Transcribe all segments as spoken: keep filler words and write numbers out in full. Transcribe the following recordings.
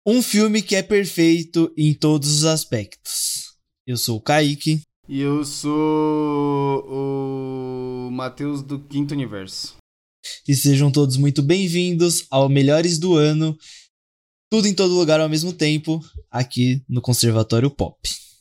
Um filme que é perfeito em todos os aspectos. Eu sou o Kaique. E eu sou o Matheus do Quinto Universo. E sejam todos muito bem-vindos ao Melhores do Ano. Tudo em todo lugar ao mesmo tempo, aqui no Conservatório Pop.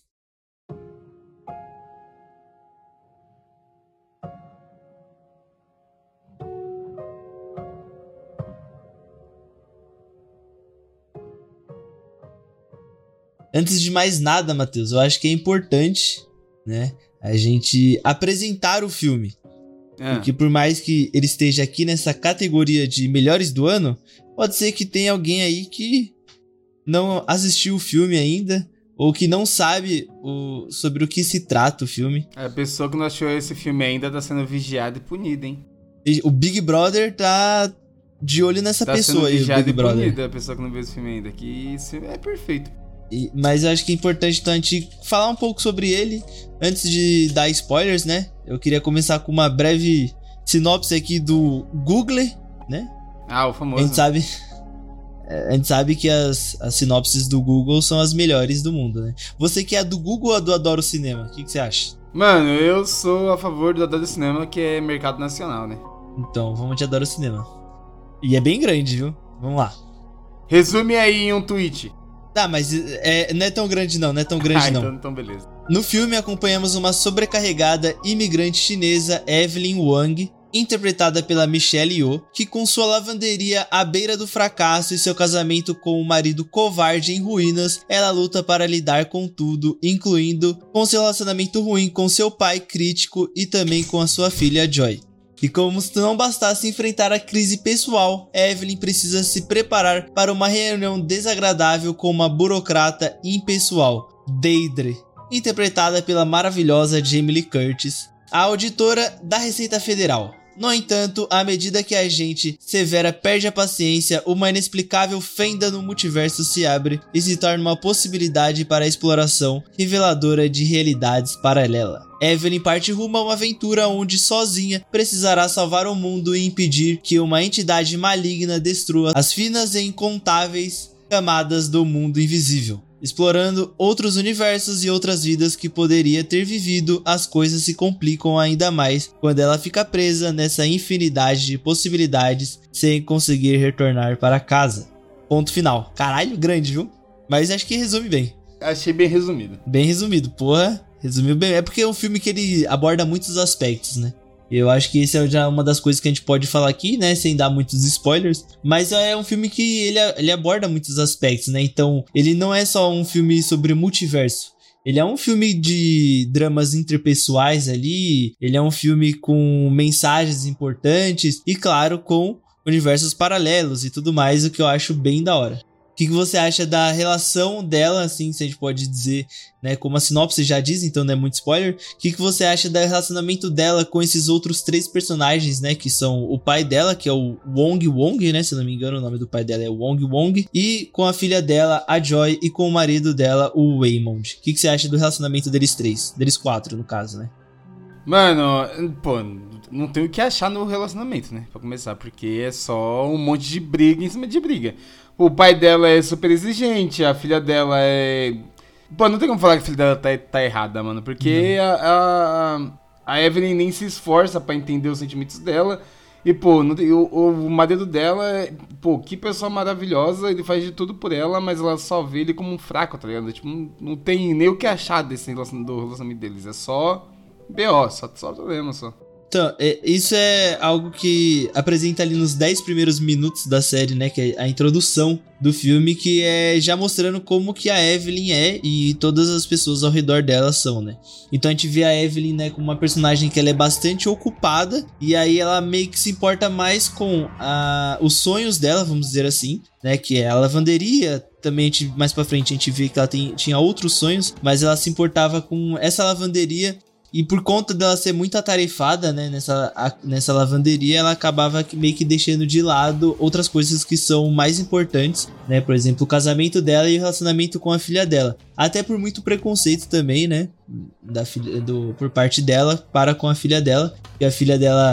Antes de mais nada, Matheus, eu acho que é importante, né, a gente apresentar o filme. É. Porque por mais que ele esteja aqui nessa categoria de melhores do ano, pode ser que tenha alguém aí que não assistiu o filme ainda, ou que não sabe o, sobre o que se trata o filme. A pessoa que não achou esse filme ainda tá sendo vigiada e punida, hein? O Big Brother tá de olho nessa tá pessoa aí, o Big e Brother. Punida, a pessoa que não viu esse filme ainda, que esse filme é perfeito. E, mas eu acho que é importante então a gente falar um pouco sobre ele antes de dar spoilers, né? Eu queria começar com uma breve sinopse aqui do Google, né? Ah, o famoso. A gente sabe, a gente sabe que as, as sinopses do Google são as melhores do mundo, né? Você que é do Google ou do Adoro Cinema? O que, que você acha? Mano, eu sou a favor do Adoro Cinema, que é mercado nacional, né? Então, vamos de Adoro Cinema. E é bem grande, viu? Vamos lá. Resume aí em um tweet. Tá, mas é, não é tão grande não, não é tão grande ah, não. Então, então beleza. No filme acompanhamos uma sobrecarregada imigrante chinesa, Evelyn Wang, interpretada pela Michelle Yeoh, que com sua lavanderia à beira do fracasso e seu casamento com o marido covarde em ruínas, ela luta para lidar com tudo, incluindo com seu relacionamento ruim com seu pai crítico e também com a sua filha Joy. E como se não bastasse enfrentar a crise pessoal, Evelyn precisa se preparar para uma reunião desagradável com uma burocrata impessoal, Deidre, interpretada pela maravilhosa Jamie Lee Curtis, a auditora da Receita Federal. No entanto, à medida que a agente Severa perde a paciência, uma inexplicável fenda no multiverso se abre e se torna uma possibilidade para a exploração reveladora de realidades paralelas. Evelyn parte rumo a uma aventura onde sozinha precisará salvar o mundo e impedir que uma entidade maligna destrua as finas e incontáveis camadas do mundo invisível. Explorando outros universos e outras vidas que poderia ter vivido, as coisas se complicam ainda mais quando ela fica presa nessa infinidade de possibilidades sem conseguir retornar para casa. Ponto final. Caralho, grande, viu? Mas acho que resume bem. Achei bem resumido. Bem resumido, porra. Resumiu bem. É porque é um filme que ele aborda muitos aspectos, né? Eu acho que esse é já uma das coisas que a gente pode falar aqui, né, sem dar muitos spoilers, mas é um filme que ele, ele aborda muitos aspectos, né, então ele não é só um filme sobre multiverso, ele é um filme de dramas interpessoais ali, ele é um filme com mensagens importantes e, claro, com universos paralelos e tudo mais, o que eu acho bem da hora. O que, que você acha da relação dela, assim, se a gente pode dizer, né, como a sinopse já diz, então não é muito spoiler, o que, que você acha do relacionamento dela com esses outros três personagens, né, que são o pai dela, que é o Wong Wong, né, se não me engano o nome do pai dela é Wong Wong, e com a filha dela, a Joy, e com o marido dela, o Waymond. O que, que você acha do relacionamento deles três? Deles quatro, no caso, né? Mano, pô, não tem o que achar no relacionamento, né, pra começar, porque é só um monte de briga em cima de briga. O pai dela é super exigente, a filha dela é... Pô, não tem como falar que a filha dela tá, tá errada, mano. Porque a, a, a Evelyn nem se esforça pra entender os sentimentos dela. E, pô, não tem, o, o marido dela é... Pô, que pessoa maravilhosa, ele faz de tudo por ela, mas ela só vê ele como um fraco, tá ligado? Tipo, não, não tem nem o que achar desse relacion, do relacionamento deles. É só B O, só, só problema, só. Então, é, isso é algo que apresenta ali nos dez primeiros minutos da série, né, que é a introdução do filme, que é já mostrando como que a Evelyn é e todas as pessoas ao redor dela são, né. Então a gente vê a Evelyn, né, como uma personagem que ela é bastante ocupada, e aí ela meio que se importa mais com a, os sonhos dela, vamos dizer assim, né, que é a lavanderia. Também a gente, mais pra frente a gente vê que ela tem, tinha outros sonhos, mas ela se importava com essa lavanderia. E por conta dela ser muito atarefada, né, nessa, a, nessa lavanderia, ela acabava meio que deixando de lado outras coisas que são mais importantes, né, por exemplo, o casamento dela e o relacionamento com a filha dela. Até por muito preconceito também, né, da filha, do, por parte dela para com a filha dela, e a filha dela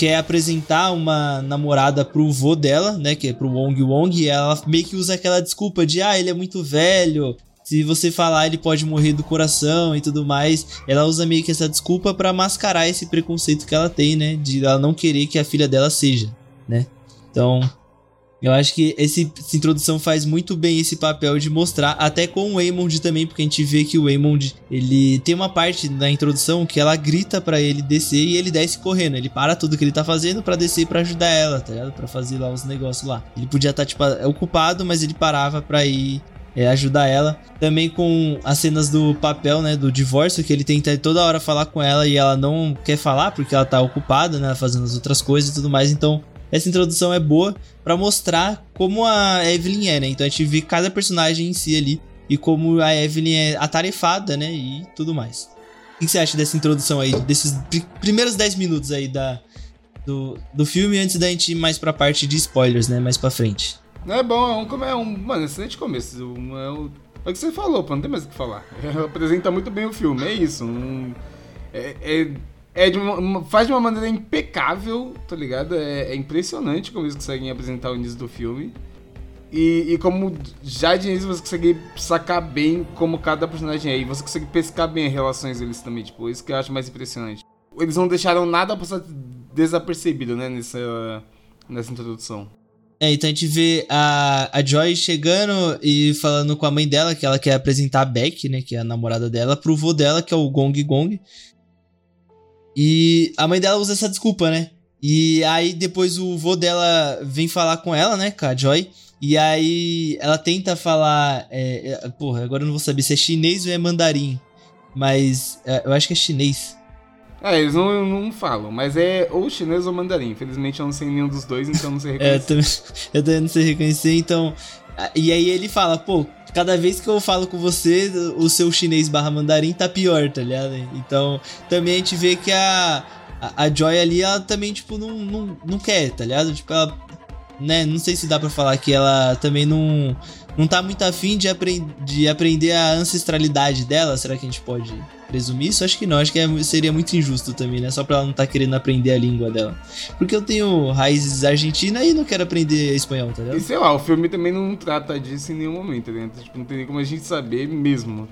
quer apresentar uma namorada pro vô dela, né, que é pro Wong Wong, e ela meio que usa aquela desculpa de, ah, ele é muito velho, se você falar ele pode morrer do coração e tudo mais. Ela usa meio que essa desculpa pra mascarar esse preconceito que ela tem, né, de ela não querer que a filha dela seja, né. Então, eu acho que esse, essa introdução faz muito bem esse papel de mostrar, até com o Waymond também, porque a gente vê que o Waymond, ele tem uma parte na introdução que ela grita pra ele descer e ele desce correndo. Ele para tudo que ele tá fazendo pra descer pra ajudar ela, tá ligado? Pra fazer lá os negócios lá. Ele podia estar, tipo, ocupado, mas ele parava pra ir é, ajudar ela. Também com as cenas do papel, né, do divórcio, que ele tenta toda hora falar com ela e ela não quer falar porque ela tá ocupada, né, fazendo as outras coisas e tudo mais. Então, essa introdução é boa pra mostrar como a Evelyn é, né? Então a gente vê cada personagem em si ali e como a Evelyn é atarefada, né? E tudo mais. O que você acha dessa introdução aí, desses pr- primeiros dez minutos aí da, do, do filme, antes da gente ir mais pra parte de spoilers, né? Mais pra frente. É bom, é um, é um mano, excelente começo. Um, é, o, é o que você falou, pô, não tem mais o que falar. Apresenta muito bem o filme, é isso. Um, é... é... É de uma, faz de uma maneira impecável, tá ligado? É, é impressionante como eles conseguem apresentar o início do filme. E, e como já de início você consegue sacar bem como cada personagem é. E você consegue pescar bem as relações deles também, tipo, isso que eu acho mais impressionante. Eles não deixaram nada passar desapercebido, né, nessa, nessa introdução. É, então a gente vê a, a Joy chegando e falando com a mãe dela que ela quer apresentar a Beck, né, que é a namorada dela, pro vô dela, que é o Gong Gong. E a mãe dela usa essa desculpa, né? E aí depois o vô dela vem falar com ela, né? Com a Joy. E aí ela tenta falar... É, é, porra, agora eu não vou saber se é chinês ou é mandarim. Mas é, eu acho que é chinês. É, eles não, não falam, mas é ou chinês ou mandarim. Infelizmente eu não sei nenhum dos dois, então não sei reconhecer. É, eu, também, eu também não sei reconhecer, então... E aí ele fala, pô, cada vez que eu falo com você, o seu chinês barra mandarim tá pior, tá ligado? Então, também a gente vê que a, a, a Joy ali, ela também, tipo, não, não, não quer, tá ligado? Tipo, ela, né, não sei se dá pra falar que ela também não, não tá muito afim de, apre- de aprender a ancestralidade dela. Será que a gente pode presumir isso? Acho que não, acho que é, seria muito injusto também, né? Só pra ela não tá querendo aprender a língua dela. Porque eu tenho raízes argentinas e não quero aprender espanhol, tá ligado? E sei lá, o filme também não trata disso em nenhum momento, né? Tipo, não tem nem como a gente saber mesmo.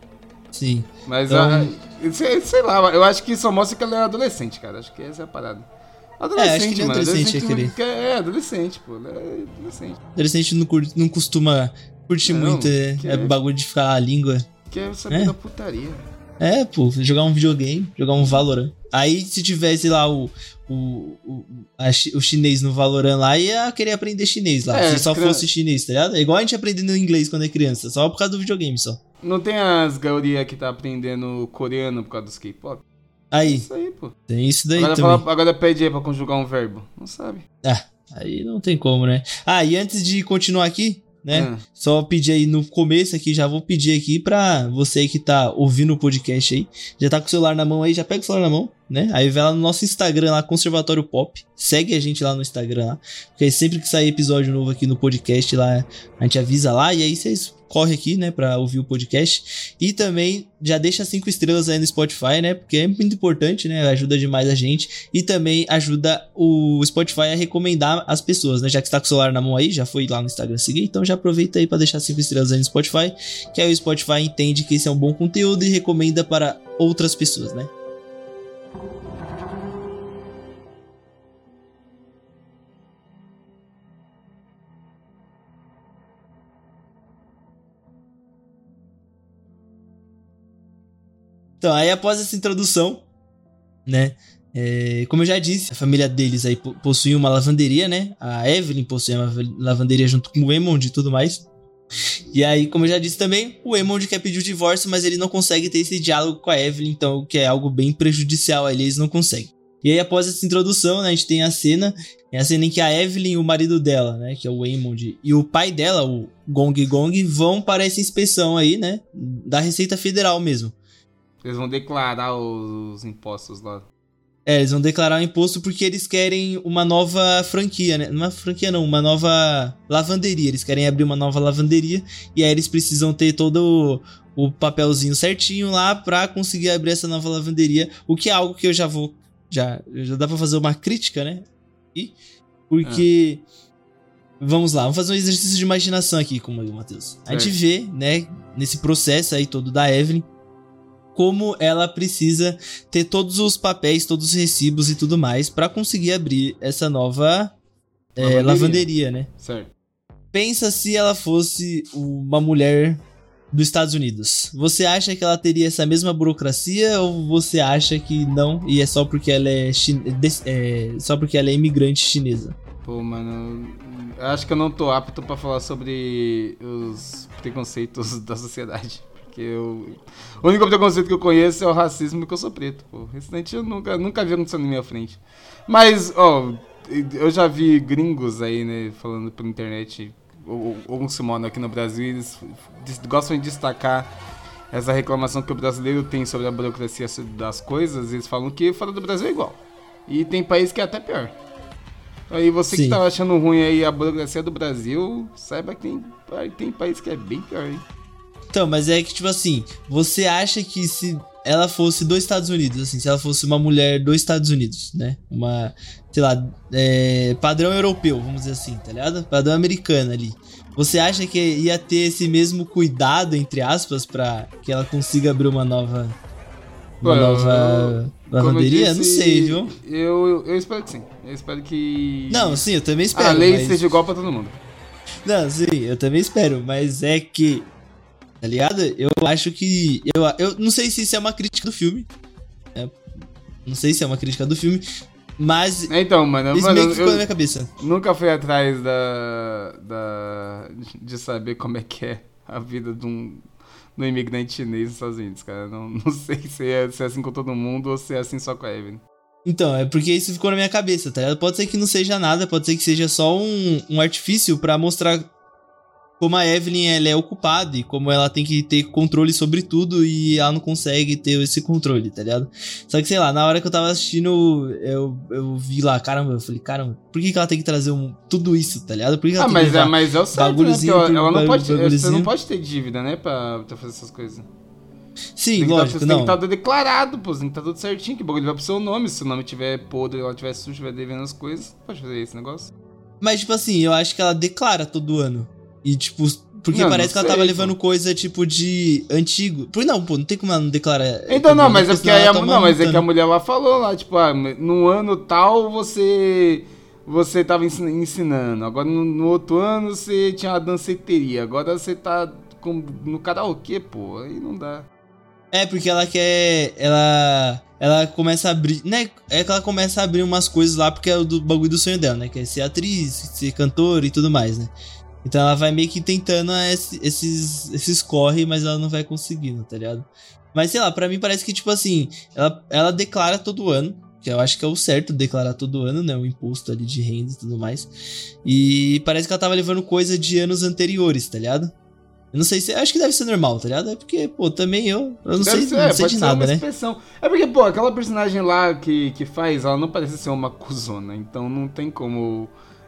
Sim. Mas, então... a, sei, sei lá, eu acho que só mostra que ela é adolescente, cara. Acho que essa é a parada. Adolescente, é, acho que mano. adolescente, adolescente é, é, é, adolescente, pô. É adolescente. Adolescente não, curte, não costuma curtir não, muito é, é bagulho de falar a língua. Quer saber é. da putaria. É, pô, jogar um videogame, jogar um Valorant. Aí, se tivesse lá o, o, o, a, o chinês no Valorant lá, ia querer aprender chinês lá. É, se só criança... fosse chinês, tá ligado? É igual a gente aprendendo inglês quando é criança, só por causa do videogame só. Não tem as gauria que tá aprendendo coreano por causa dos K-pop? Aí. Isso aí, pô. Tem isso daí agora também. Fala, agora pede aí pra conjugar um verbo. Não sabe. Ah, aí não tem como, né? Ah, e antes de continuar aqui, né? Hum. Só pedir aí no começo aqui, já vou pedir aqui pra você aí que tá ouvindo o podcast aí, já tá com o celular na mão aí, já pega o celular na mão, né? Aí vai lá no nosso Instagram lá, Conservatório Pop, segue a gente lá no Instagram lá, porque aí sempre que sair episódio novo aqui no podcast lá, a gente avisa lá, e aí vocês corre aqui, né, pra ouvir o podcast. E também já deixa cinco estrelas aí no Spotify, né, porque é muito importante, né, ajuda demais a gente. E também ajuda o Spotify a recomendar as pessoas, né, já que está com o celular na mão aí, já foi lá no Instagram seguir, então já aproveita aí pra deixar cinco estrelas aí no Spotify, que aí o Spotify entende que esse é um bom conteúdo e recomenda para outras pessoas, né. Então, aí após essa introdução, né, é, como eu já disse, a família deles aí possui uma lavanderia, né, a Evelyn possui uma lavanderia junto com o Waymond e tudo mais. E aí, como eu já disse também, o Waymond quer pedir o divórcio, mas ele não consegue ter esse diálogo com a Evelyn, então, que é algo bem prejudicial a ele, eles não conseguem. E aí, após essa introdução, né, a gente tem a cena, é a cena em que a Evelyn e o marido dela, né, que é o Waymond, e o pai dela, o Gong Gong, vão para essa inspeção aí, né, da Receita Federal mesmo. Eles vão declarar os impostos lá. É, eles vão declarar o imposto porque eles querem uma nova franquia, né? Não é uma franquia não, uma nova lavanderia. Eles querem abrir uma nova lavanderia e aí eles precisam ter todo o, o papelzinho certinho lá pra conseguir abrir essa nova lavanderia. O que é algo que eu já vou Já, já dá pra fazer uma crítica, né? E, porque... Ah. Vamos lá, vamos fazer um exercício de imaginação aqui comigo, Matheus. A gente vê, né, nesse processo aí todo da Evelyn, como ela precisa ter todos os papéis, todos os recibos e tudo mais pra conseguir abrir essa nova lavanderia, é, lavanderia né? Certo. Pensa se ela fosse uma mulher dos Estados Unidos. Você acha que ela teria essa mesma burocracia ou você acha que não e é só porque ela é, chin... é só porque ela é imigrante chinesa? Pô, mano, eu acho que eu não tô apto pra falar sobre os preconceitos da sociedade. Porque eu... o único preconceito que eu conheço é o racismo e que eu sou preto, pô. Esse dente eu nunca, nunca vi acontecendo na minha frente. Mas, ó, eu já vi gringos aí, né, falando pela internet, alguns que moram aqui no Brasil, eles gostam de destacar essa reclamação que o brasileiro tem sobre a burocracia das coisas. Eles falam que fora do Brasil é igual. E tem país que é até pior. Aí você Sim. que tá achando ruim aí a burocracia do Brasil, saiba que tem, tem país que é bem pior, hein? Então, mas é que, tipo assim, você acha que se ela fosse dos Estados Unidos, assim, se ela fosse uma mulher dos Estados Unidos, né? Uma, sei lá, é, padrão europeu, vamos dizer assim, tá ligado? Padrão americano ali. Você acha que ia ter esse mesmo cuidado, entre aspas, pra que ela consiga abrir uma nova... Uma Pô, nova lavanderia? Não sei, viu? Eu, eu espero que sim. Eu espero que... Não, sim, eu também espero. A lei mas... seja igual pra todo mundo. Não, sim, eu também espero. Mas é que... Tá ligado? Eu acho que... Eu, eu não sei se isso é uma crítica do filme. Né? Não sei se é uma crítica do filme. Mas... Então, mano... Isso mano, meio que ficou eu na minha cabeça. Nunca fui atrás da, da... de saber como é que é a vida de um... no imigrante chinês nos Estados Unidos, cara. Não, não sei se é, se é assim com todo mundo ou se é assim só com a Evelyn. Então, é porque isso ficou na minha cabeça, tá ligado? Pode ser que não seja nada, pode ser que seja só um, um artifício pra mostrar como a Evelyn ela é ocupada e como ela tem que ter controle sobre tudo e ela não consegue ter esse controle, tá ligado? Só que, sei lá, na hora que eu tava assistindo, eu, eu vi lá, caramba, eu falei, caramba, por que, que ela tem que trazer um, tudo isso, tá ligado? Por que, que ela ah, tem mas, que é, mas é o certo, né? Porque ela, ela não pode, você não pode ter dívida, né, pra, pra fazer essas coisas. Sim, tem lógico, tá, não. Tem que estar tá declarado, pô, tem que estar tá tudo certinho, que o bagulho vai pro seu nome. Se o nome tiver podre, ela tiver sujo, tiver devendo as coisas, pode fazer esse negócio. Mas, tipo assim, eu acho que ela declara todo ano. E, tipo, porque não, parece não que ela sei, tava levando pô. coisa, tipo, de antigo. Por não, pô, não tem como ela não declarar. Então, não, mas é porque aí a, não, mas é que a mulher lá falou lá, tipo, ah, no ano tal você... Você tava ensinando, agora no, no outro ano você tinha uma danceteria, agora você tá com, no karaokê, pô, aí não dá. É, porque ela quer. Ela. Ela começa a abrir. Né? É que ela começa a abrir umas coisas lá porque é o do bagulho do sonho dela, né? Que é ser atriz, ser cantora e tudo mais, né? Então ela vai meio que tentando esse, esses, esses corre, mas ela não vai conseguindo, tá ligado? Mas sei lá, pra mim parece que, tipo assim, ela, ela declara todo ano. Que eu acho que é o certo declarar todo ano, né? O imposto ali de renda e tudo mais. E parece que ela tava levando coisa de anos anteriores, tá ligado? Eu não sei se... Acho que deve ser normal, tá ligado? É porque, pô, também eu... Eu não deve sei, ser, não sei pode de ser nada, uma né? expressão. É porque, pô, aquela personagem lá que, que faz, ela não parece ser uma cuzona. Então não tem como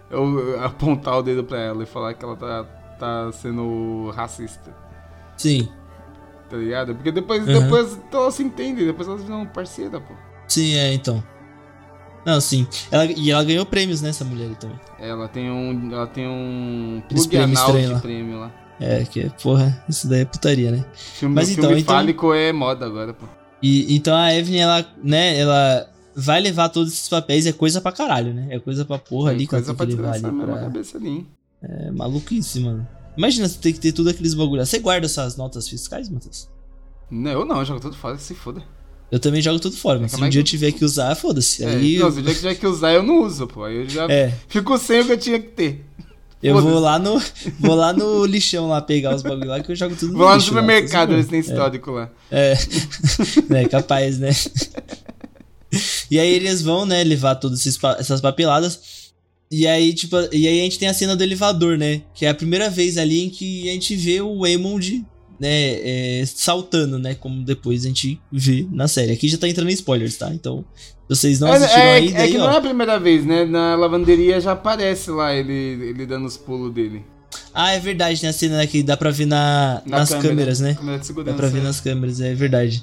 eu apontar o dedo pra ela e falar que ela tá, tá sendo racista. Sim. Tá ligado? Porque depois, Uhum. depois ela se entende, depois elas viram parceira, pô. Sim, é, então. Não, sim. Ela, e ela ganhou prêmios, né, essa mulher aí também. Ela tem um... Ela tem um... Aqueles plug prêmios anal de estranhos lá. prêmio lá. É, que, porra, isso daí é putaria, né? Filme, Mas então, filme então... fálico é moda agora, pô. E, então a Evelyn, ela, né, ela vai levar todos esses papéis, é coisa pra caralho, né? É coisa pra porra ali que ela tem que levar ali pra... cabeça ali, hein? É maluquice, mano. Imagina você ter que ter tudo aqueles bagulho. Você guarda suas notas fiscais, Matheus? Não, eu não, eu jogo tudo fora, se foda. Eu também jogo tudo fora, mas se um dia eu tiver que usar, foda-se. É, aí não, eu... se o dia que tiver que usar, eu não uso, pô. Aí eu já É. fico sem o que eu tinha que ter. Eu vou lá no vou lá no lixão lá pegar os bagulho lá que eu jogo tudo no Vou lá no lixo, supermercado, lá, eles têm histórico lá. É, é capaz, né? E aí eles vão, né, levar todas essas papeladas. E aí, tipo, e aí a gente tem a cena do elevador, né? Que é a primeira vez ali em que a gente vê o Waymond, né, é, saltando, né? Como depois a gente vê na série. Aqui já tá entrando em spoilers, tá? Então, se vocês não assistiram é, é, ainda, é aí, que ó. não é a primeira vez, né? Na lavanderia já aparece lá ele, ele dando os pulos dele. Ah, é verdade, tem a cena que dá pra ver na, Na nas câmera, câmeras, né? câmera de segurança, Dá pra ver é. nas câmeras, é verdade.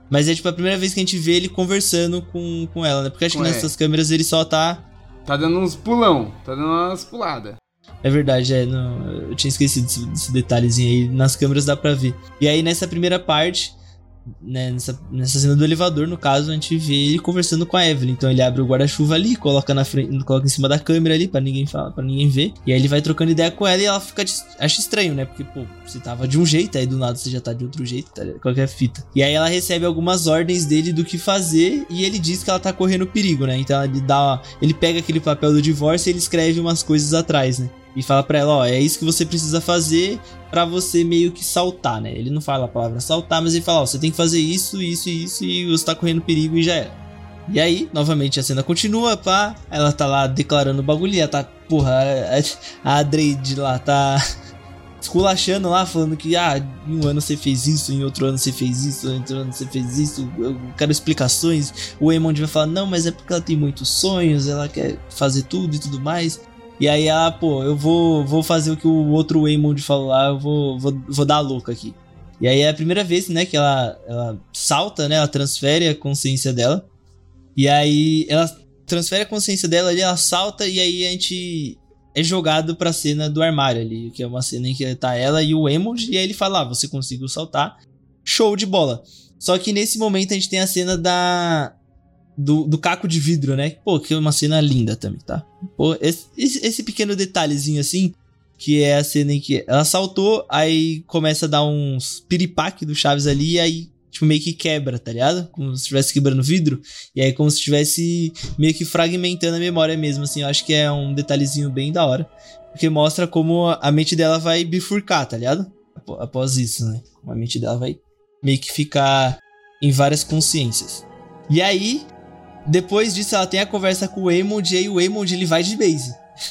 Mas é tipo a primeira vez que a gente vê ele conversando com, com ela, né? Porque acho que Ué. nessas câmeras ele só tá... Tá dando uns pulão, tá dando umas puladas. É verdade, é, não, eu tinha esquecido desse, desse detalhezinho aí. Nas câmeras dá pra ver. E aí nessa primeira parte, né, nessa, nessa cena do elevador, no caso, a gente vê ele conversando com a Evelyn. Então ele abre o guarda-chuva ali, coloca na frente, coloca em cima da câmera ali pra ninguém falar, para ninguém ver. E aí ele vai trocando ideia com ela e ela fica acha estranho, né? Porque, pô, você tava de um jeito, aí do nada você já tá de outro jeito, tá? Qualquer fita. E aí ela recebe algumas ordens dele do que fazer e ele diz que ela tá correndo perigo, né? Então ele dá, ele pega aquele papel do divórcio e ele escreve umas coisas atrás, né? E fala pra ela, ó, é isso que você precisa fazer pra você meio que saltar, né? Ele não fala a palavra saltar, mas ele fala, ó, você tem que fazer isso, isso e isso e você tá correndo perigo e já era. E aí, novamente, a cena continua, pá, ela tá lá declarando o bagulho e ela tá, porra, a, a Adreide lá tá esculachando lá, falando que, ah, em um ano você fez isso, em outro ano você fez isso, em outro ano você fez isso, eu quero explicações. O Waymond vai falar, não, mas é porque ela tem muitos sonhos, ela quer fazer tudo e tudo mais. E aí ela, pô, eu vou, vou fazer o que o outro Waymond falou lá, eu vou, vou, vou dar a louca aqui. E aí é a primeira vez, né, que ela, ela salta, né, ela transfere a consciência dela. E aí ela transfere a consciência dela ali, ela salta e aí a gente é jogado pra cena do armário ali, que é uma cena em que tá ela e o Waymond, e aí ele fala, ah, você conseguiu saltar, show de bola. Só que nesse momento a gente tem a cena da... Do, do caco de vidro, né? Pô, que é uma cena linda também, tá? Pô, esse, esse pequeno detalhezinho assim, que é a cena em que ela saltou, aí começa a dar uns piripaque do Chaves ali, e aí, tipo, meio que quebra, tá ligado? Como se estivesse quebrando vidro, e aí como se estivesse meio que fragmentando a memória mesmo, assim. Eu acho que é um detalhezinho bem da hora, porque mostra como a mente dela vai bifurcar, tá ligado? Após isso, né? A mente dela vai meio que ficar em várias consciências. E aí... Depois disso, ela tem a conversa com o Waymond e aí o Waymond ele vai de base.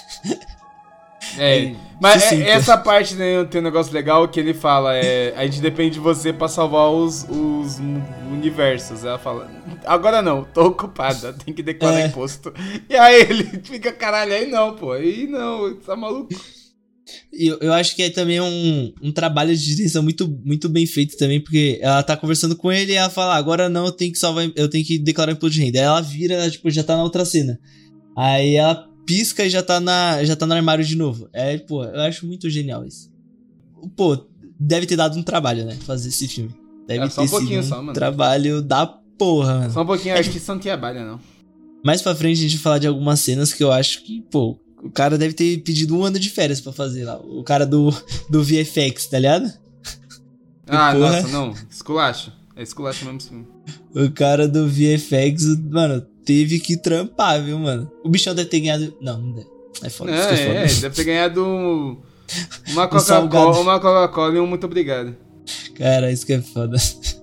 É, mas é, essa parte, né, tem um negócio legal que ele fala, é, a gente depende de você pra salvar os, os universos. Ela fala, agora não, tô ocupada, tem que declarar é. imposto. E aí ele fica, caralho, aí não, pô, aí não, tá maluco? Eu, eu acho que é também um, um trabalho de direção muito, muito bem feito também, porque ela tá conversando com ele e ela fala, agora não, eu tenho que salvar, eu tenho que declarar imposto de renda. Aí ela vira, ela, tipo, já tá na outra cena. Aí ela pisca e já tá, na, já tá no armário de novo. É, pô, eu acho muito genial isso. Pô, deve ter dado um trabalho, né, fazer esse filme. Deve é, só ter um pouquinho sido um só, mano. Trabalho da porra, mano. Só um pouquinho, acho que isso não trabalha, não. Mais pra frente a gente vai falar de algumas cenas que eu acho que, pô, o cara deve ter pedido um ano de férias pra fazer lá. O cara do, do V F X, tá ligado? Ah, porra. Nossa, não. Esculacho. É esculacho mesmo sim. O cara do V F X, mano, teve que trampar, viu, mano? O bichão deve ter ganhado... Não, não deve. É foda. Não, é, é, foda. é, deve ter ganhado uma Coca-Cola, uma Coca-Cola e um muito obrigado. Cara, isso que é foda.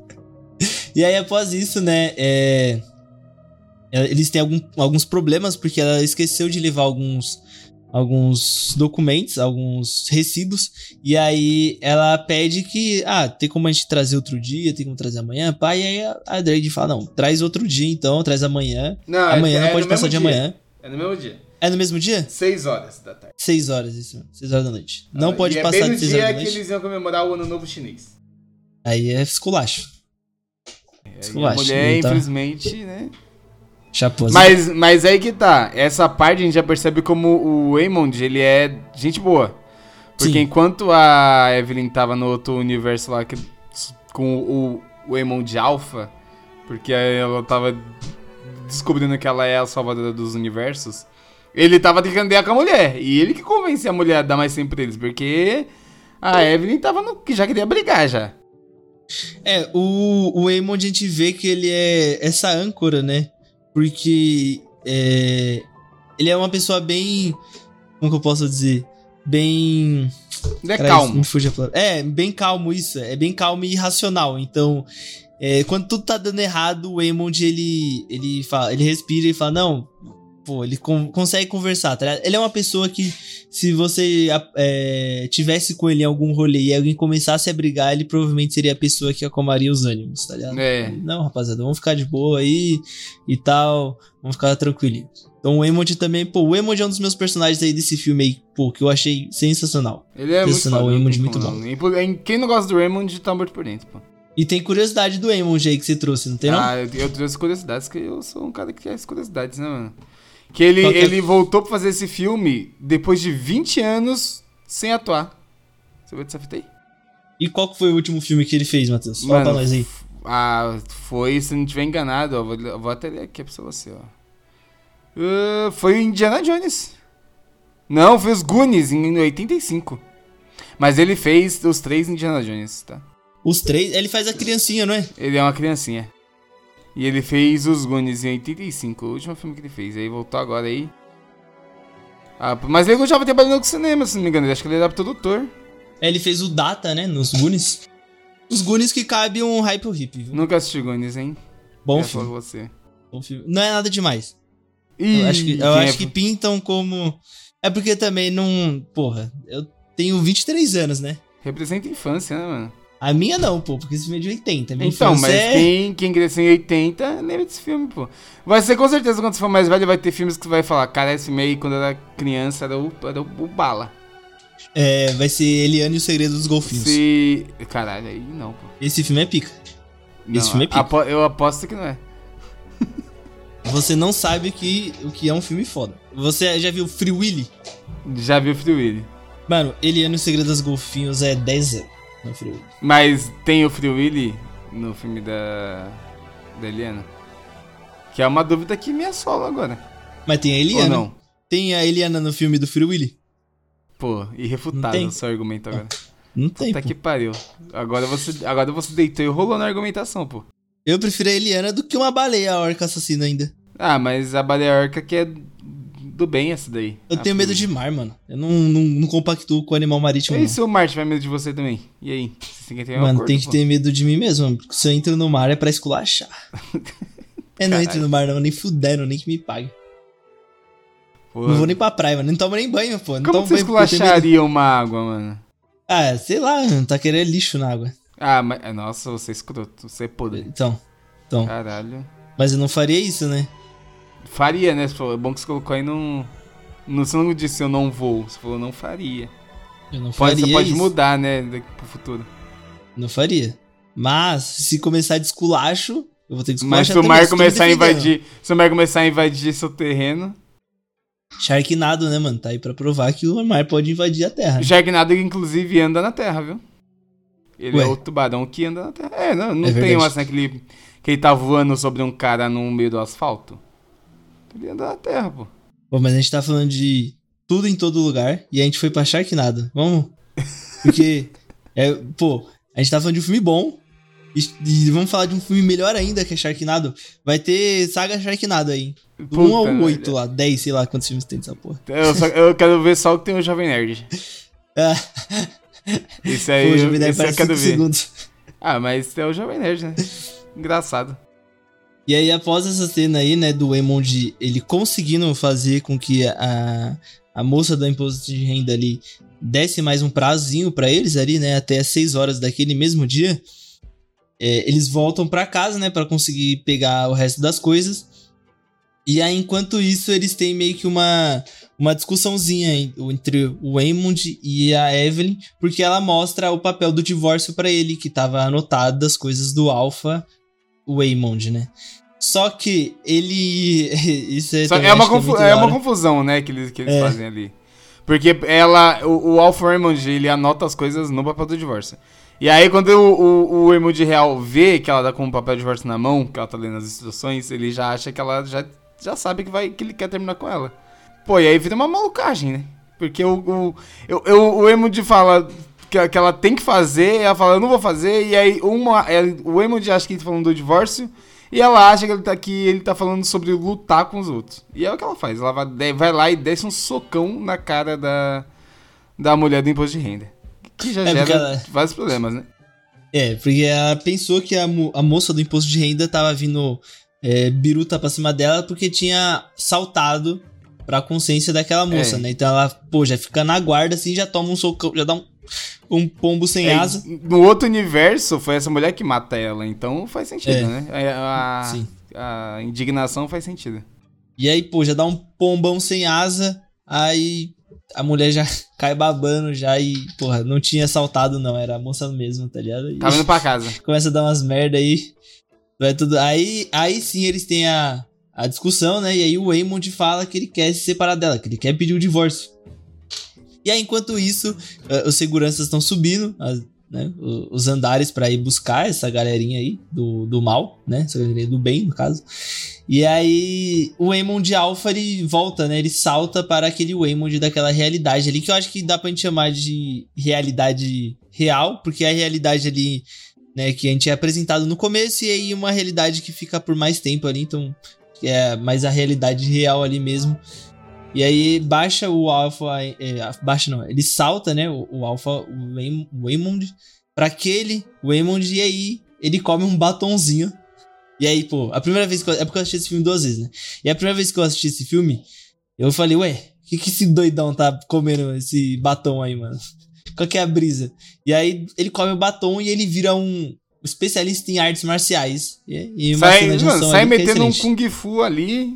E aí, após isso, né, é... eles têm algum, alguns problemas porque ela esqueceu de levar alguns, alguns documentos, alguns recibos. E aí ela pede que, ah, tem como a gente trazer outro dia, tem como trazer amanhã, pá. E aí a Adreide fala, não, traz outro dia então, traz amanhã. Não, amanhã é, não pode passar de dia. Amanhã. É no mesmo dia. É no mesmo dia? Seis horas da tarde. Seis horas, isso mesmo. Seis horas da noite. Não ah, pode e passar é bem de seis horas da noite. noite. Que eles iam comemorar o Ano Novo Chinês. Aí é esculacho. Esculacho. A mulher, então... infelizmente, né... Chaposa. Mas, mas aí que tá, essa parte a gente já percebe como o Waymond, ele é gente boa. Porque Sim. enquanto a Evelyn tava no outro universo lá que, com o, o Waymond Alpha, porque ela tava descobrindo que ela é a salvadora dos universos, ele tava tentando ganhar com a mulher. E ele que convence a mulher a dar mais tempo pra eles, porque a Evelyn tava no, que já queria brigar já. É, o, o Waymond a gente vê que ele é essa âncora, né? Porque é, ele é uma pessoa bem... Como que eu posso dizer? Bem... Ele é Carai, calmo. Me fuge a palavra. É, bem calmo isso. É bem calmo e racional. Então, é, quando tudo tá dando errado, o Waymond, ele, ele, fala, ele respira e fala, não... Pô, ele com, consegue conversar, tá ligado? Ele é uma pessoa que, se você é, tivesse com ele em algum rolê e alguém começasse a brigar, ele provavelmente seria a pessoa que acalmaria os ânimos, tá ligado? É. Não, rapaziada, vamos ficar de boa aí e tal, vamos ficar tranquilinhos. Então o Waymond também, pô, o Waymond é um dos meus personagens aí desse filme aí, pô, que eu achei sensacional. Ele é sensacional, muito o Waymond muito bom. bom. Quem não gosta do Waymond tá morto por dentro, pô. E tem curiosidade do Eamon aí que você trouxe, não tem não? Ah, eu, eu trouxe curiosidades, que eu sou um cara que quer as curiosidades, né, mano? Que ele, Qual que é? ele voltou pra fazer esse filme depois de vinte anos sem atuar. Você vai dessa fita aí? E qual que foi o último filme que ele fez, Matheus? Fala Mano, pra nós aí. f- Ah, foi, se não tiver enganado, ó, vou, vou até ler aqui pra você, ó. Ah, foi o Indiana Jones. Não, foi os Goonies em oitenta e cinco. Mas ele fez os três Indiana Jones, tá? Os três, ele faz a criancinha, não é? Ele é uma criancinha. E ele fez os Goonies em oitenta e cinco, o último filme que ele fez. Aí voltou agora aí. Ah, mas ele já trabalhando com cinema, se não me engano. Acho que ele era produtor. É, ele fez o Data, né, nos Goonies. Os Goonies que cabe um hype hippie, viu? Nunca assisti Goonies, hein? Bom Já falo filme, com você. bom filme. Não é nada demais. Ih, Eu acho que, eu quem acho é- que pintam como... É porque também não... Porra, eu tenho vinte e três anos, né? Representa a infância, né, mano? A minha não, pô, porque esse filme é de oitenta. Minha Então, infância mas é... quem, quem cresceu em oitenta lembra desse filme, pô. Vai ser com certeza, quando você for mais velho, vai ter filmes que você vai falar, cara, esse filme aí, quando eu era criança, era o, era o, o bala. é... Vai ser Eliane e o Segredo dos Golfinhos. Se... Caralho, aí não, pô. Esse filme é pica. Não, Esse filme é pica. apo- eu aposto que não é. Você não sabe o que, o que é um filme foda. Você já viu Free Willy? Já vi o Free Willy. Mano, Eliane e o Segredo dos Golfinhos é dez a zero no Free Willy. Mas tem o Free Willy no filme da... da Eliana? Que é uma dúvida que me assola agora. Mas tem a Ou Eliana. não? Tem a Eliana no filme do Free Willy? Pô, Não irrefutável tem. o seu argumento agora. Não tem, Puta pô. que pariu. Agora você, agora você deitou e rolou na argumentação, pô. Eu prefiro a Eliana do que uma baleia orca assassina ainda. Ah, mas a baleia orca que é do bem essa daí. Eu Ah, tenho medo de mar, mano. Eu não, não, não compactuo com o animal marítimo, E não. se o Mar tiver medo de você também? E aí? Você tem que ter um Mano, acordo, tem que pô. ter medo de mim mesmo, mano. Porque se eu entro no mar é pra esculachar. Eu não entro no mar, não. Nem fuderam, nem que me pague. Pô, Não vou nem pra praia, mano. Não tomo nem banho, pô. Não Como tomo que você banho porque eu tenho medo. esculacharia uma água, mano? Ah, sei lá, mano. Tá querendo lixo na água. Ah, mas... Nossa, você é escroto. Você é podre. Então. Então. Caralho. Mas eu não faria isso, né? Faria, né? Você falou, é bom que você colocou aí num... No, você não disse eu não vou. Você falou não faria. Eu não Pode, faria você pode isso. mudar, né? Daqui pro futuro. Não faria. Mas, se começar de esculacho, eu vou ter que Mas esculachar se o também, mar tô me começar a defendendo. invadir... Se o mar começar a invadir seu terreno... Sharknado, né, mano? Tá aí pra provar que o mar pode invadir a Terra. O Sharknado, inclusive, anda na Terra, viu? Ele Ué. é o tubarão que anda na Terra. É, não, não É tem verdade. uma cena que ele, que ele tá voando sobre um cara no meio do asfalto? Ele anda na Terra, pô. Pô, mas a gente tá falando de tudo em todo lugar e a gente foi pra Sharknado. Vamos? Porque, é, pô, a gente tá falando de um filme bom e, e vamos falar de um filme melhor ainda que é Sharknado. Vai ter saga Sharknado aí. Do Puta um ao merda. oito lá, dez, sei lá quantos filmes tem dessa porra. Eu, só- eu quero ver só o que tem o Jovem Nerd. Ah, Esse aí, pô, já me dá esse eu para quero cinco ver. segundos. Ah, mas é o Jovem Nerd, né? Engraçado. E aí, após essa cena aí, né, do Eamon, ele conseguindo fazer com que a, a moça do imposto de renda ali desse mais um prazinho pra eles ali, né, até as seis horas daquele mesmo dia, é, eles voltam pra casa, né, pra conseguir pegar o resto das coisas. E aí, enquanto isso, eles têm meio que uma, uma discussãozinha aí entre o Eamon e a Evelyn, porque ela mostra o papel do divórcio pra ele, que tava anotado as coisas do Alpha, o Eamon, né? Só que ele... Isso é, Só- também é, uma acho que confu- muito é da uma hora. confusão, né, que eles, que eles É. fazem ali. Porque ela, o, o Alpha Raymond, ele anota as coisas no papel do divórcio. E aí, quando o, o, o Raymond real vê que ela tá com o papel de divórcio na mão, que ela tá lendo as instruções, ele já acha que ela já, já sabe que, vai, que ele quer terminar com ela. Pô, e aí vira uma malucagem, né? Porque o, o, eu, eu, o Raymond fala que, que ela tem que fazer, ela fala, eu não vou fazer, e aí uma, ela, o Raymond acha que ele tá falando do divórcio, e ela acha que ele, tá, que ele tá falando sobre lutar com os outros. E é o que ela faz, ela vai, vai lá e desce um socão na cara da, da mulher do imposto de renda. Que já É, porque gera ela- vários problemas, né? É, porque ela pensou que a, mo- a moça do imposto de renda tava vindo é, biruta pra cima dela porque tinha saltado pra consciência daquela moça, É. né? Então ela, pô, já fica na guarda assim, já toma um socão, já dá um, um pombo sem É, asa. no outro universo, foi essa mulher que mata ela, então faz sentido, É. né? A, a- Sim. a indignação faz sentido. E aí, pô, já dá um pombão sem asa, aí a mulher já cai babando já e, porra, não tinha assaltado não, era a moça mesmo, tá ligado? E Tava indo pra casa. começa a dar umas merda aí, vai tudo, aí, aí sim eles têm a, a discussão, né, e aí o Waymond fala que ele quer se separar dela, que ele quer pedir o divórcio. E aí, enquanto isso, uh, os seguranças estão subindo, as, né, os andares pra ir buscar essa galerinha aí do, do mal, né, essa galerinha do bem, no caso. E aí, o Waymond Alpha, ele volta, né, ele salta para aquele Waymond daquela realidade ali, que eu acho que dá pra gente chamar de realidade real, porque é a realidade ali, né, que a gente é apresentado no começo, e aí uma realidade que fica por mais tempo ali, então é mais a realidade real ali mesmo. E aí baixa o Alpha, é, baixa não, ele salta, né, o, o Alpha, o, Way, o Waymond, pra aquele Waymond, e aí ele come um batonzinho. E aí, pô, a primeira vez que eu, é porque eu assisti esse filme duas vezes, né? E a primeira vez que eu assisti esse filme, eu falei, ué, o que que esse doidão tá comendo esse batom aí, mano? Qual que é a brisa? E aí ele come o batom e ele vira um especialista em artes marciais. E, e uma sai cena de ação sai ali que é metendo um excelente. Kung Fu ali,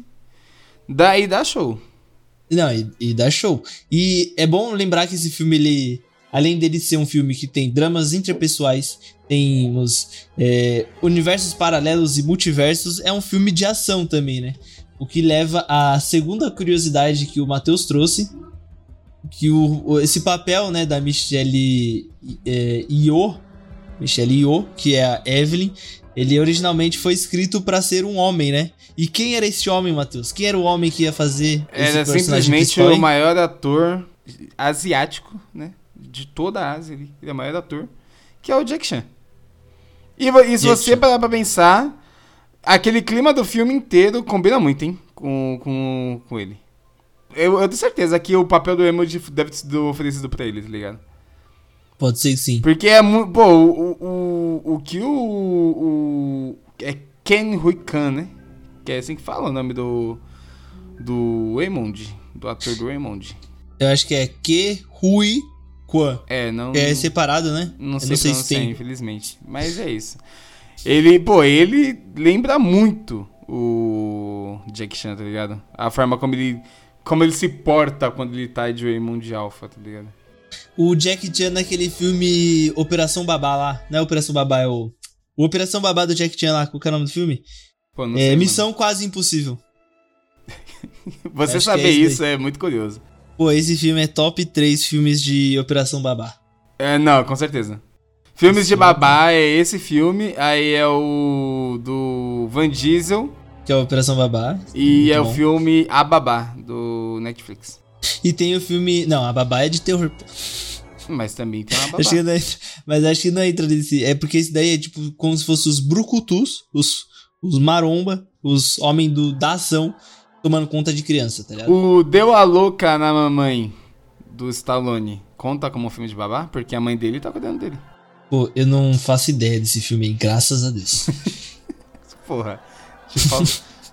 daí dá show. Não, e, e dá show. E é bom lembrar que esse filme, ele, além dele ser um filme que tem dramas interpessoais, tem os é, universos paralelos e multiversos, é um filme de ação também, né? O que leva à segunda curiosidade que o Matheus trouxe, que o, o, esse papel, né, da Michelle é, Yeoh, Michelle Yeoh, que é a Evelyn, ele originalmente foi escrito pra ser um homem, né? E quem era esse homem, Matheus? Quem era o homem que ia fazer esse Era personagem simplesmente principal, o hein? maior ator asiático, né? De toda a Ásia, ele é o maior ator, que é o Jack Chan. E, vo- e se Jack você Chan. parar pra pensar, aquele clima do filme inteiro combina muito, hein? Com, com, com ele. Eu, eu tenho certeza que o papel do Emoji deve ter sido oferecido pra ele, tá ligado? Pode ser que sim. Porque é muito. Pô, o, o, o que o, o. É Ken Hui Kwan, né? Que é assim que fala o nome do. Do Waymond. Do ator do Waymond. Eu acho que é Que Hui Kwan. É, não. É separado, né? Não Eu sei, não sei se pronunciar, tem. infelizmente. Mas é isso. Ele, pô, ele lembra muito o Jack Chan, tá ligado? A forma como ele. Como ele se porta quando ele tá de Waymond Alpha, tá ligado? O Jack Chan naquele filme Operação Babá lá. Não é Operação Babá, é o... o Operação Babá do Jack Chan lá. Qual que é o nome do filme? Pô, não É sei, Missão Quase Impossível. mano. Você acho saber que é esse isso é muito curioso. Pô, esse filme é top três filmes de Operação Babá. É, não, com certeza. Filmes Isso, de babá é esse filme, aí é o do Van Diesel Que é a Operação Babá. e Muito é bom. o filme A Babá, do Netflix. E tem o filme... Não, a Babá é de terror, pô. Mas também tem uma babá. Acho que não entra... Mas acho que não entra nesse... É porque esse daí é tipo como se fosse os brucutus, os, os maromba, os homens do, da ação tomando conta de criança, tá ligado? O Deu a Louca na Mamãe, do Stallone, conta como um filme de babá? Porque a mãe dele tá cuidando dele. Pô, eu não faço ideia desse filme aí, graças a Deus. Porra. Tipo, falta...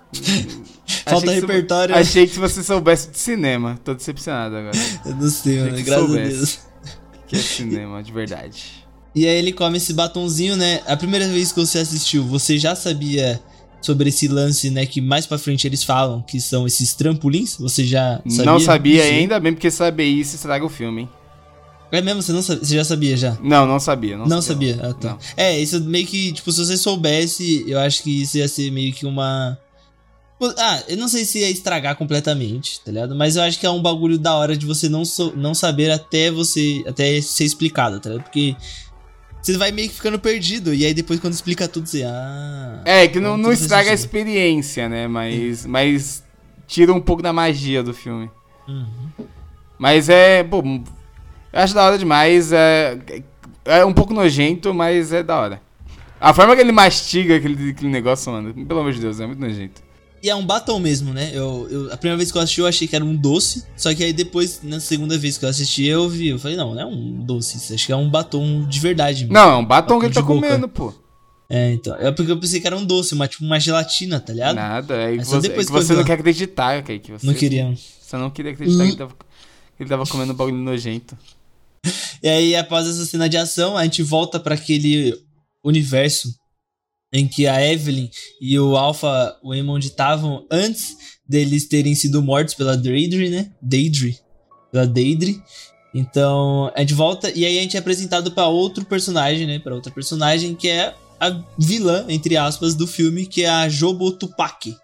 Falta Achei que repertório. Se... Achei que se você soubesse de cinema. Tô decepcionado agora. Eu não sei, Achei mano, que graças soubesse. a Deus. Que é cinema, de verdade. E aí ele come esse batonzinho, né? A primeira vez que você assistiu, você já sabia sobre esse lance, né? Que mais pra frente eles falam que são esses trampolins? Você já sabia? Não sabia disso? ainda, bem porque saber isso estraga o filme, hein? É mesmo? Você, não sabia, você já sabia já? Não, não sabia. Não, Não sabia? Ah, tá. Não. É, isso meio que, tipo, se você soubesse, eu acho que isso ia ser meio que uma... Ah, eu não sei se ia estragar completamente, tá ligado? Mas eu acho que é um bagulho da hora de você não, so- não saber até você... Até ser explicado, tá ligado? Porque você vai meio que ficando perdido, e aí depois quando explica tudo, você... Ah... É, que não, então não tudo faz estraga a sentido. experiência, né? Mas, mas tira um pouco da magia do filme. Uhum. Mas é, pô, eu acho da hora demais. É, é um pouco nojento, mas é da hora. A forma que ele mastiga aquele, aquele negócio, mano, pelo amor de Deus, é muito nojento. E é um batom mesmo, né? Eu, eu, a primeira vez que eu assisti, eu achei que era um doce. Só que aí depois, na segunda vez que eu assisti, eu vi. Eu falei, não, não é um doce. Isso acho que é um batom de verdade. Mano. Não, é um batom que ele de tá boca. comendo, pô. É, então. É porque eu pensei que era um doce, uma, tipo uma gelatina, tá ligado? Nada, é que Mas só você, depois é que que eu você vi, não ó. quer acreditar, okay, que você... Não queria. Você não queria acreditar que ele tava, que ele tava comendo um bagulho nojento. E aí, após essa cena de ação, a gente volta pra aquele universo em que a Evelyn e o Alpha Waymond estavam antes deles terem sido mortos pela Deidre, né? Deidre. pela Deidre. Então, a gente volta e aí a gente é apresentado pra outro personagem, né? Pra outra personagem que é a vilã, entre aspas, do filme, que é a Jobo Tupac.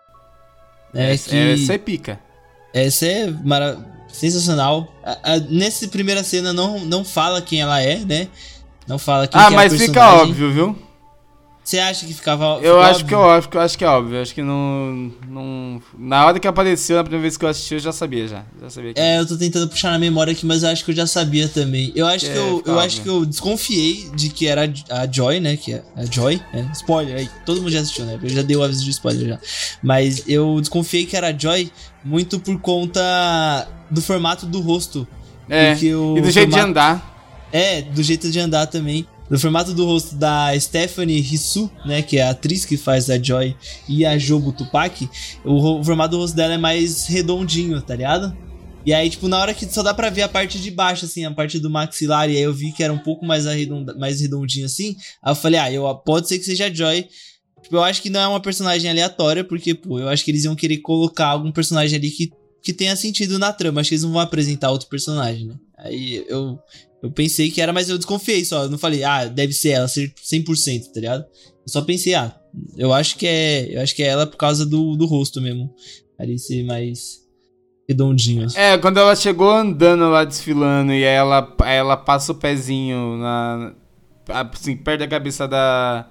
É, essa, que... essa é pica. Essa é mara... sensacional. A, a, nessa primeira cena não, não fala quem ela é, né? Não fala quem ah, que é mas a personagem. Fica óbvio, viu? Você acha que ficava Eu acho óbvio? que eu acho, eu acho que é óbvio. Eu acho que não, não. Na hora que apareceu, na primeira vez que eu assisti, eu já sabia já. já sabia que... É, eu tô tentando puxar na memória aqui, mas eu acho que eu já sabia também. Eu acho é, que eu, eu acho que eu desconfiei de que era a Joy, né? Que é a Joy, né? Spoiler aí, todo mundo já assistiu, né? Eu já dei o aviso de spoiler já. Mas eu desconfiei que era a Joy muito por conta do formato do rosto. É. O e do jeito formato... de andar. É, do jeito de andar também. No formato do rosto da Stephanie Hsu, né, que é a atriz que faz a Joy e a Jobo Tupac, o, o formato do rosto dela é mais redondinho, tá ligado? E aí, tipo, na hora que só dá pra ver a parte de baixo, assim, a parte do maxilar, e aí eu vi que era um pouco mais, arredonda, mais redondinho assim, aí eu falei, ah, eu, pode ser que seja a Joy. Tipo, eu acho que não é uma personagem aleatória, porque, pô, eu acho que eles iam querer colocar algum personagem ali que, que tenha sentido na trama, acho que eles não vão apresentar outro personagem, né? Aí eu... Eu pensei que era, mas eu desconfiei só. Eu não falei, ah, deve ser ela, ser cem por cento, tá ligado? Eu só pensei, ah, eu acho que é. Eu acho que é ela por causa do, do rosto mesmo. Ali ser mais redondinho. Assim. É, quando ela chegou andando lá, desfilando, e aí ela, ela passa o pezinho na. Assim, perto da cabeça da.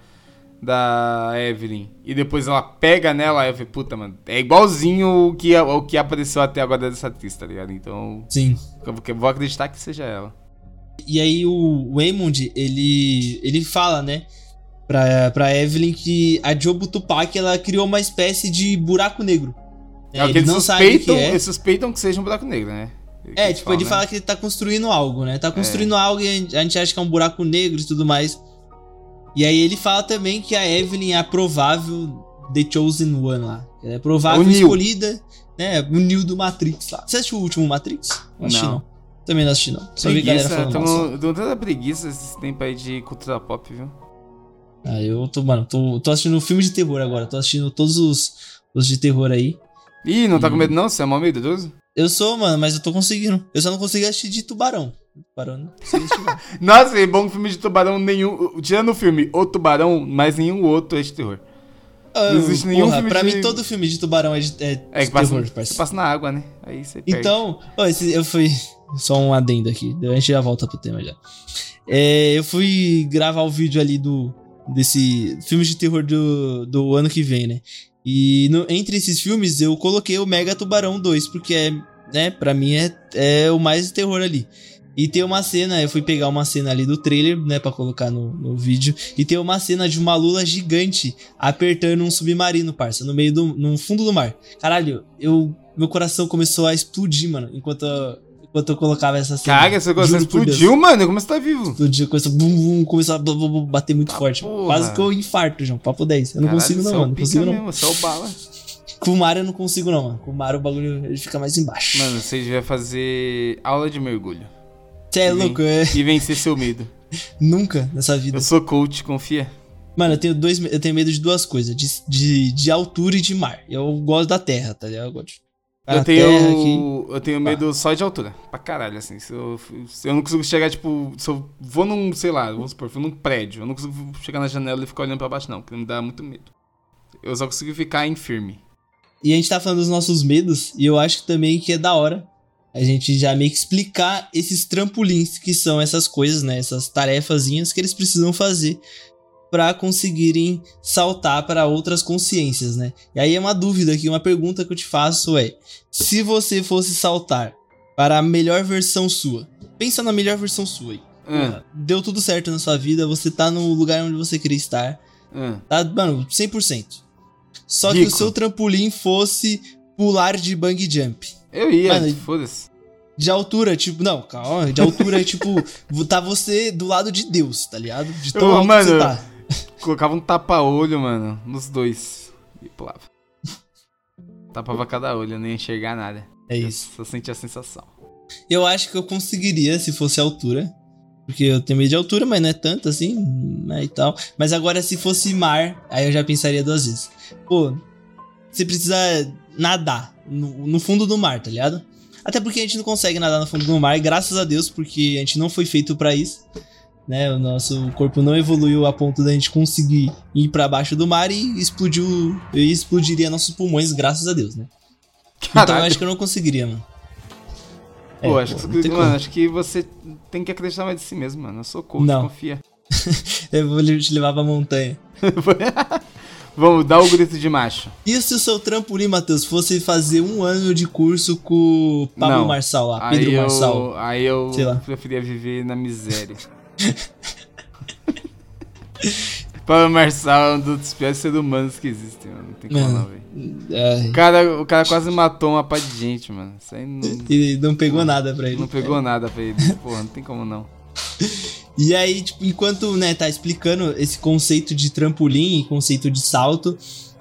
Da Evelyn. E depois ela pega nela, aí eu falei, puta, mano. É igualzinho o que, o que apareceu até agora dessa atriz, tá ligado? Então. Sim. Eu vou acreditar que seja ela. E aí o, o Eamon, ele, ele fala, né, pra, pra Evelyn que a Jobo Tupac, ela criou uma espécie de buraco negro. É, eles, eles não sabem que é. Eles suspeitam que seja um buraco negro, né? É, tipo, falam, ele né? fala que ele tá construindo algo, né? Tá construindo é. algo e a gente acha que é um buraco negro e tudo mais. E aí ele fala também que a Evelyn é a provável The Chosen One lá. Ela é provável o escolhida, Neo. né? O Neo do Matrix lá. Você assistiu o último Matrix? Não. Acho não. Também não assisti, não. Só preguiça, vi galera falando tamo, deu tanta preguiça esse tempo aí de cultura pop, viu? Ah, eu tô, mano, tô, tô assistindo filme de terror agora. Tô assistindo todos os, os de terror aí. Ih, não e... tá com medo não? Você é mal medroso? Eu sou, mano, mas eu tô conseguindo. Eu só não consegui assistir de tubarão. Tubarão não consegui assistir, não. Nossa, é bom filme de tubarão nenhum. Tirando o filme O Tubarão, mas nenhum outro é de terror. Oh, não existe nenhum porra, filme pra de... mim todo filme de tubarão é de, é é de que passa, terror, você passa na água, né? Aí você perde. Então, oh, esse, eu fui... Só um adendo aqui, a gente já volta pro tema já. É, eu fui gravar o vídeo ali do desse filme de terror do, do ano que vem, né? E no, entre esses filmes eu coloquei o Mega Tubarão dois, porque é, né, pra mim é, é o mais terror ali. E tem uma cena, eu fui pegar uma cena ali do trailer, né, pra colocar no, no vídeo. E tem uma cena de uma lula gigante apertando um submarino, parça, no meio do... no fundo do mar. Caralho, eu... meu coração começou a explodir, mano, enquanto... Enquanto eu colocava essa cena. Caraca, seu coração explodiu, mano? Como você tá vivo? Explodiu, começou, bum, bum, começou a bum, bum, bater muito ah, forte. Porra. Quase que eu infarto, João. Papo dez. Eu não Caralho, consigo, não, mano. Não consigo, mesmo, não. Só o bala. Com o Mario eu não consigo, não, mano. Com o Mario o bagulho ele fica mais embaixo. Mano, você devia fazer aula de mergulho. Você é louco, é? E vencer seu medo. Nunca nessa vida. Eu sou coach, confia. Mano, eu tenho dois. Eu tenho medo de duas coisas: de, de, de altura e de mar. Eu gosto da terra, tá ligado? Eu gosto de. Eu tenho, eu tenho medo ah. só de altura, pra caralho, assim, se eu, se eu não consigo chegar, tipo, se eu vou num, sei lá, vamos supor, vou num prédio, eu não consigo chegar na janela e ficar olhando pra baixo não, porque me dá muito medo. Eu só consigo ficar em firme. E a gente tá falando dos nossos medos, e eu acho também que é da hora a gente já meio que explicar esses trampolins, que são essas coisas, né, essas tarefazinhas que eles precisam fazer para conseguirem saltar para outras consciências, né? E aí é uma dúvida aqui, uma pergunta que eu te faço é: se você fosse saltar para a melhor versão sua, pensa na melhor versão sua aí. Hum. Deu tudo certo na sua vida, você tá no lugar onde você queria estar. Hum. Tá, mano, cem por cento. Só Rico. que o seu trampolim fosse pular de bang jump. Eu ia, mano, foda-se. De altura, tipo, não, calma, de altura, tipo, tá você do lado de Deus, tá ligado? De tão eu, alto mano, que você tá. Colocava um tapa-olho, mano, nos dois. E pulava. Tapava cada olho, eu nem ia enxergar nada. É isso. Eu só sentia a sensação. Eu acho que eu conseguiria se fosse a altura. Porque eu tenho medo de altura, mas não é tanto assim, né, e tal. Mas agora se fosse mar, aí eu já pensaria duas vezes. Pô, você precisa nadar no, no fundo do mar, tá ligado? Até porque a gente não consegue nadar no fundo do mar, graças a Deus, porque a gente não foi feito pra isso. Né, o nosso corpo não evoluiu a ponto da gente conseguir ir pra baixo do mar e explodiu, e explodiria nossos pulmões, graças a Deus, né? Caralho. Então eu acho que eu não conseguiria, mano. Pô, É, acho, pô, que, mano, acho que você tem que acreditar mais em si mesmo, mano. Eu sou coach, Não. confia. Eu vou te levar pra montanha. Vamos, dá o grito de macho. E se o seu trampolim, Matheus, fosse fazer um ano de curso com o Pablo Não. Marçal lá, Aí Pedro eu, Marçal? Aí eu Sei lá. preferia viver na miséria. Pablo Marçal é um dos piores seres humanos que existem, mano. Não tem como não, velho. É, O cara, o cara quase matou uma pá de gente, mano. Isso aí não, e não pegou nada pra ele. não pegou nada pra ele. Porra, não tem como não. E aí, tipo, enquanto, né, tá explicando esse conceito de trampolim e conceito de salto,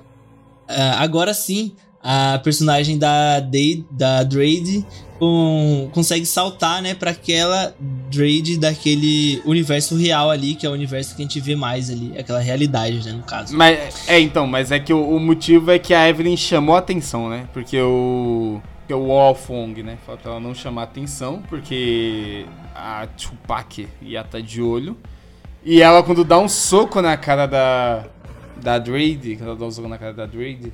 uh, agora sim, a personagem da, Day, da Drade com, consegue saltar, né, pra aquela Drade daquele universo real ali, que é o universo que a gente vê mais ali, aquela realidade, né, no caso. Mas, é, então, mas é que o, o motivo é que a Evelyn chamou a atenção, né? Porque o... Que é o Wolfong, né? Fala pra ela não chamar atenção, porque a Tupac ia estar de olho. E ela, quando dá um soco na cara da... Da Drade, quando ela dá um soco na cara da Drade,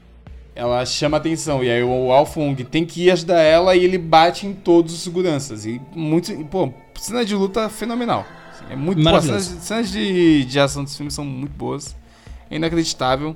ela chama atenção. E aí o Wolfong tem que ir ajudar ela e ele bate em todos os seguranças. E muito... E, pô, cena de luta fenomenal. É muito boa. Cenas, cenas de, de ação dos filmes são muito boas. É inacreditável.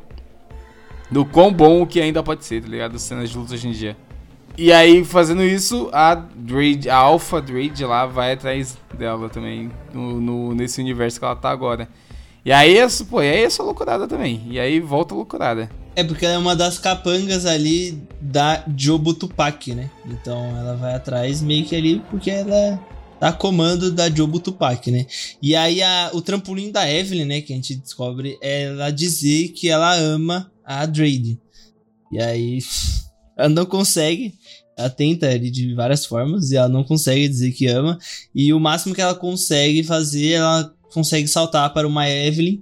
Do quão bom que ainda pode ser, tá ligado? As cenas de luta hoje em dia. E aí, fazendo isso, a Drade, a Alpha Drade lá vai atrás dela também, no, no, nesse universo que ela tá agora. E aí, isso, pô, e aí é só loucurada também. E aí volta a loucurada. É porque ela é uma das capangas ali da Jobu Tupac, né? Então ela vai atrás meio que ali porque ela tá a comando da Jobu Tupac, né? E aí a, o trampolim da Evelyn, né, que a gente descobre, é ela dizer que ela ama a Drade. E aí ela não consegue, ela tenta ali de várias formas e ela não consegue dizer que ama. E o máximo que ela consegue fazer, ela consegue saltar para uma Evelyn.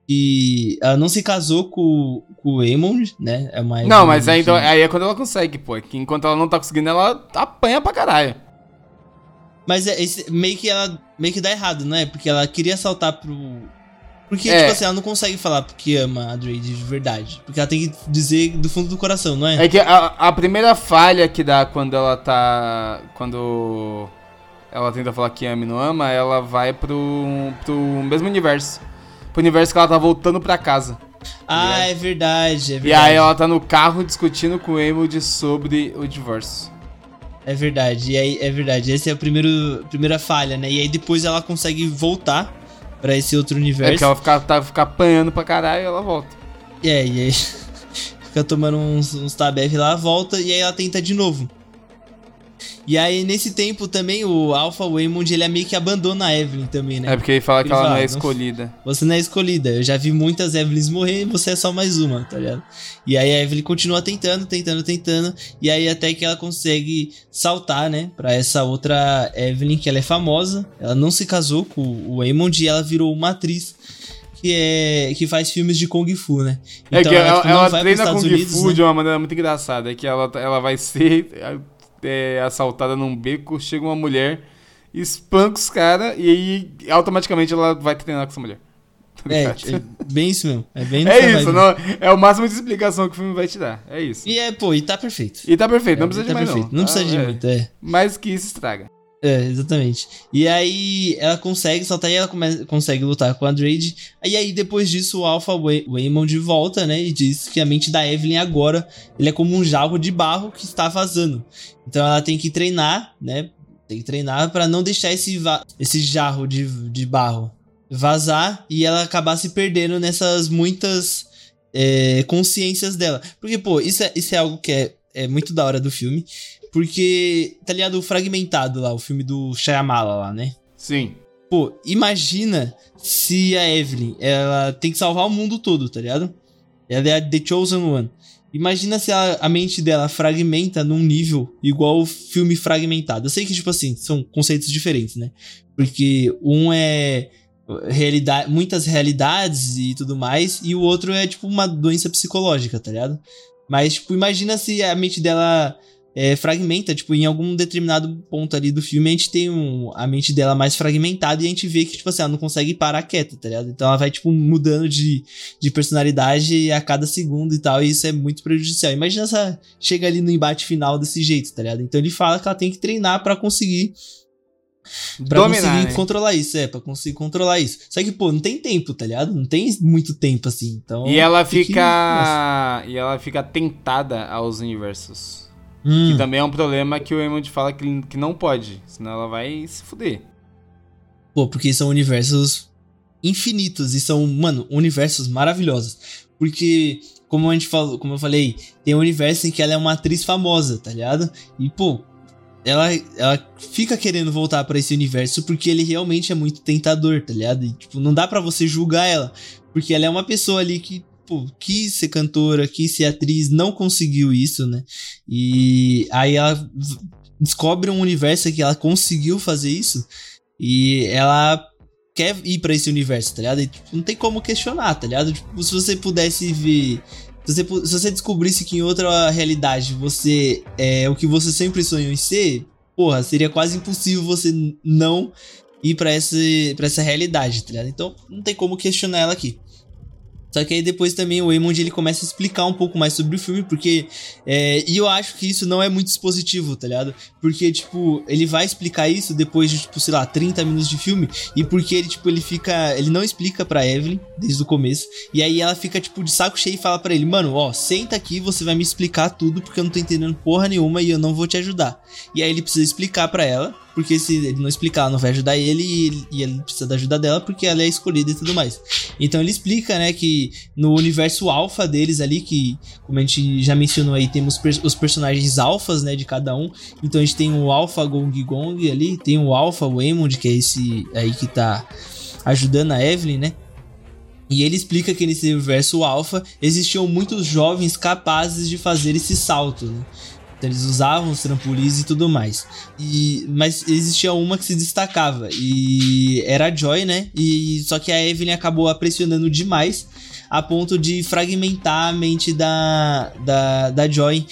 E ela não se casou com, com o Eamon, né? É uma não, mas aí, que... então, aí é quando ela consegue, pô. Que enquanto ela não tá conseguindo, ela apanha pra caralho. Mas é, esse, meio que ela meio que dá errado, não é? Porque ela queria saltar pro... Porque, é. tipo assim, ela não consegue falar porque ama a Drade de verdade. Porque ela tem que dizer do fundo do coração, não é? É que a, a primeira falha que dá quando ela tá... Quando ela tenta falar que ama e não ama, ela vai pro, pro mesmo universo. Pro universo que ela tá voltando pra casa. Ah, é verdade, é verdade. E aí ela tá no carro discutindo com o Eamon sobre o divórcio. É verdade, e aí é verdade. Essa é a primeiro, primeira falha, né? E aí depois ela consegue voltar pra esse outro universo. É porque ela fica, tá, fica apanhando pra caralho e ela volta. É, e aí fica tomando uns, uns tabef lá, volta e aí ela tenta de novo. E aí nesse tempo também o Alpha Waymond, ele é meio que abandona a Evelyn também, né? É porque ele fala ele que ela fala, não é escolhida. Não, você não é escolhida, eu já vi muitas Evelyns morrer e você é só mais uma, tá ligado? E aí a Evelyn continua tentando, tentando, tentando, e aí até que ela consegue saltar, né, pra essa outra Evelyn, que ela é famosa, ela não se casou com o Waymond e ela virou uma atriz que, é, que faz filmes de Kung Fu, né? Então, é que ela, ela, ela treina Kung Unidos, Fu né? de uma maneira muito engraçada, é que ela, ela vai ser... É, assaltada num beco, chega uma mulher, espanca os caras e aí automaticamente ela vai treinar com essa mulher. É, é bem isso mesmo. É, bem é isso, não, é o máximo de explicação que o filme vai te dar. É isso. E é, pô, e tá perfeito. E tá perfeito, não é, precisa tá de mais perfeito. não. Não precisa ah, de é. muito, é. Mais que isso estraga. É, exatamente. E aí ela consegue saltar e ela come- consegue lutar com a Drade. E aí depois disso o Alpha Way- Waymond volta, né? E diz que a mente da Evelyn agora ele é como um jarro de barro que está vazando. Então ela tem que treinar, né? Tem que treinar pra não deixar esse, va- esse jarro de, de barro vazar e ela acabar se perdendo nessas muitas é, consciências dela. Porque, pô, isso é, isso é algo que é, é muito da hora do filme. Porque, tá ligado, o Fragmentado lá, o filme do Shyamala lá, né? Sim. Pô, imagina se a Evelyn, ela tem que salvar o mundo todo, tá ligado? Ela é a The Chosen One. Imagina se a, a mente dela fragmenta num nível igual o filme Fragmentado. Eu sei que, tipo assim, são conceitos diferentes, né? Porque um é realidade, muitas realidades e tudo mais, e o outro é, tipo, uma doença psicológica, tá ligado? Mas, tipo, imagina se a mente dela é, fragmenta, tipo, em algum determinado ponto ali do filme, a gente tem um, a mente dela mais fragmentada e a gente vê que, tipo assim, ela não consegue parar quieta, tá ligado? Então ela vai, tipo, mudando de, de personalidade a cada segundo e tal, e isso é muito prejudicial. Imagina se ela chega ali no embate final desse jeito, tá ligado? Então ele fala que ela tem que treinar pra conseguir... Pra Dominar, conseguir né? controlar isso, é, pra conseguir controlar isso. Só que, pô, não tem tempo, tá ligado? Não tem muito tempo, assim, então... E ela tem que- fica. E ela fica tentada aos universos. Hum. Que também é um problema que o Eamon fala que, que não pode. Senão ela vai se fuder. Pô, porque são universos infinitos e são, mano, universos maravilhosos. Porque, como a gente falou, como eu falei, tem um universo em que ela é uma atriz famosa, tá ligado? E, pô, ela, ela fica querendo voltar pra esse universo porque ele realmente é muito tentador, tá ligado? E, tipo, não dá pra você julgar ela. Porque ela é uma pessoa ali que, pô, quis ser cantora, quis ser atriz, não conseguiu isso, né? E aí ela v- descobre um universo que ela conseguiu fazer isso. E ela quer ir pra esse universo, tá ligado? E, tipo, não tem como questionar, tá ligado? Tipo, se você pudesse ver... Se você, pu- se você descobrisse que em outra realidade você é o que você sempre sonhou em ser, porra, seria quase impossível você n- não ir pra essa, pra essa realidade, tá ligado? Então, não tem como questionar ela aqui. Só que aí depois também o Eamon ele começa a explicar um pouco mais sobre o filme, porque... É, e eu acho que isso não é muito expositivo, tá ligado? Porque, tipo, ele vai explicar isso depois de, tipo, sei lá, trinta minutos de filme, e porque ele, tipo, ele fica... Ele não explica pra Evelyn, desde o começo, e aí ela fica, tipo, de saco cheio e fala pra ele, mano, ó, senta aqui, você vai me explicar tudo, porque eu não tô entendendo porra nenhuma e eu não vou te ajudar. E aí ele precisa explicar pra ela, porque se ele não explicar, ela não vai ajudar ele, e ele, e ele precisa da ajuda dela, porque ela é a escolhida e tudo mais. Então ele explica, né, que no universo alfa deles ali, que, como a gente já mencionou aí, temos per- os personagens alfas, né, de cada um. Então a gente tem o Alpha Gong Gong ali, tem o Alpha Waymond, que é esse aí que tá ajudando a Evelyn, né? E ele explica que nesse universo alfa existiam muitos jovens capazes de fazer esse salto, né? Então eles usavam os trampolins e tudo mais. E, mas existia uma que se destacava. E era a Joy, né? E, só que a Evelyn acabou a pressionando demais, a ponto de fragmentar a mente da, da, da Joy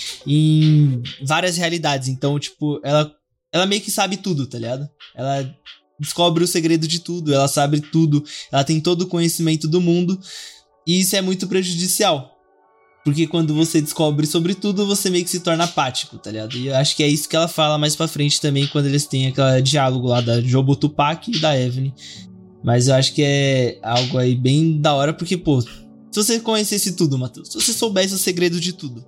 em várias realidades. Então, tipo, ela, ela meio que sabe tudo, tá ligado? Ela descobre o segredo de tudo, ela sabe tudo, ela tem todo o conhecimento do mundo. E isso é muito prejudicial. Porque quando você descobre sobre tudo, você meio que se torna apático, tá ligado? E eu acho que é isso que ela fala mais pra frente também, quando eles têm aquele diálogo lá da Jobo Tupac e da Evelyn. Mas eu acho que é algo aí bem da hora, porque, pô, se você conhecesse tudo, Matheus, se você soubesse o segredo de tudo,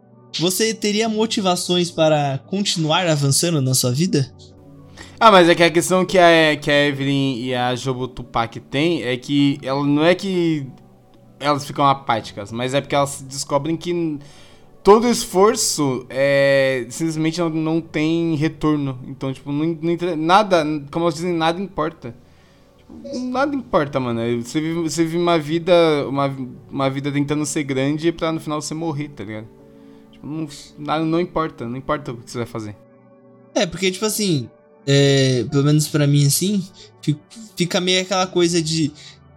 você teria motivações para continuar avançando na sua vida? Ah, mas é que a questão que a, que a Evelyn e a Jobo Tupac tem é que ela não é que elas ficam apáticas, mas é porque elas descobrem que todo esforço é, simplesmente não, não tem retorno. Então, tipo, não, não, nada, como elas dizem, nada importa. Tipo, nada importa, mano. Você vive, você vive uma vida, uma, uma vida tentando ser grande pra no final você morrer, tá ligado? Tipo, não, nada, não importa, não importa o que você vai fazer. É, porque, tipo assim, é, pelo menos pra mim, assim, fica meio aquela coisa de...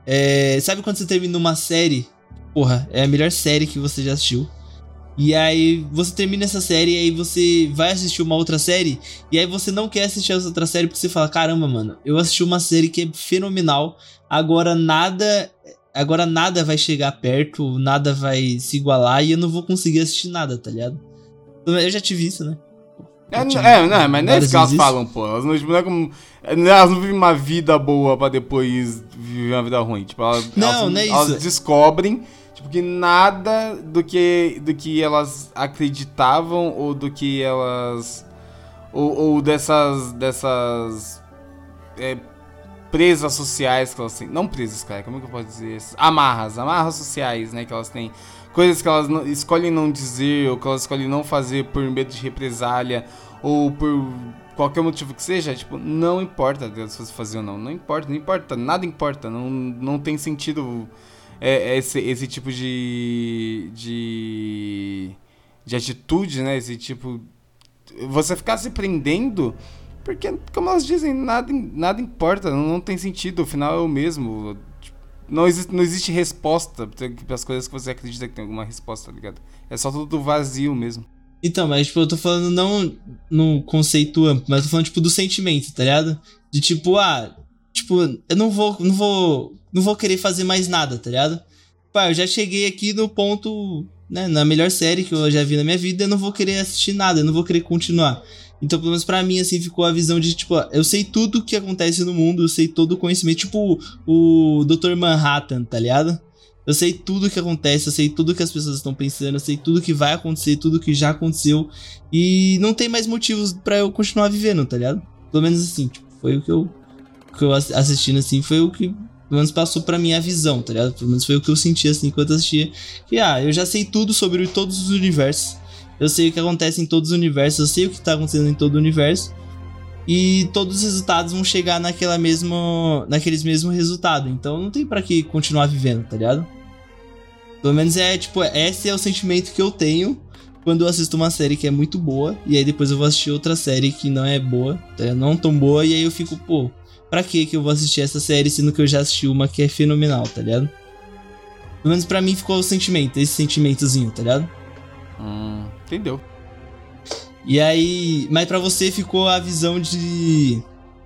É, sabe quando você termina uma série? Porra, é a melhor série que você já assistiu. E aí você termina essa série e aí você vai assistir uma outra série. E aí você não quer assistir essa outra série porque você fala, caramba, mano, eu assisti uma série que é fenomenal. Agora nada... Agora nada vai chegar perto, nada vai se igualar e eu não vou conseguir assistir nada, tá ligado? Eu já tive isso, né? É, é, não, mas não é isso que elas falam, pô. Elas não, tipo, não é como, elas não vivem uma vida boa pra depois viver uma vida ruim. Tipo, elas, não, elas, não é elas isso. descobrem tipo, que nada do que, do que elas acreditavam ou do que elas... Ou, ou dessas... dessas é, presas sociais que elas têm. Não presas, cara, como é que eu posso dizer? Amarras, amarras sociais, né, que elas têm. Coisas que elas não, escolhem não dizer, ou que elas escolhem não fazer por medo de represália, ou por qualquer motivo que seja, tipo, não importa se você fazer ou não, não importa, não importa, nada importa, não, não tem sentido é, esse, esse tipo de, de, de atitude, né, esse tipo, você ficar se prendendo, porque, como elas dizem, nada, nada importa, não, não tem sentido, o final é o mesmo. Não existe, não existe resposta para as coisas que você acredita que tem alguma resposta, tá ligado? É só tudo vazio mesmo. Então, mas tipo, eu tô falando não no conceito amplo, mas eu tô falando tipo do sentimento, tá ligado? De tipo, ah, tipo, eu não vou, não vou, não vou querer fazer mais nada, tá ligado? Pá, eu já cheguei aqui no ponto, né, na melhor série que eu já vi na minha vida, eu não vou querer assistir nada, eu não vou querer continuar. Então, pelo menos pra mim, assim, ficou a visão de, tipo, eu sei tudo que acontece no mundo, eu sei todo o conhecimento, tipo o doutor Manhattan, tá ligado? Eu sei tudo que acontece, eu sei tudo que as pessoas estão pensando, eu sei tudo que vai acontecer, tudo que já aconteceu. E não tem mais motivos pra eu continuar vivendo, tá ligado? Pelo menos assim, tipo, foi o que eu, que eu assistindo, assim, foi o que, pelo menos, passou pra mim a visão, tá ligado? Pelo menos foi o que eu senti, assim, enquanto eu assistia. Que, ah, eu já sei tudo sobre todos os universos. Eu sei o que acontece em todos os universos, eu sei o que tá acontecendo em todo o universo. E todos os resultados vão chegar naquela mesma, naqueles mesmos resultados. Então não tem pra que continuar vivendo, tá ligado? Pelo menos é, tipo, esse é o sentimento que eu tenho quando eu assisto uma série que é muito boa. E aí depois eu vou assistir outra série que não é boa, tá? Não tão boa. E aí eu fico, pô, pra que que eu vou assistir essa série sendo que eu já assisti uma que é fenomenal, tá ligado? Pelo menos pra mim ficou o sentimento, esse sentimentozinho, tá ligado? Hum, entendeu. E aí, mas pra você ficou a visão de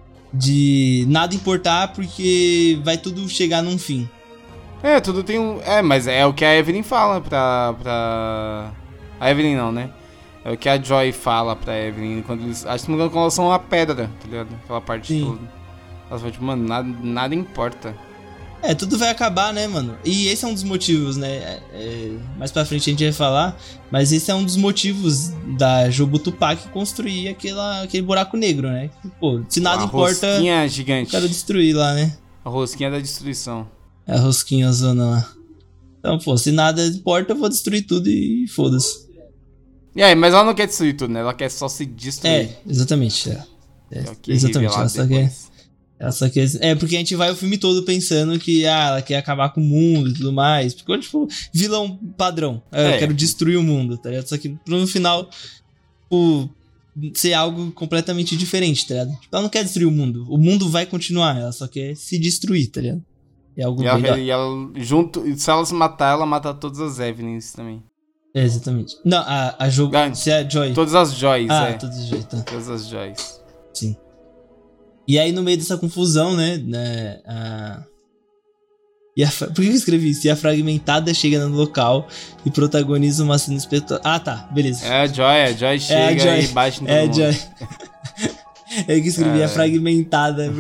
de nada importar porque vai tudo chegar num fim. É, tudo tem um... É, mas é o que a Evelyn fala pra... pra... A Evelyn não, né? É o que a Joy fala pra Evelyn quando eles... Acho que não me engano, quando elas são uma pedra, tá ligado? Aquela parte Sim. toda. Elas falam, tipo, mano, nada, nada importa. É, tudo vai acabar, né, mano? E esse é um dos motivos, né? É, é, mais pra frente a gente vai falar, mas esse é um dos motivos da Jobu Tupac construir aquela, aquele buraco negro, né? Pô, se nada a importa, rosquinha gigante. eu quero destruir lá, né? A rosquinha da destruição. É a rosquinha zona lá. Então, pô, se nada importa, eu vou destruir tudo e foda-se. E aí, mas ela não quer destruir tudo, né? Ela quer só se destruir. É, exatamente. É. É, É o que exatamente, ela só quer... depois. Ela só quer... É, porque a gente vai o filme todo pensando que ah, ela quer acabar com o mundo e tudo mais. Porque, tipo, vilão padrão. É, É. Eu quero destruir o mundo, tá ligado? Só que no final, tipo, ser algo completamente diferente, tá ligado? Tipo, ela não quer destruir o mundo. O mundo vai continuar, ela só quer se destruir, tá ligado? É algo E bem ela, da... e ela, junto, se ela se matar, ela mata todas as Evelyns também. É, exatamente. Não, a, a Joy... Ah, Se é a Joy... Todas as Joys, Ah, é. todos os jeitos, tá. Todas as Joys. Sim. E aí, no meio dessa confusão, né? né a... E a... Por que eu escrevi isso? E a fragmentada chega no local e protagoniza uma cena espetacular. Ah, tá. Beleza. É a Joy, a Joy chega É a Joy. e bate em todo É a mundo. Joy. É que escrevi É. a fragmentada.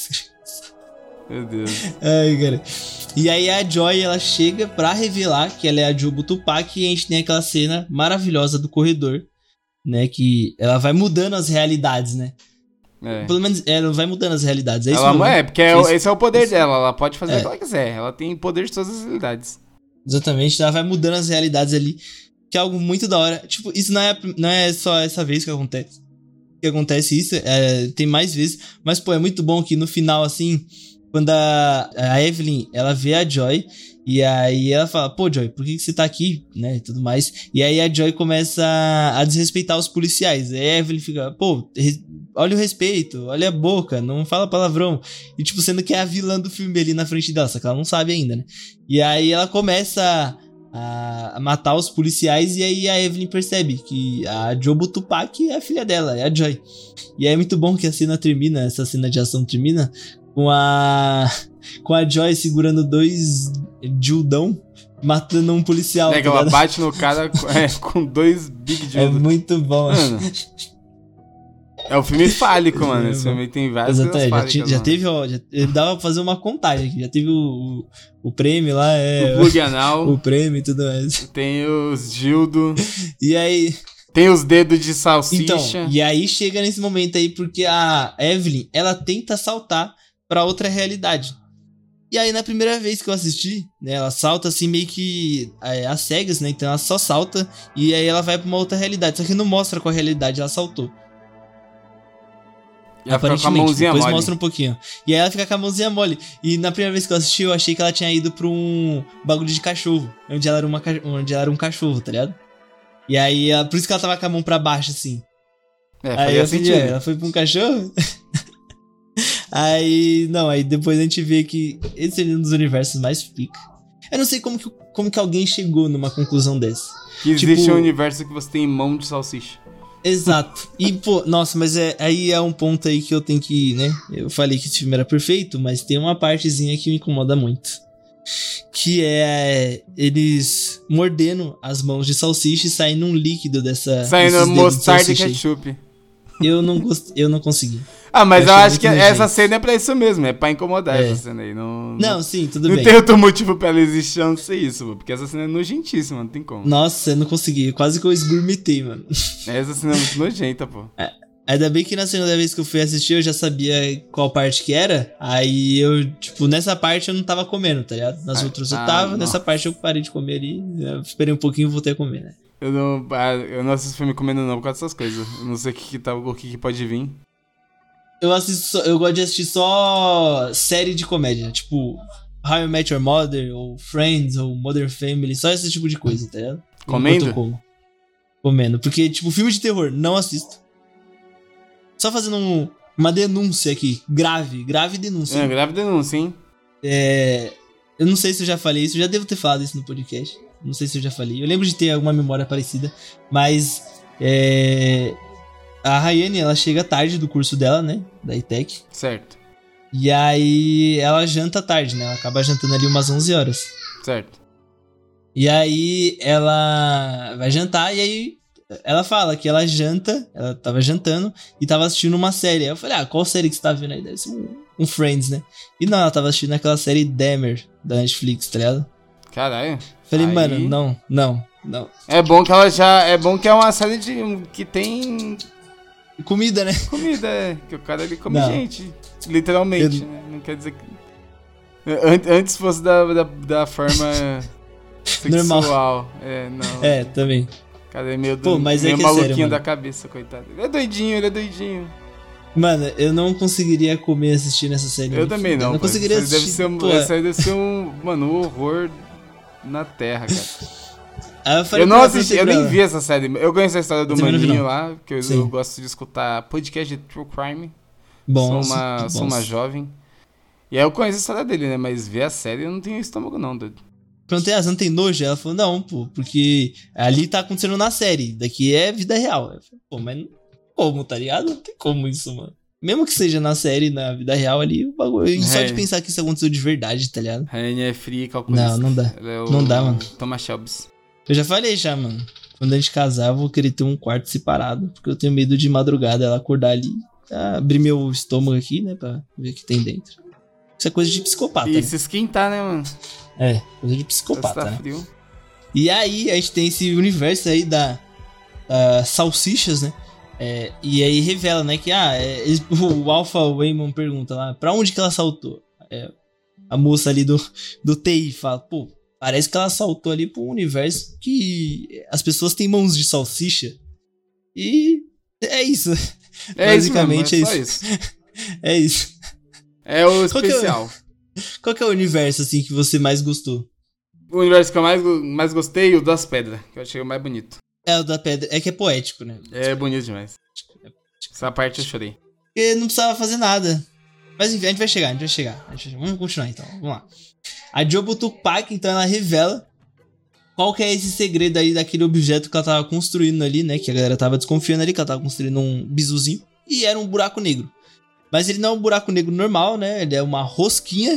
Meu Deus. Ai, cara. E aí a Joy, ela chega pra revelar que ela é a Jobu Tupac e a gente tem aquela cena maravilhosa do corredor, né? Que ela vai mudando as realidades, né? É. Pelo menos ela vai mudando as realidades. É isso Ela, mesmo, né? é, porque é, o- Isso- esse é o poder isso- dela. Ela pode fazer É. o que ela quiser. Ela tem poder de todas as realidades. Exatamente, ela vai mudando as realidades ali, que é algo muito da hora. Tipo, isso não é, não é só essa vez que acontece. Que acontece isso, é, tem mais vezes. Mas, pô, é muito bom que no final, assim, quando a, a Evelyn, ela vê a Joy, e aí ela fala, pô, Joy, por que, que você tá aqui, né, e tudo mais. E aí a Joy começa a desrespeitar os policiais. Aí a Evelyn fica, pô, re- olha o respeito, olha a boca, não fala palavrão. E, tipo, sendo que é a vilã do filme ali na frente dela, só que ela não sabe ainda, né. E aí ela começa a, a matar os policiais, e aí a Evelyn percebe que a Jobu Tupac é a filha dela, é a Joy. E aí é muito bom que a cena termina, essa cena de ação termina com a com a Joy segurando dois Judão matando um policial. É que tá ela ligado? bate no cara com, é, com dois Big É Judo. muito bom. Mano, é um filme fálico, mano. Esse É, filme tem várias coisas Exatamente, já, fálicas, tinha- já mano. teve, ó, já, dava pra fazer uma contagem aqui. Já teve o, o, o prêmio lá, é. O plug anal, o prêmio e tudo mais. tem os Gildo, E aí. tem os dedos de salsicha. Então, e aí chega nesse momento aí, porque a Evelyn, ela tenta saltar pra outra realidade. E aí, na primeira vez que eu assisti, né, ela salta assim meio que é, às cegas, né? Então ela só salta e aí ela vai pra uma outra realidade. Só que não mostra qual realidade ela saltou. E ela fica com a Aparentemente, mãozinha depois mole. mostra um pouquinho. E aí ela fica com a mãozinha mole. E na primeira vez que eu assisti, eu achei que ela tinha ido pra um bagulho de cachorro. Onde ela era, uma, ca- onde ela era um cachorro, tá ligado? E aí, ela- por isso que ela tava com a mão pra baixo, assim. É, Aí faria eu falei, sentido. "Ué, ela foi pra um cachorro?" Aí, não, aí depois a gente vê que esse é um dos universos mais pica. Eu não sei como que, como que alguém chegou numa conclusão dessa. Que existe tipo, um universo que você tem mão de salsicha. Exato. E, pô, nossa, mas é, aí é um ponto aí que eu tenho que, né? Eu falei que esse filme era perfeito, mas tem uma partezinha que me incomoda muito. Que é eles mordendo as mãos de salsicha e saindo um líquido dessa... Saindo mostarda e ketchup. Eu não, gost... eu não consegui. Ah, mas eu, eu acho que nojento. essa cena é pra isso mesmo, é pra incomodar é. essa cena aí. Não, não, não sim, tudo não bem. Não tem outro motivo pra ela existir a não ser isso, porque essa cena é nojentíssima, não tem como. Nossa, eu não consegui, quase que eu esgurmitei, mano. Essa cena é muito nojenta, pô. É, ainda bem que na segunda vez que eu fui assistir eu já sabia qual parte que era, aí eu, tipo, nessa parte eu não tava comendo, tá ligado? Nas ah, outras eu tava, ah, nessa parte eu parei de comer ali, esperei um pouquinho e voltei a comer, né? Eu não, eu não assisto filme comendo não por causa dessas coisas. Eu não sei o que, que, tá, o que, que pode vir. Eu assisto só, eu gosto de assistir só série de comédia, tipo How I Met Your Mother, ou Friends, ou Modern Family, só esse tipo de coisa, tá ligado? Comendo? Eu como. Comendo, porque tipo, filme de terror, não assisto. Só fazendo um, uma denúncia aqui, grave, grave denúncia. É, grave denúncia, hein? É, eu não sei se eu já falei isso, eu já devo ter falado isso no podcast. Não sei se eu já falei. Eu lembro de ter alguma memória parecida. Mas é, a Rayane, ela chega tarde do curso dela, né? Da E T E C. Certo. E aí ela janta tarde, né? Ela acaba jantando ali umas onze horas. Certo. E aí ela vai jantar e aí ela fala que ela janta, ela tava jantando e tava assistindo uma série. Aí eu falei, ah, qual série que você tá vendo aí? Deve ser um, um Friends, né? E não, ela tava assistindo aquela série Dahmer da Netflix, tá ligado? Caralho. Falei, aí... mano, não, não, não. É bom que ela já. É bom que é uma série de. Que tem. Comida, né? Comida, é. Que o cara ali come não. gente. Literalmente, Eu... né? Não quer dizer que. Antes fosse da, da, da forma normal. Sexual. É, não. É, também. O cara é meio, do... Pô, mas meio é que maluquinho é sério, da cabeça, coitado. Ele é doidinho, ele é doidinho. Mano, eu não conseguiria comer assistindo essa série. Eu também não. Eu não pô. conseguiria Essa assistir. Deve ser um, essa aí deve ser um. Mano, um horror na terra, cara. Aí eu falei, eu não assisti, eu nem vi essa série. Eu conheço a história do Maninho lá, que eu, eu gosto de escutar podcast de True Crime. Bom, sou uma, sou uma jovem. E aí eu conheço a história dele, né? Mas ver a série eu não tenho estômago, não, doido. Perguntei, ah, você não tem nojo? Ela falou, não, pô, porque ali tá acontecendo na série, daqui é vida real. Eu falei, pô, mas não como, tá ligado? Não tem como isso, mano. Mesmo que seja na série, na vida real ali, o bagulho. E só de pensar que isso aconteceu de verdade, tá ligado? Rainha é fria e calculista. Não, não dá. É o... Não dá, mano. Thomas Shelby. Eu já falei já, mano. Quando a gente casar, eu vou querer ter um quarto separado. Porque eu tenho medo de madrugada ela acordar ali. Abrir meu estômago aqui, né? Pra ver o que tem dentro. Isso é coisa de psicopata. E né? se esquentar, né, mano? É, coisa de psicopata. Tá né? frio. E aí, a gente tem esse universo aí da, da salsichas, né? É, e aí revela, né, que ah, é, o Alpha Waymond pergunta lá, pra onde que ela saltou? É, a moça ali do, do T I fala, pô, parece que ela saltou ali pro universo que as pessoas têm mãos de salsicha. E é isso. É Basicamente isso mesmo, é, é isso. isso. É isso. É o especial. Qual que é, qual que é o universo, assim, que você mais gostou? O universo que eu mais, mais gostei, o das pedras, que eu achei o mais bonito. É o da pedra, é que é poético, né? É bonito demais. Essa parte eu chorei. Porque não precisava fazer nada. Mas enfim, a gente vai chegar, a gente vai chegar. A gente vai chegar. Vamos continuar então, vamos lá. A Jobu Tupac, então, ela revela qual que é esse segredo aí daquele objeto que ela tava construindo ali, né? Que a galera tava desconfiando ali, que ela tava construindo um bisuzinho. E era um buraco negro. Mas ele não é um buraco negro normal, né? Ele é uma rosquinha.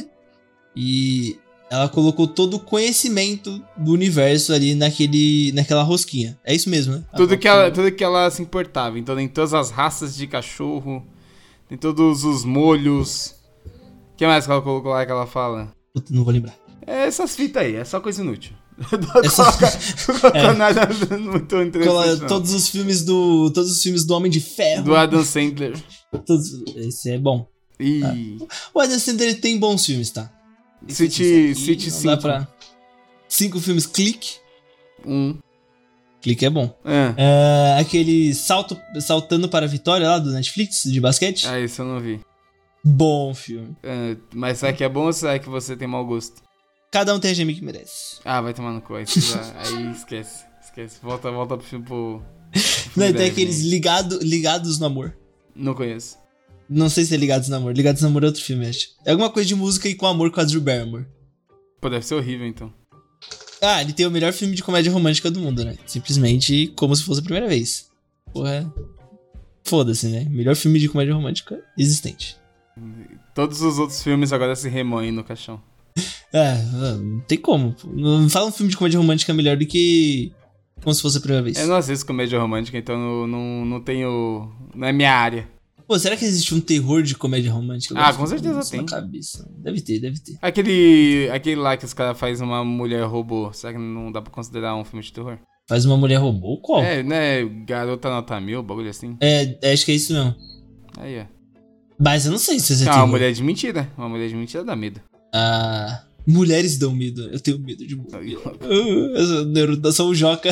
E ela colocou todo o conhecimento do universo ali naquele, naquela rosquinha. É isso mesmo, né? Tudo que, ela, tudo que ela se importava. Então tem todas as raças de cachorro. Tem todos os molhos. O que mais que ela colocou lá que ela fala? Puta, não vou lembrar. É essas fitas aí, é só coisa inútil. É só... Coloca é. nada muito interessante. Cola, todos os filmes do. Todos os filmes do Homem de Ferro. Do Adam Sandler. Todos, esse é bom. E... Tá. O Adam Sandler tem bons filmes, tá? City, City cinco. Pra... Cinco filmes, Clique. Um. Clique é bom. É. É, aquele salto, Saltando para a Vitória lá do Netflix, de basquete. Ah, isso eu não vi. Bom filme. É, mas será que é bom ou será que você tem mau gosto? Cada um tem a gema que merece. Ah, vai tomar no cu. Aí, já, aí esquece. Esquece. Volta, volta pro filme pro... Não, tem aqueles ligado, Ligados no Amor. Não conheço. Não sei se é Ligados no Amor. Ligados no Amor é outro filme, acho. É alguma coisa de música e com amor com a Drew Barrymore. Pô, deve ser horrível, então. Ah, ele tem o melhor filme de comédia romântica do mundo, né? Simplesmente como se fosse a primeira vez. Porra. Foda-se, né? Melhor filme de comédia romântica existente. Todos os outros filmes agora se remoem no caixão. É, não tem como. Não fala um filme de comédia romântica melhor do que como se fosse a primeira vez. Eu não assisto comédia romântica, então não, não, não tenho... Não é minha área. Pô, será que existe um terror de comédia romântica? Ah, com certeza tem. Na cabeça. Deve ter, deve ter. Aquele, aquele lá que os caras fazem uma mulher robô, será que não dá pra considerar um filme de terror? Faz uma mulher robô? Qual? É, né? Garota nota mil, bagulho assim. É, acho que é isso mesmo. Aí, ó. Mas eu não sei se você é tem. Uma mulher de mentira. Uma mulher de mentira dá medo. Ah... Mulheres dão medo. Eu tenho medo de mulher. Eu sou o Joca.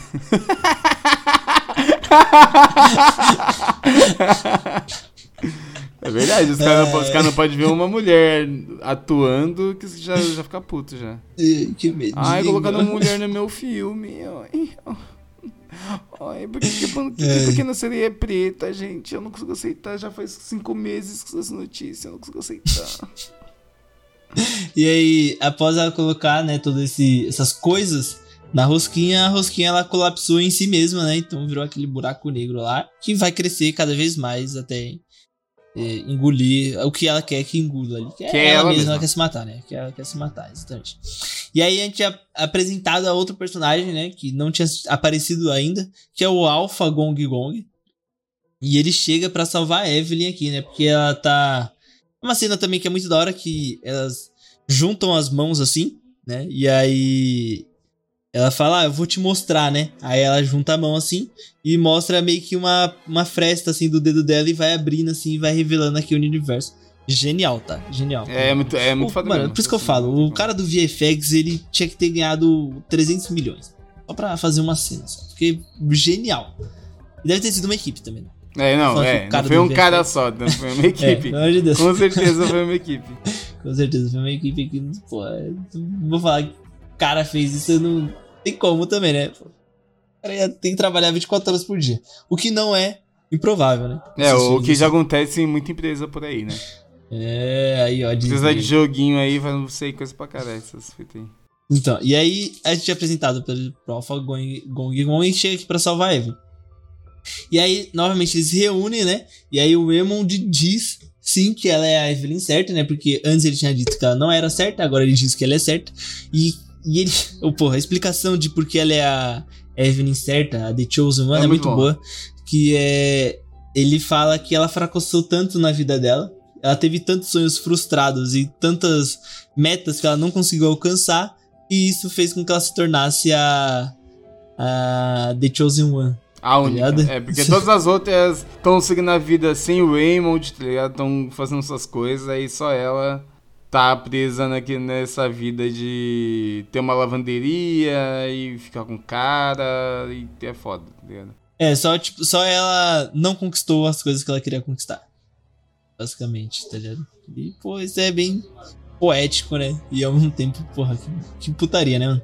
É verdade, os caras não, cara não podem ver uma mulher atuando que já, já fica puto já. Que medo. Ai, colocando uma mulher no meu filme. Ai, ai por, que, por, que, por que não seria preta, gente? Eu não consigo aceitar. Já faz cinco meses que essa notícia. Eu não consigo aceitar. E aí, após ela colocar, né, todas essas coisas na rosquinha, a rosquinha ela colapsou em si mesma, né? Então virou aquele buraco negro lá, que vai crescer cada vez mais até é, engolir o que ela quer que engula ali. Que, que é ela, ela mesma, ela quer se matar, né? Que ela quer se matar, exatamente. E aí a gente é apresentado a outro personagem, né? Que não tinha aparecido ainda, que é o Alpha Gong Gong. E ele chega pra salvar a Evelyn aqui, né? Porque ela tá... Uma cena também que é muito da hora, que elas juntam as mãos assim, né? E aí ela fala, ah, eu vou te mostrar, né? Aí ela junta a mão assim e mostra meio que uma, uma fresta assim do dedo dela e vai abrindo assim e vai revelando aqui o universo. Genial, tá? Genial. É, é muito, é muito foda. Mano, por isso que eu falo, o cara do V F X, ele tinha que ter ganhado trezentos milhões. Só pra fazer uma cena, só. Porque genial. E deve ter sido uma equipe também, né? É, não, é, não foi um cara só, não foi uma equipe. É, de Deus. Com certeza foi uma equipe. Com certeza foi uma equipe que, pô, não vou falar que o cara fez isso, não tem como também, né? O cara tem que trabalhar vinte e quatro horas por dia. O que não é improvável, né? É, o que já acontece em muita empresa por aí, né? É, aí ó. Precisa de joguinho aí, vai não sei, coisa pra caralho, essas fitas aí. Então, e aí a gente é apresentado pelo Alpha Gong Gong e chega aqui pra salvar a Evelyn. E aí, novamente, eles se reúnem, né? E aí o Raymond diz, sim, que ela é a Evelyn certa, né? Porque antes ele tinha dito que ela não era certa, agora ele diz que ela é certa. E, e ele... Oh, porra, a explicação de por que ela é a Evelyn certa, a The Chosen One, é, é muito, muito boa. Que é... Ele fala que ela fracassou tanto na vida dela, ela teve tantos sonhos frustrados e tantas metas que ela não conseguiu alcançar, e isso fez com que ela se tornasse a... a The Chosen One. A única, tá é, porque todas as outras estão seguindo a vida sem o Raymond, tá ligado? Estão fazendo suas coisas, aí só ela tá presa aqui nessa vida de ter uma lavanderia e ficar com cara, e é foda, tá ligado? É, só, tipo, só ela não conquistou as coisas que ela queria conquistar, basicamente, tá ligado? E, pô, isso é bem poético, né? E ao mesmo tempo, porra, que, que putaria, né, mano?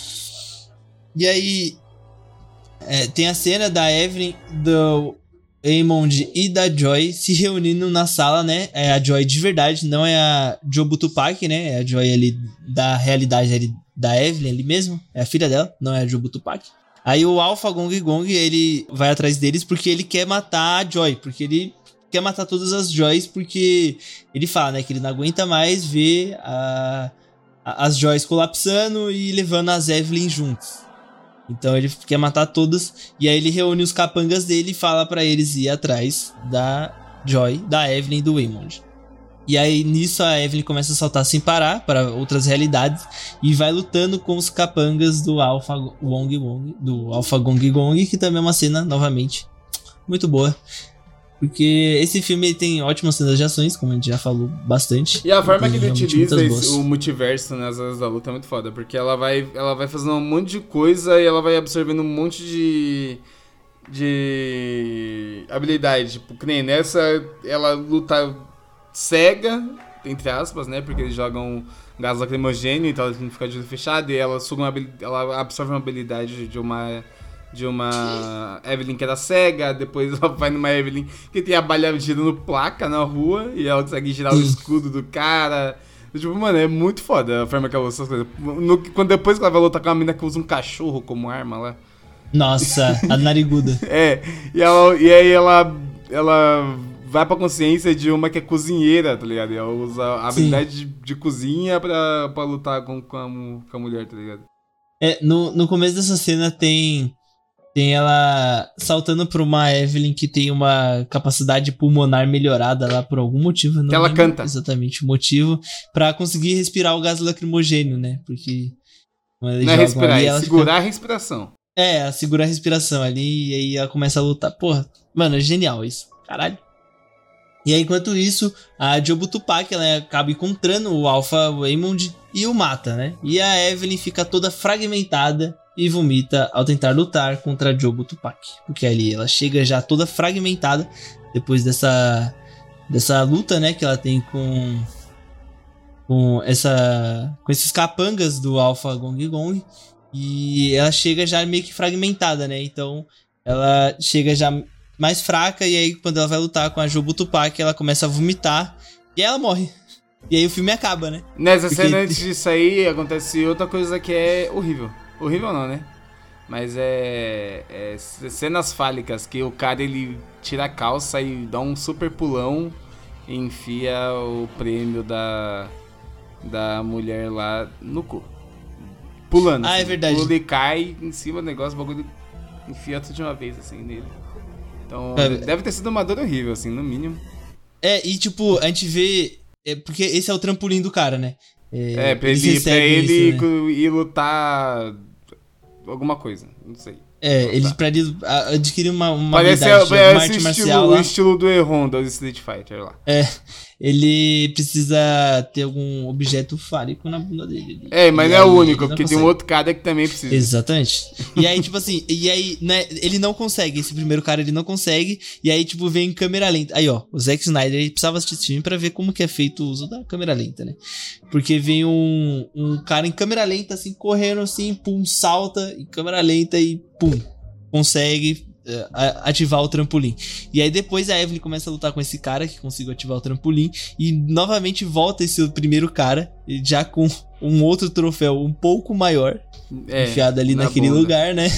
E aí... É, tem a cena da Evelyn, do Raymond e da Joy se reunindo na sala, né? É a Joy de verdade, não é a Jobu Tupac, né? É a Joy ali da realidade ali, da Evelyn ali mesmo. É a filha dela, não é a Jobu Tupac. Aí o Alpha Gong Gong, ele vai atrás deles porque ele quer matar a Joy. Porque ele quer matar todas as Joys, porque ele fala, né? Que ele não aguenta mais ver a, a, as Joys colapsando e levando as Evelyn juntos. Então ele quer matar todas. E aí ele reúne os capangas dele e fala pra eles ir atrás da Joy, da Evelyn e do Raymond. E aí nisso a Evelyn começa a saltar sem parar para outras realidades e vai lutando com os capangas do Alpha Gong Gong, do Alpha Gong Gong, que também é uma cena, novamente, muito boa. Porque esse filme tem ótimas cenas de ações, como a gente já falou bastante. E a forma que ele utiliza esse, o multiverso nas horas da luta é muito foda. Porque ela vai, ela vai fazendo um monte de coisa e ela vai absorvendo um monte de... de habilidade. Tipo, que nem nessa, ela luta cega, entre aspas, né? Porque eles jogam gás lacrimogêneo, então ela tem que ficar de olho fechado. E ela, suga uma, ela absorve uma habilidade de uma... de uma Evelyn que era cega, depois ela vai numa Evelyn que tem a balha girando placa na rua e ela consegue girar o escudo do cara, Tipo, mano, é muito foda a forma que ela usa essas coisas. No, quando depois que ela vai lutar com a mina que usa um cachorro como arma lá. Nossa, a nariguda. É, e, ela, e aí ela, ela vai pra consciência de uma que é cozinheira, tá ligado? E ela usa a habilidade de, de cozinha pra, pra lutar com, com, a, com a mulher, tá ligado? É, no, no começo dessa cena tem... Tem ela saltando pra uma Evelyn que tem uma capacidade pulmonar melhorada lá por algum motivo. Não que ela canta. Exatamente o motivo. Pra conseguir respirar o gás lacrimogênio, né? Porque... Não é respirar, ali, é ela segurar fica... a respiração. É, ela segura a respiração ali e aí ela começa a lutar. Porra, mano, é genial isso. Caralho. E aí, enquanto isso, a Jobu Tupac, ela acaba encontrando o Alpha Waymond e o mata, né? E a Evelyn fica toda fragmentada e vomita ao tentar lutar contra a Jobu Tupac. Porque ali ela chega já toda fragmentada depois dessa, dessa luta, né? Que ela tem com, com, essa, com esses capangas do Alpha Gong Gong. E ela chega já meio que fragmentada, né? Então ela chega já mais fraca. E aí quando ela vai lutar com a Jobu Tupac, ela começa a vomitar e ela morre. E aí o filme acaba, né? Nessa Porque... cena, antes disso aí, acontece outra coisa que é horrível. Horrível não, né? Mas é, é cenas fálicas, que o cara ele tira a calça e dá um super pulão e enfia o prêmio da, da mulher lá no cu. Pulando. Ah, assim, é verdade. Pula e cai em cima do negócio, o bagulho enfia tudo de uma vez, assim, nele. Então, é. deve ter sido uma dor horrível, assim, no mínimo. É, e tipo, a gente vê... É, porque esse é o trampolim do cara, né? É, é pra ele, pra ele isso, né? ir lutar... alguma coisa, não sei. É, ele pra ele adquirir uma, uma parece habilidade de parece arte estilo, marcial o lá. estilo do E-Honda, do Street Fighter lá. É, ele precisa ter algum objeto fálico na bunda dele. É, mas e não é o único, não porque consegue. tem um outro cara que também precisa. Exatamente. E aí, tipo assim, e aí, né, ele não consegue, esse primeiro cara ele não consegue, e aí, tipo, vem em câmera lenta. Aí, ó, o Zack Snyder, ele precisava assistir esse filme pra ver como que é feito o uso da câmera lenta, né? Porque vem um, um cara em câmera lenta, assim, correndo assim, pum, salta, em câmera lenta e pum, consegue uh, ativar o trampolim. E aí depois a Evelyn começa a lutar com esse cara que conseguiu ativar o trampolim e novamente volta esse primeiro cara, já com um outro troféu um pouco maior, é, enfiado ali na naquele bunda. lugar, né?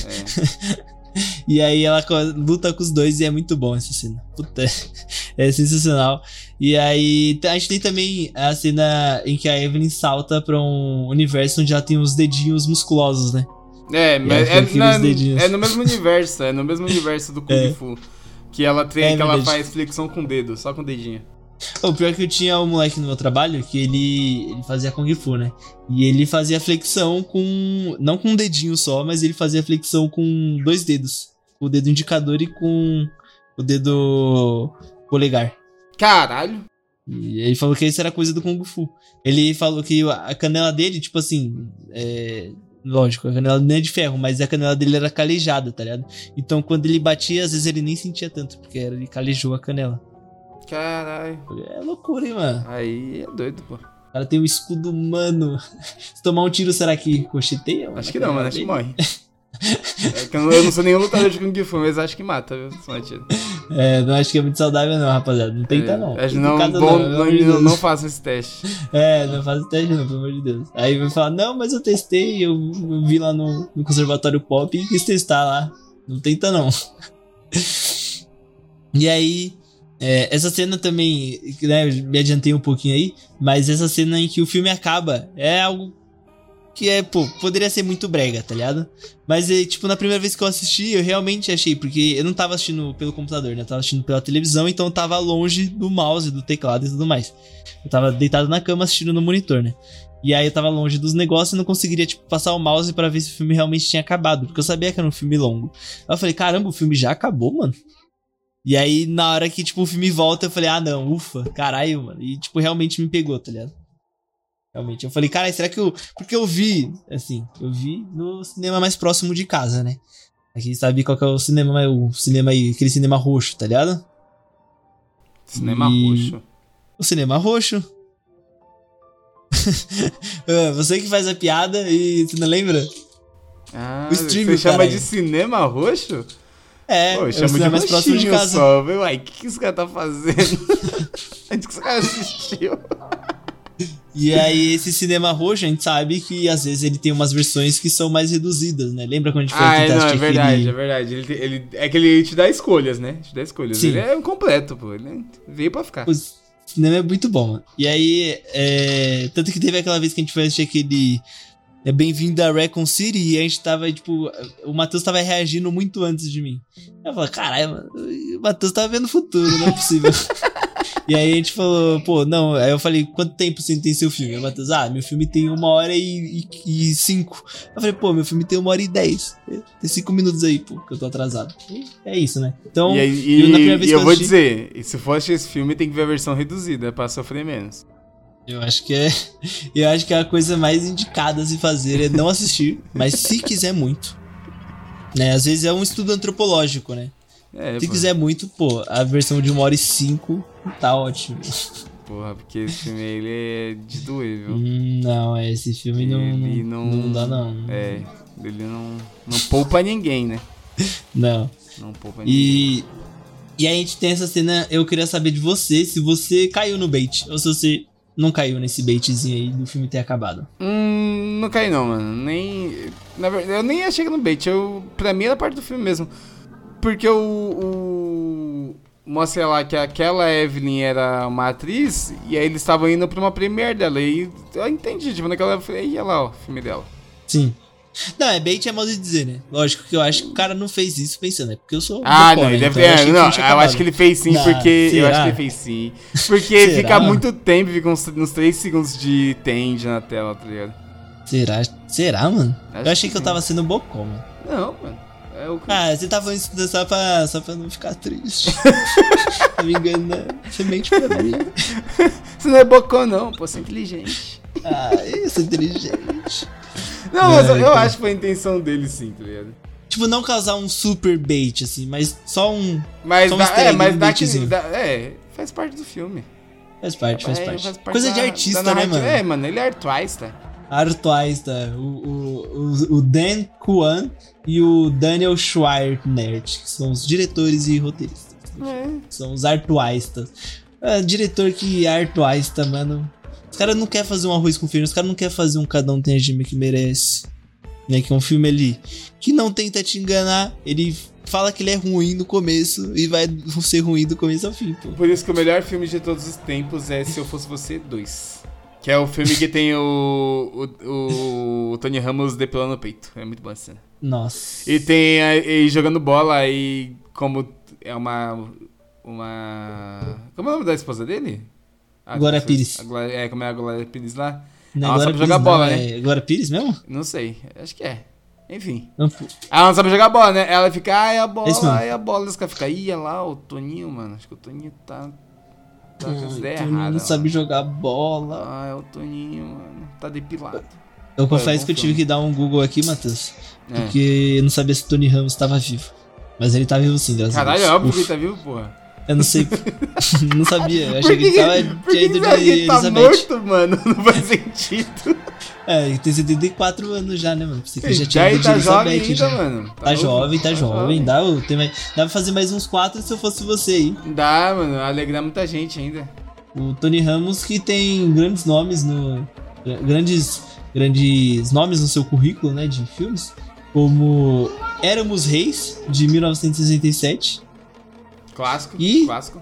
É. E aí ela luta com os dois e é muito bom essa cena. Puta, é sensacional. E aí a gente tem também a cena em que a Evelyn salta pra um universo onde ela tem os dedinhos musculosos, né? É, mas é, na, é no mesmo universo, é no mesmo universo do Kung é. Fu. Que ela tem, é, que ela faz flexão com o dedo, só com o dedinho. O pior é que eu tinha um moleque no meu trabalho que ele, ele fazia Kung Fu, né? E ele fazia flexão com... não com um dedinho só, mas ele fazia flexão com dois dedos. O dedo indicador e com o dedo polegar. Caralho! E ele falou que isso era coisa do Kung Fu. Ele falou que a canela dele, tipo assim... É... Lógico, a canela não é de ferro, mas a canela dele era calejada, tá ligado? Então quando ele batia, às vezes ele nem sentia tanto, porque ele calejou a canela. Caralho. É loucura, hein, mano? Aí é doido, pô. O cara tem um escudo humano. Se tomar um tiro, será que cocheteia? Acho que não, mano. Acho que morre. É que eu, não, eu não sou nenhum lutador de Kung Fu, mas acho que mata, viu? Só tiro. É, não acho que é muito saudável não, rapaziada. Não tenta, é, não. Acho não, bom, não, não, não, não faça esse teste. É, não faça esse teste não, pelo amor de Deus. Aí vai falar, não, mas eu testei, eu, eu vi lá no, no Conservatório Pop e quis testar lá. Não tenta, não. E aí... É, essa cena também, né, eu me adiantei um pouquinho aí, mas essa cena em que o filme acaba é algo que é, pô, poderia ser muito brega, tá ligado? Mas, é, tipo, na primeira vez que eu assisti, eu realmente achei, porque eu não tava assistindo pelo computador, né, eu tava assistindo pela televisão, então eu tava longe do mouse, do teclado e tudo mais. Eu tava deitado na cama assistindo no monitor, né? E aí eu tava longe dos negócios e não conseguiria, tipo, passar o mouse pra ver se o filme realmente tinha acabado, porque eu sabia que era um filme longo. Aí eu falei, caramba, o filme já acabou, mano? E aí, na hora que, tipo, o filme volta, eu falei, ah, não, ufa, caralho, mano. E, tipo, realmente me pegou, tá ligado? Realmente. Eu falei, caralho, será que eu... Porque eu vi, assim, eu vi no cinema mais próximo de casa, né? Aqui, sabe qual que é o cinema, o cinema aí, aquele cinema roxo, tá ligado? Cinema e... roxo? O cinema roxo. Você que faz a piada e você não lembra? Ah, o stream, você chama de cinema roxo? É, pô, eu chamo de mais próximo de casa. Uai, o que, que esse cara tá fazendo? Onde que esse cara assistiu? E aí, esse cinema roxo, a gente sabe que às vezes ele tem umas versões que são mais reduzidas, né? Lembra quando a gente foi Ah, tentar não, é assistir verdade, aquele... é verdade. Ele, te- ele, é que ele te dá escolhas, né? Te dá escolhas. Sim. Ele é um completo, pô. Ele veio pra ficar. O cinema é muito bom, mano. E aí, é... tanto que teve aquela vez que a gente foi assistir aquele... É Bem-vindo a Raccoon City e a gente tava, tipo... O Matheus tava reagindo muito antes de mim. Eu falei, caralho, mano, o Matheus tava vendo o futuro, não é possível. E aí a gente falou, pô, não... Aí eu falei, quanto tempo você tem seu filme? Aí o Matheus, ah, meu filme tem uma hora e, e, e cinco. Eu falei, pô, meu filme tem uma hora e dez. Tem cinco minutos aí, pô, que eu tô atrasado. E é isso, né? Então, E, aí- eu, e- na primeira vez e que eu eu vou assisti, dizer, e se for assistir esse filme, tem que ver a versão reduzida, pra sofrer menos. eu acho que é... Eu acho que é a coisa mais indicada a se fazer é não assistir, mas se quiser muito. Né? Às vezes é um estudo antropológico, né? É, Se pô. quiser muito, pô, a versão de uma hora e cinco tá ótimo. Porra, porque esse filme aí, ele é de doer, viu? Hum, não, é, esse filme não, Ele não, não- não dá não. É, ele não, não poupa ninguém, né? Não. Não poupa ninguém. E, e aí a gente tem essa cena, eu queria saber de você, se você caiu no bait, ou se você não caiu nesse baitzinho aí do filme ter acabado. Hum, não caí não, mano. Nem. Na verdade, eu nem achei que no bait. Eu, pra mim era parte do filme mesmo. Porque o. o mostra lá que aquela Evelyn era uma atriz. E aí eles estavam indo pra uma premiere dela. E eu entendi, tipo, naquela. Ia lá, ó, o filme dela. Sim. Não, é bait é modo de dizer, né? Lógico que eu acho que o cara não fez isso pensando, é porque eu sou Ah, bocó, não, né? ele Então deve. eu é, achei que não, o filme tinha eu acho acabado. que ele fez sim, Não, porque. Eu será? acho que ele fez sim. Porque Será? fica muito tempo, fica uns, uns três segundos de tende na tela, tá ligado? Será? Será, mano? Acho eu achei que que eu sim. tava sendo bocó, mano. Não, mano. É o que. Ah, você tava isso só pra, só pra não ficar triste. Tá me enganando. Você mente pra mim. Você não é bocão, não, pô, você é inteligente. Ah, isso é inteligente. Não, mas eu, Ai, eu cara. acho que foi a intenção dele sim, tá ligado? Tipo, não causar um super bait, assim, mas só um... Mas Só um dá, easter é, egg, mas um dá baitzinho. que, dá, é, faz parte do filme. Faz parte, faz É, parte. faz parte Coisa da- de da artista, né, narrativa. mano? É, mano, ele é artista. Artoista. O, o, o, o Dan Kwan e o Daniel Schwarnert, que são os diretores e roteiristas. É. São os artoistas. É, diretor que é artoista, mano. Os caras não querem fazer um arroz com feijão, os caras não querem fazer um Cada Um Tem a Gêmea que Merece. Né, que é um filme ali que não tenta te enganar, ele fala que ele é ruim no começo e vai ser ruim do começo ao fim, pô. Por isso que o melhor filme de todos os tempos é Se Eu Fosse Você dois. Que é o filme que tem o, o, o Tony Ramos depilando o peito. É muito bom essa cena. Nossa. E tem a- e jogando bola e como é uma... Uma... Como é o nome da esposa dele? Ah, Glória não sei. Pires. A Glória- é, como é a Glória Pires lá? Não é Ela Glória sabe jogar Pires, bola, não, né? É Glória Pires mesmo? Não sei, acho que é. Enfim. Não, pô. Ela não sabe jogar bola, né? Ela fica, ai, a Esse bola, mesmo. ai, a bola. Os caras ficam, ih, olha lá, o Toninho, mano. Acho que o Toninho tá... Tá com as ideias Hum, erradas. não sabe jogar bola. Ah, é o Toninho, mano. Tá depilado. Eu É, confesso bom que eu tive filme. que dar um Google aqui, Matheus. É. Porque eu não sabia se Tony Ramos tava vivo. Mas ele tá vivo sim, graças a Caralho, Deus. é óbvio que Ufa, ele tá vivo, porra. Eu não sei. Não sabia. Eu Por achei que ele tava. por Tinha que ido de será que ele tá Elizabeth. morto, mano? Não faz sentido. É, ele tem setenta e quatro anos já, né, mano? Pensei que ele já Já tinha ele ido de tá jovem Elizabeth. ainda, já. mano. Tá novo, jovem, tá jovem. Dá, tem mais, dá pra fazer mais uns quatro se eu fosse você aí. Dá, mano. Alegrar muita gente ainda. O Tony Ramos, que tem grandes nomes no. Grandes, grandes nomes no seu currículo, né? De filmes. Como Éramos Reis, de mil novecentos e sessenta e sete. Clássico, E- clássico.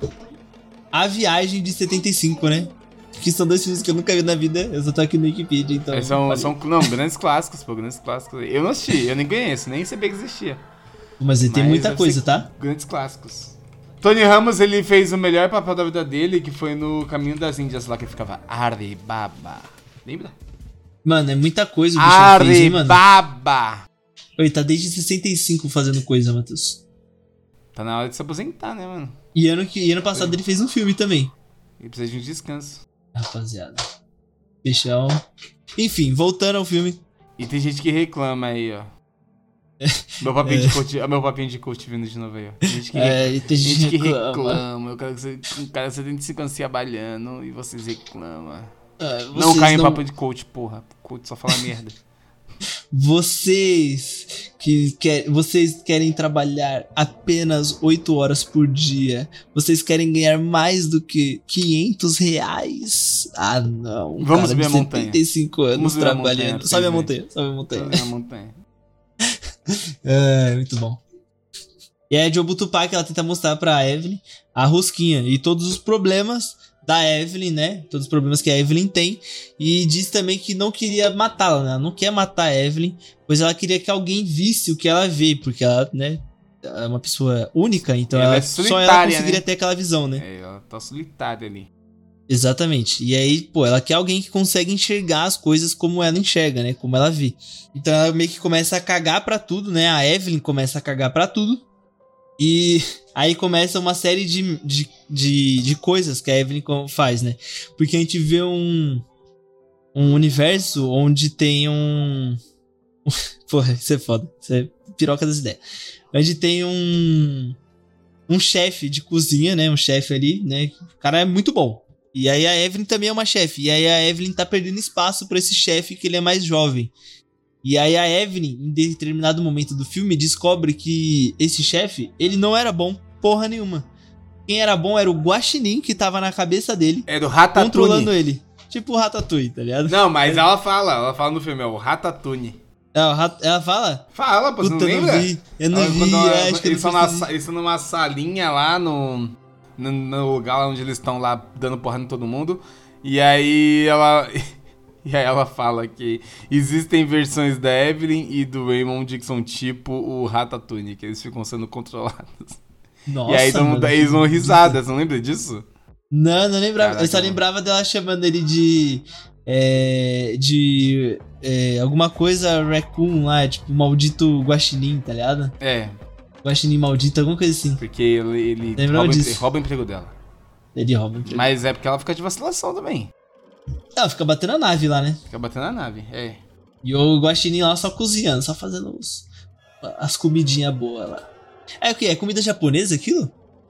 A Viagem, de setenta e cinco, né? Que são dois filmes que eu nunca vi na vida. Eu só tô aqui no Wikipedia, então. É, são, falei. são, não, grandes clássicos, pô, grandes clássicos. Eu não assisti, eu nem conheço, nem sabia que existia. Mas ele tem Mas muita deve coisa, ser tá? Grandes clássicos. Tony Ramos, ele fez o melhor papel da vida dele, que foi no Caminho das Índias, lá que ele ficava Arrebaba. Lembra? Mano, é muita coisa o bicho fez, hein, mano? Arrebaba! Ele tá desde sessenta e cinco fazendo coisa, Matheus. Tá na hora de se aposentar, né, mano? E ano, que, e ano passado ele fez um filme também. Ele precisa de um descanso. Rapaziada. Bichão. Enfim, voltando ao filme. E tem gente que reclama aí, ó. Meu papinho, de coach, meu papinho de coach vindo de novo aí, ó. Tem gente que, É, e tem gente gente que que reclama. reclama. Eu quero que você, um cara de setenta e cinco anos se abalhando e vocês reclamam. Ah, Não vocês cai em papo de coach, porra. Coach só fala merda. Vocês que quer, vocês querem trabalhar apenas oito horas por dia, vocês querem ganhar mais do que quinhentos reais. Ah, não. Vamos cara, subir de a montanha. setenta e cinco anos trabalhando. Sobe a montanha, sobe a montanha. Sobe a montanha. É, muito bom. E aí a Jobu Tupac, ela tenta mostrar pra Evelyn a rosquinha e todos os problemas da Evelyn, né? Todos os problemas que a Evelyn tem. E diz também que não queria matá-la, né? Ela não quer matar a Evelyn, pois ela queria que alguém visse o que ela vê, porque ela, né, é uma pessoa única, então ela ela, é só ela conseguiria, né, ter aquela visão, né? É, ela tá solitária ali. Exatamente. E aí, pô, ela quer alguém que consegue enxergar as coisas como ela enxerga, né? Como ela vê. Então ela meio que começa a cagar pra tudo, né? A Evelyn começa a cagar pra tudo. E aí começa uma série de, de, de, de coisas que a Evelyn faz, né? Porque a gente vê um, um universo onde tem um... Porra, isso é foda. Isso é piroca das ideias. Onde tem um... Um chefe de cozinha, né? Um chefe ali, né? O cara é muito bom. E aí a Evelyn também é uma chefe. E aí a Evelyn tá perdendo espaço pra esse chefe que ele é mais jovem. E aí a Evelyn, em determinado momento do filme, descobre que esse chefe, ele não era bom porra nenhuma. Quem era bom era o Guaxinim, que tava na cabeça dele. É do Ratatouille. Controlando ele. Tipo o Ratatouille, tá ligado? Não, mas ela fala, ela fala no filme, é o Ratatouille. Ela, ela fala? Fala, pô, você Puta, não lembra? Eu não vi, eu não ela, vi, quando ela, acho que eles, eu estão não na, eles estão numa salinha lá no, no, no lugar onde eles estão lá dando porrada em todo mundo. E aí ela... E aí ela fala que existem versões da Evelyn e do Raymond que são tipo o Ratatouille, que eles ficam sendo controlados. Nossa, e aí dão, mano, eles dão risada, você não lembra disso? Não, não lembrava. Caraca, eu só lembrava dela chamando ele de... É, de... É, alguma coisa Raccoon lá, tipo maldito Guaxinim, tá ligado? É. Guaxinim maldito, alguma coisa assim. Porque ele, ele rouba, empre, rouba o emprego dela. Ele rouba o emprego. Mas é porque ela fica de vacilação também. Ela fica batendo a nave lá, né? Fica batendo na nave, é. E o Guaxinim lá só cozinhando, só fazendo os, as comidinhas boas lá. É o que? É comida japonesa aquilo?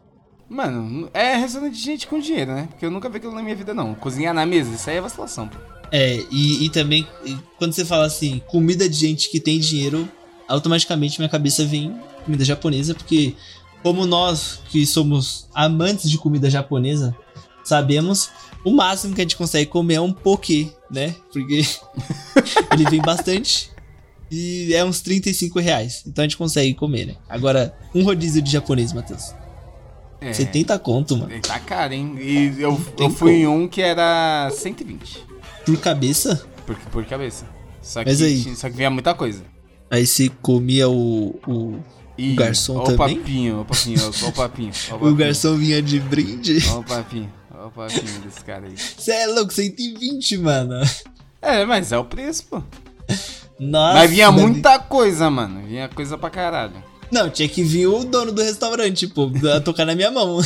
Mano, é restaurante de gente com dinheiro, né? Porque eu nunca vi aquilo na minha vida, não. Cozinhar na mesa, isso aí é vacilação, pô. É, e, e também, e quando você fala assim, comida de gente que tem dinheiro, automaticamente minha cabeça vem comida japonesa, porque como nós que somos amantes de comida japonesa, sabemos... O máximo que a gente consegue comer é um poké, né? Porque ele vem bastante e é uns trinta e cinco reais. Então a gente consegue comer, né? Agora, um rodízio de japonês, Matheus. É, setenta conto, mano. Tá caro, hein? E eu, eu fui em um que era cento e vinte. Por cabeça? Por, por cabeça. Só Mas que, aí... só que vinha muita coisa. Aí você comia o, o, Ih, o garçom ó também? O papinho, ó o papinho, ó o papinho. Ó o, papinho. O garçom vinha de brinde? Ó o papinho. Olha o papinho desse cara aí. Você é louco, cento e vinte, mano. É, mas é o preço, pô. Nossa. Mas vinha muita coisa, mano. Vinha coisa pra caralho. Não, tinha que vir o dono do restaurante, pô, a tocar na minha mão.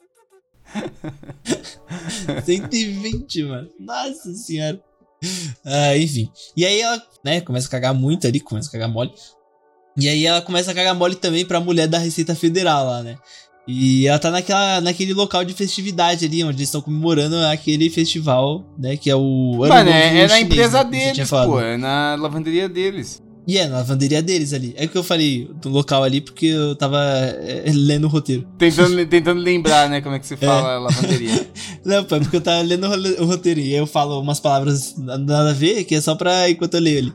cento e vinte, mano. Nossa senhora. Ah, enfim. E aí ela, né, começa a cagar muito ali, começa a cagar mole. E aí ela começa a cagar mole também pra mulher da Receita Federal lá, né? E ela tá naquela, naquele local de festividade ali, onde eles estão comemorando aquele festival, né? Que é o... Mano, é, é na chinês, empresa né, deles, pô. É na lavanderia deles. E é, na lavanderia deles ali. É que eu falei do local ali porque eu tava é, lendo o roteiro. Tentando, tentando lembrar, né, como é que se fala é. lavanderia. Não, pô, é porque eu tava lendo o roteiro e aí eu falo umas palavras nada a ver, que é só pra enquanto eu leio ali.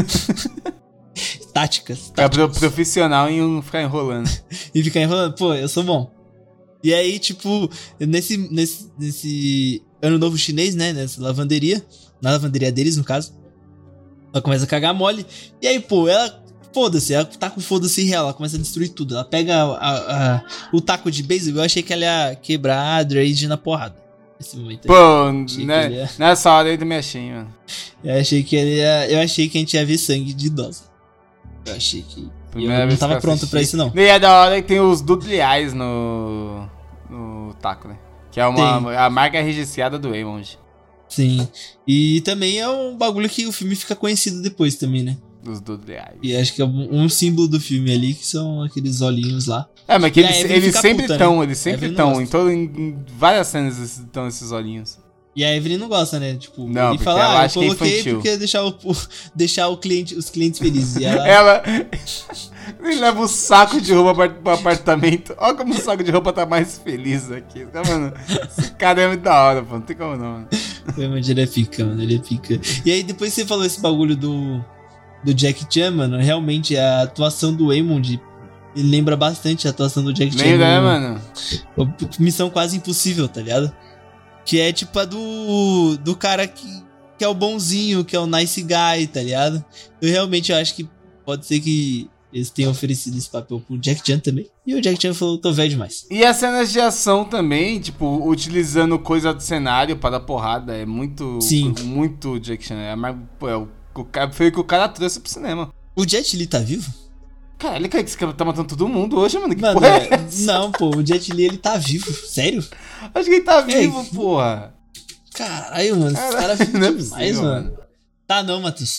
Táticas, táticas. É profissional em um ficar enrolando. E ficar enrolando. Pô, eu sou bom. E aí, tipo, nesse, nesse, nesse ano novo chinês, né, nessa lavanderia, na lavanderia deles, no caso, ela começa a cagar mole. E aí, pô, ela, foda-se, ela tá com foda-se real, ela começa a destruir tudo. Ela pega a, a, a, o taco de beisebol, eu achei que ela ia quebrar a Drade na porrada. Nesse momento aí. Pô, né, ia... nessa hora eu me achei, mano. Eu achei que ele ia, eu achei que a gente ia ver sangue de idosa. Eu achei que... Primeira eu não tava pronto assisti. Pra isso, não. E é da hora que tem os Dudley's no... no taco, né? Que é uma, a marca registrada do Raymond. Sim. E também é um bagulho que o filme fica conhecido depois também, né? Dos Dudley's. E acho que é um, um símbolo do filme ali, que são aqueles olhinhos lá. É, mas que eles, eles sempre estão, né? eles sempre estão. Em, todo, em várias cenas estão esses olhinhos. E a Evelyn não gosta, né? Tipo, não, ele fala, ah, eu coloquei porque deixar, o, deixar o cliente, os clientes felizes. E ela... ela... Ele leva um saco de roupa pro apartamento. Olha como o saco de roupa tá mais feliz aqui. Mano, esse cara é muito da hora, pô. Não tem como não, mano. Mas ele é pica, mano. Ele é pica. E aí, depois que você falou esse bagulho do, do Jack Chan, mano, realmente a atuação do Waymond ele lembra bastante a atuação do Jack Chan. Lembra, né, mano? Missão Quase Impossível, tá ligado? Que é tipo a do, do cara que, que é o bonzinho, que é o nice guy, tá ligado? Eu realmente eu acho que pode ser que eles tenham oferecido esse papel pro Jack Chan também. E o Jack Chan falou, tô velho demais. E as cenas de ação também, tipo, utilizando coisa do cenário para dar porrada, é muito... Sim. Muito Jack Chan. É, mais, pô, é o, o, foi o que o cara trouxe pro cinema. O Jet Li tá vivo? Caralho, cara, que esse cara tá matando todo mundo hoje, mano. Que mano, porra é essa? Não, pô, o Jet Li, ele tá vivo. Sério? Acho que ele tá vivo, Ei, porra. Caralho, mano. Esse cara vive não é demais, possível, mano. mano. Tá não, Matheus.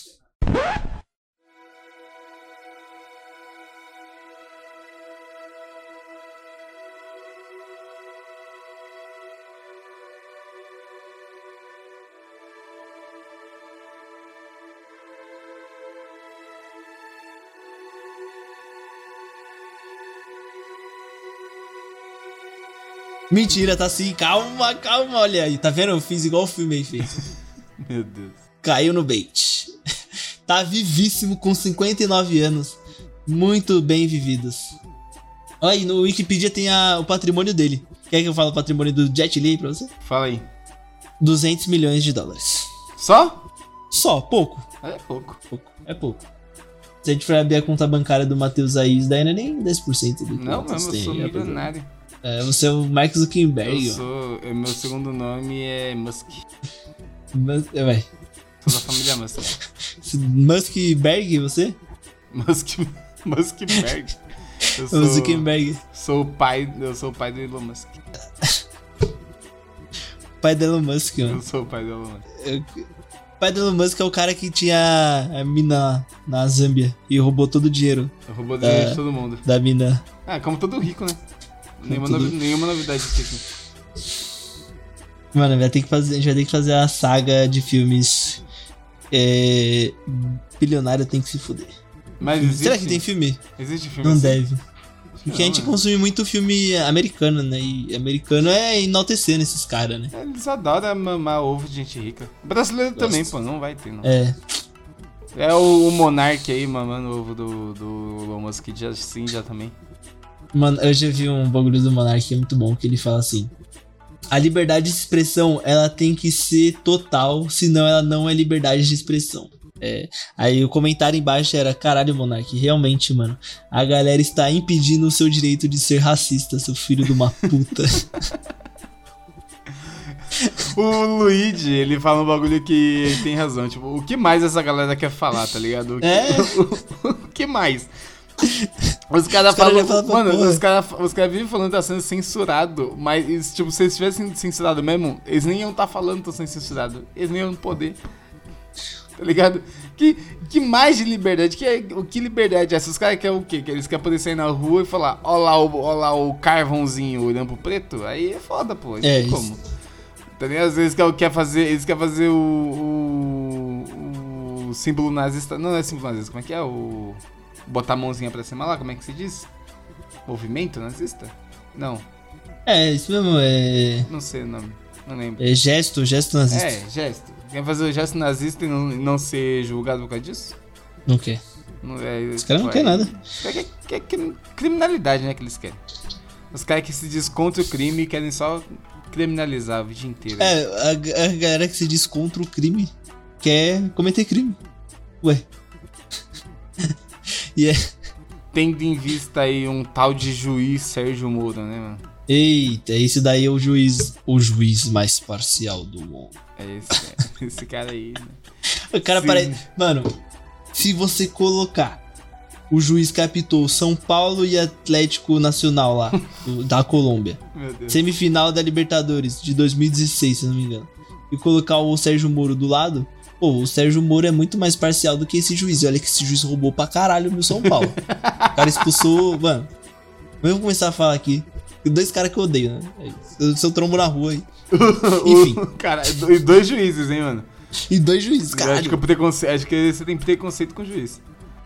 Mentira, tá assim, calma, calma, olha aí, tá vendo? Eu fiz igual o filme aí fez. Meu Deus. Caiu no bait. Tá vivíssimo com cinquenta e nove anos, muito bem vividos. Olha aí, no Wikipedia tem a, o patrimônio dele. Quer que eu fale o patrimônio do Jet Li aí pra você? Fala aí. duzentos milhões de dólares. Só? Só, pouco. É pouco. pouco. É pouco. Se a gente for abrir a conta bancária do Matheus aí, isso daí não é nem dez por cento do que não, o Matheus tem. Não, mas eu sou milionário. É, você é o Mark Zuckerberg. Eu sou... Meu segundo nome é Musk. Mas, vai. Sou da família Musk. Muskberg, você? Musk... Muskberg. Eu sou... O Zuckerberg. Sou o pai... Eu sou o pai do Elon Musk. Pai do Elon Musk, mano. Eu sou o pai do Elon Musk. Eu... O pai do Elon Musk é o cara que tinha a mina na Zâmbia e roubou todo o dinheiro. Roubou o dinheiro de todo mundo. Da mina. Ah, como todo rico, né? Nenhuma, tudo... novi... Nenhuma novidade aqui. Mano, vai ter que fazer... a gente vai ter que fazer a saga de filmes. É... Bilionário tem que se fuder. Mas existe... Será que tem filme? Existe filme Não assim? deve. Porque não, a gente mano. consome muito filme americano, né? E americano é enaltecendo esses caras, né? Eles adoram mamar ovo de gente rica. Brasileiro Gosto. também, pô, não vai ter, não. É. É o, o Monark aí mamando o ovo do, do Elon Musk, já, sim, já também. Mano, eu já vi um bagulho do Monark que é muito bom, que ele fala assim: a liberdade de expressão, ela tem que ser total, senão ela não é liberdade de expressão. É, aí o comentário embaixo era: caralho, Monark, realmente, mano, a galera está impedindo o seu direito de ser racista, seu filho de uma puta. O Luigi, ele fala um bagulho que ele tem razão. Tipo, o que mais essa galera quer falar, tá ligado? O que, É? o, o que mais? Os caras falam, cara mano, porra. os caras os cara vivem falando que tá sendo censurado, mas, tipo, se eles tivessem censurado mesmo, eles nem iam tá falando que tá sendo censurado. Eles nem iam poder. Tá ligado? Que, que mais de liberdade? Que, é, que liberdade é essa? Os caras querem o quê? Que eles querem poder sair na rua e falar: ó lá o, ó lá o carvãozinho olhando pro preto? Aí é foda, pô. É, isso. Como? Tá ligado? Às vezes eles querem fazer, eles querem fazer o, o, o símbolo nazista. Não, não é símbolo nazista, como é que é? O. Botar a mãozinha pra cima lá, como é que se diz? Movimento nazista? Não. É, isso mesmo, é. Não sei o nome. Não lembro. É gesto, gesto nazista. É, gesto. Quer fazer o gesto nazista e não, não ser julgado por causa disso? Não quer. Não, é, Os caras não querem nada. Os caras querem quer, criminalidade, né, que eles querem. Os caras que se diz contra o crime querem só criminalizar a vida inteira. É, a, a galera que se diz contra o crime quer cometer crime. Ué. E é. Tendo em vista aí um tal de juiz Sérgio Moro, né, mano? Eita, esse daí é o juiz, o juiz mais parcial do mundo. É esse, é, esse cara aí, né? O cara Sim. parece... Mano, se você colocar o juiz que apitou São Paulo e Atlético Nacional lá, do, da Colômbia, Meu Deus. semifinal da Libertadores de dois mil e dezesseis, se não me engano, e colocar o Sérgio Moro do lado, pô, o Sérgio Moro é muito mais parcial do que esse juiz. E olha que esse juiz roubou pra caralho no São Paulo. O cara expulsou... Mano, vamos começar a falar aqui. Dois caras que eu odeio, né? É isso. Se eu trombo na rua aí. Enfim. Cara, e dois juízes, hein, mano? E dois juízes, Eu cara. acho que, eu preconce... acho que você tem preconceito com juiz.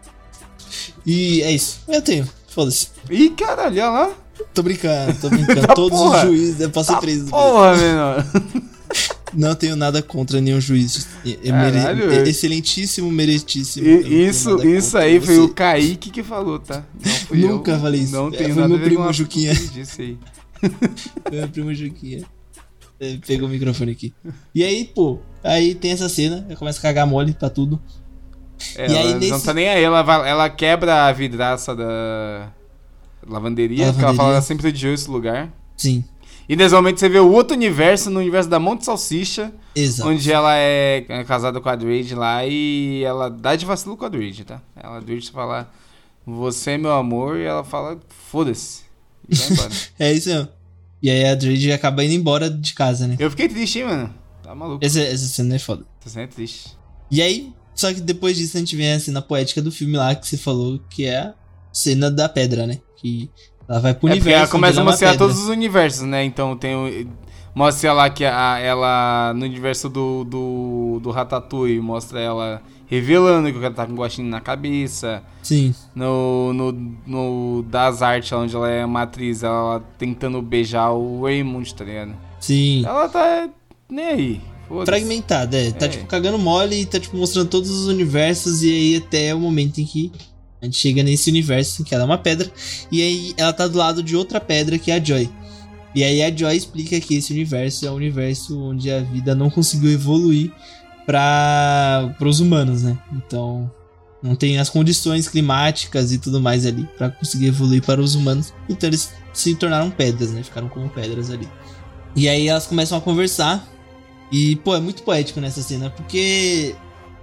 E é isso. Eu tenho. Foda-se. Ih, caralho, olha lá. Tô brincando, tô brincando. Tá Todos porra. os juízes eu posso ser Tá preso. porra, menor. Não tenho nada contra nenhum juiz. É mere... Caralho, é excelentíssimo, meritíssimo. E, isso isso aí foi você. o Kaique que falou, tá? Não fui Nunca eu. falei isso. Não É, tenho foi nada meu a ver primo com Juquinha. que disse aí. Foi meu primo Juquinha. É, pegou o microfone aqui. E aí, pô, aí tem essa cena, ela começa a cagar mole pra tudo. É, E aí, ela nesse- não tá nem aí, ela, vai- ela quebra a vidraça da lavanderia, Da porque ela fala que lavanderia. ela sempre odiou esse lugar. Sim, E nesse momento você vê o outro universo, no universo da Monte Salsicha, exato. onde ela é casada com a Drade lá e ela dá de vacilo com a Drade, tá? Ela, a Drade fala, você é meu amor, e ela fala, foda-se. E vai embora. É isso mesmo. E aí a Drade acaba indo embora de casa, né? Eu fiquei triste, hein, mano? Tá maluco. Essa, essa cena é foda. Essa cena é triste. E aí, só que depois disso a gente vê a cena poética do filme lá que você falou, que é a cena da pedra, né? Que ela vai pro É porque universo. ela onde começa ela a é uma mostrar pedra. todos os universos, né? Então tem o... Mostra lá que a, ela, no universo do, do, do Ratatouille, mostra ela revelando que o cara tá com um guaxinim na cabeça. Sim, No, no, no Das Artes, onde ela é uma atriz, ela tentando beijar o Raymond, tá ligado? sim. Ela tá nem aí. Foda-se. Fragmentada, é. Tá É. tipo cagando mole e tá tipo mostrando todos os universos. E aí até o momento em que a gente chega nesse universo, que ela é uma pedra. E aí ela tá do lado de outra pedra, que é a Joy. E aí a Joy explica que esse universo é um universo onde a vida não conseguiu evoluir para os humanos, né? Então não tem as condições climáticas e tudo mais ali pra conseguir evoluir para os humanos. Então eles se tornaram pedras, né? Ficaram como pedras ali. E aí elas começam a conversar. E, pô, é muito poético nessa cena, porque...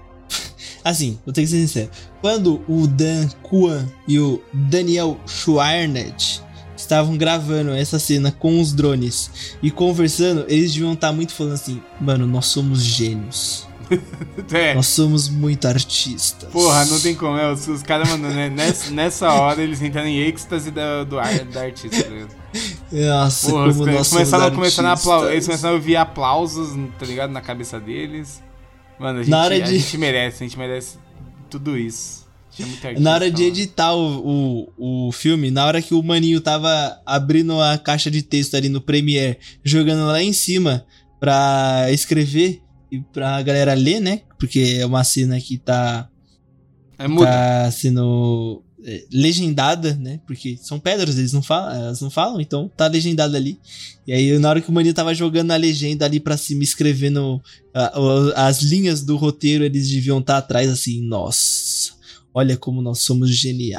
assim, vou ter que ser sincero. Quando o Dan Kwan e o Daniel Schwarnett estavam gravando essa cena com os drones e conversando, eles deviam estar muito falando assim, mano, nós somos gênios. É. Nós somos muito artistas. Porra, não tem como. É, os, os caras, mano, né, nessa, nessa hora eles entraram em êxtase da, do ar, da artista, tá ligado? Nossa, Porra, como os- nós começaram, somos começaram a artistas. aplau- eles começaram a ouvir aplausos, tá ligado? Na cabeça deles. Mano, a gente, Na hora a de- gente merece, a gente merece tudo isso. A gente é muito artista, Na hora de mano. editar o, o, o filme, na hora que o maninho tava abrindo a caixa de texto ali no Premiere, jogando lá em cima pra escrever e pra galera ler, né? Porque é uma cena que tá, É muda. tá sendo é, legendada, né? Porque são pedras, eles não falam, elas não falam, então tá legendada ali. E aí, na hora que o maninho tava jogando a legenda ali pra cima, escrevendo a- a- as linhas do roteiro, eles deviam estar atrás assim, nossa, olha como nós somos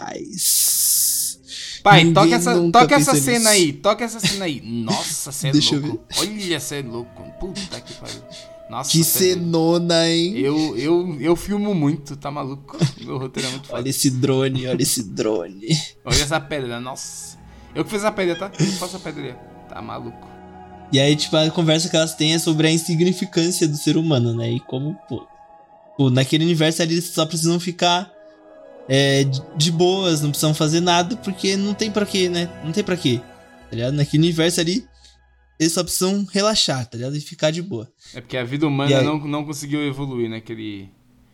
geniais. Pai, Ninguém toca essa, nunca toca essa pensa cena nisso. aí, toca essa cena aí. Nossa, cê é Deixa eu louco. Olha, cê é louco. Puta que pariu. Nossa, Que cê é doido. cenona, hein? Eu, eu, eu filmo muito, tá maluco? Meu roteiro é muito foda. Olha esse drone, olha esse drone. Olha essa pedra, nossa. Eu que fiz a pedra, tá? Eu faço a pedra ali. Tá maluco. E aí, tipo, a conversa que elas têm é sobre a insignificância do ser humano, né? E como, pô, pô naquele universo ali eles só precisam ficar é, de- de boas, não precisam fazer nada, porque não tem pra quê, né? Não tem pra quê, tá ligado? Naquele universo ali, eles só precisam relaxar, tá ligado? E ficar de boa. É porque a vida E humana aí? não, não conseguiu evoluir naquele,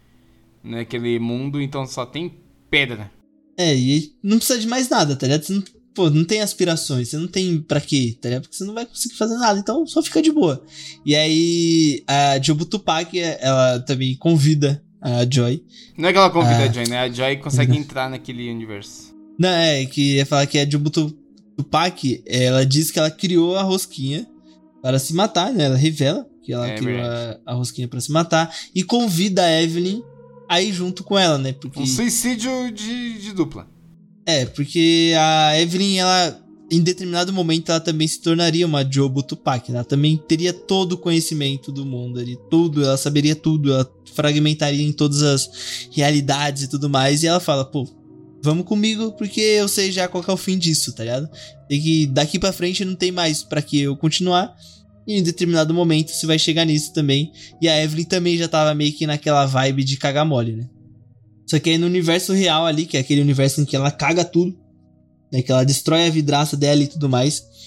naquele mundo, então só tem pedra. É, e aí não precisa de mais nada, tá ligado? Você não, pô, não tem aspirações, você não tem pra quê, tá ligado? Porque você não vai conseguir fazer nada, então só fica de boa. E aí, a Jobu Tupac, ela também convida a Joy. Não é que ela convida Ah. a Joy, né? A Joy consegue entrar naquele universo. Não, é, que ia falar que a Jobu Tu- Tupac, ela diz que ela criou a rosquinha para se matar, né? Ela revela que ela É criou a, verdade. a rosquinha para se matar e convida a Evelyn a ir junto com ela, né? Porque... Um suicídio de, de dupla. É, porque a Evelyn, ela, em determinado momento, ela também se tornaria uma Jobu Tupac, né? Ela também teria todo o conhecimento do mundo ali, tudo, ela saberia tudo, ela fragmentaria em todas as realidades e tudo mais, e ela fala, pô, vamos comigo, porque eu sei já qual que é o fim disso, tá ligado? Tem que, daqui pra frente não tem mais pra que eu continuar, e em determinado momento você vai chegar nisso também, e a Evelyn também já tava meio que naquela vibe de cagar mole, né? Só que aí no universo real ali, que é aquele universo em que ela caga tudo, né, que ela destrói a vidraça dela e tudo mais,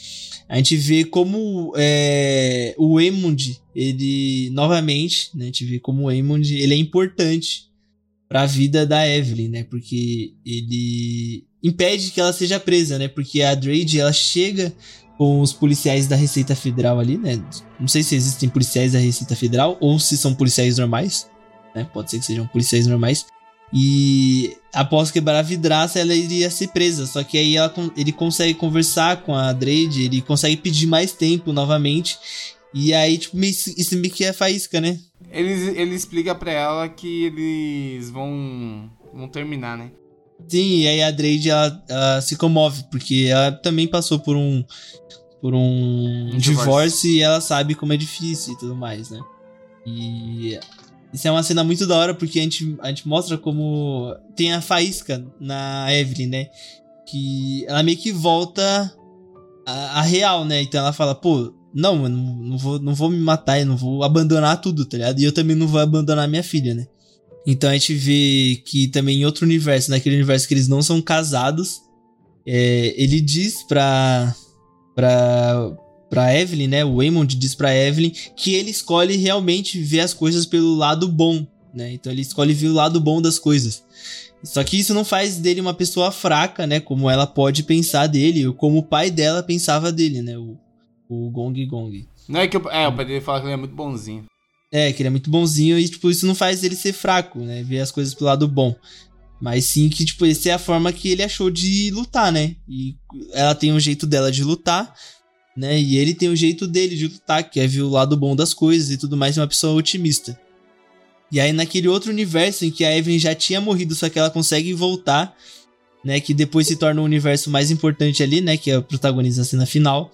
a gente vê como é, o Waymond, ele, novamente, né, a gente vê como o Waymond, ele é importante para a vida da Evelyn, né, porque ele impede que ela seja presa, né, porque a Drade, ela chega com os policiais da Receita Federal ali, né, não sei se existem policiais da Receita Federal ou se são policiais normais, né, pode ser que sejam policiais normais, e após quebrar a vidraça ela iria ser presa, só que aí ela, ele consegue conversar com a Drade, ele consegue pedir mais tempo novamente, e aí tipo, isso meio que é faísca, né? Ele, ele explica pra ela que eles vão, vão terminar, né? Sim, e aí a Drade ela, ela se comove, porque ela também passou por um por um, um divórcio. divórcio e ela sabe como é difícil e tudo mais, né? E isso é uma cena muito da hora, porque a gente, a gente mostra como tem a faísca na Evelyn, né? Que ela meio que volta a, a real, né? Então ela fala, pô, não, eu não, não, vou, não vou me matar, eu não vou abandonar tudo, tá ligado? E eu também não vou abandonar minha filha, né? Então a gente vê que também em outro universo, naquele universo que eles não são casados, é, ele diz pra... pra pra Evelyn, né, o Waymond diz pra Evelyn que ele escolhe realmente ver as coisas pelo lado bom, né, então ele escolhe ver o lado bom das coisas. Só que isso não faz dele uma pessoa fraca, né, como ela pode pensar dele, ou como o pai dela pensava dele, né, o, o Gong Gong. Não é que o, é, o pai dele fala que ele é muito bonzinho. É, que ele é muito bonzinho e, tipo, isso não faz ele ser fraco, né, ver as coisas pelo lado bom. Mas sim que, tipo, essa é a forma que ele achou de lutar, né, e ela tem um jeito dela de lutar, né? E ele tem o jeito dele de lutar, que é ver o lado bom das coisas e tudo mais, é uma pessoa otimista. E aí naquele outro universo em que a Evelyn já tinha morrido, só que ela consegue voltar, né? Que depois se torna o universo mais importante ali, né? Que é o protagonista da cena final.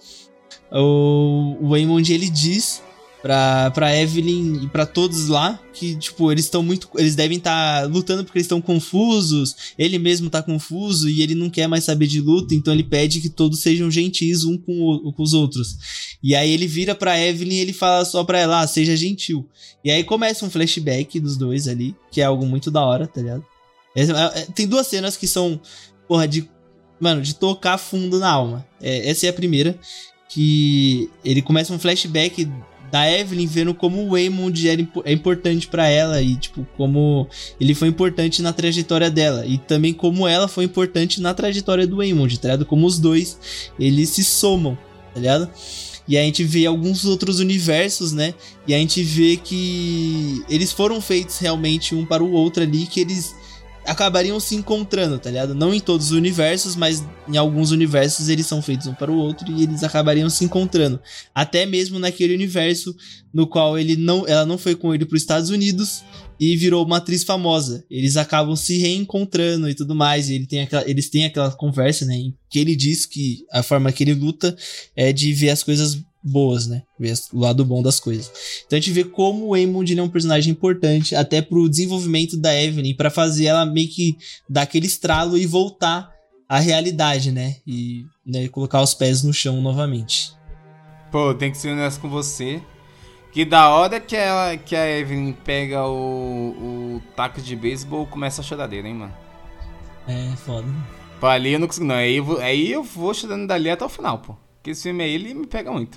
O, o Waymond, ele diz pra, pra Evelyn e pra todos lá que, tipo, eles estão muito... Eles devem estar tá lutando porque eles estão confusos, ele mesmo tá confuso e ele não quer mais saber de luta, então ele pede que todos sejam gentis um com, o, com os outros. E aí ele vira pra Evelyn e ele fala só pra ela, ah, seja gentil. E aí começa um flashback dos dois ali, que é algo muito da hora, tá ligado? É, é, tem duas cenas que são, porra, de... Mano, de tocar fundo na alma. É, essa é a primeira, que ele começa um flashback da Evelyn vendo como o Waymond era, é importante pra ela e, tipo, como ele foi importante na trajetória dela e também como ela foi importante na trajetória do Waymond, tá ligado? Como os dois, eles se somam, tá ligado? E a gente vê alguns outros universos, né? E a gente vê que eles foram feitos realmente um para o outro ali, que eles acabariam se encontrando, tá ligado? Não em todos os universos, mas em alguns universos eles são feitos um para o outro e eles acabariam se encontrando. Até mesmo naquele universo no qual ele não, ela não foi com ele para os Estados Unidos e virou uma atriz famosa. Eles acabam se reencontrando e tudo mais. E ele tem aquela, eles têm aquela conversa, né? Em que ele diz que a forma que ele luta é de ver as coisas boas, né? Ver o lado bom das coisas. Então a gente vê como o Waymond é um personagem importante até pro desenvolvimento da Evelyn, pra fazer ela meio que dar aquele estralo e voltar à realidade, né? E né, colocar os pés no chão novamente. Pô, tem que ser honesto com você. Que da hora que, ela, que a Evelyn pega o, o taco de beisebol, começa a choradeira, hein, mano? É, foda. Pô, ali eu não consigo, não. Aí eu vou, aí eu vou chorando dali até o final, pô. Porque esse filme aí, ele me pega muito.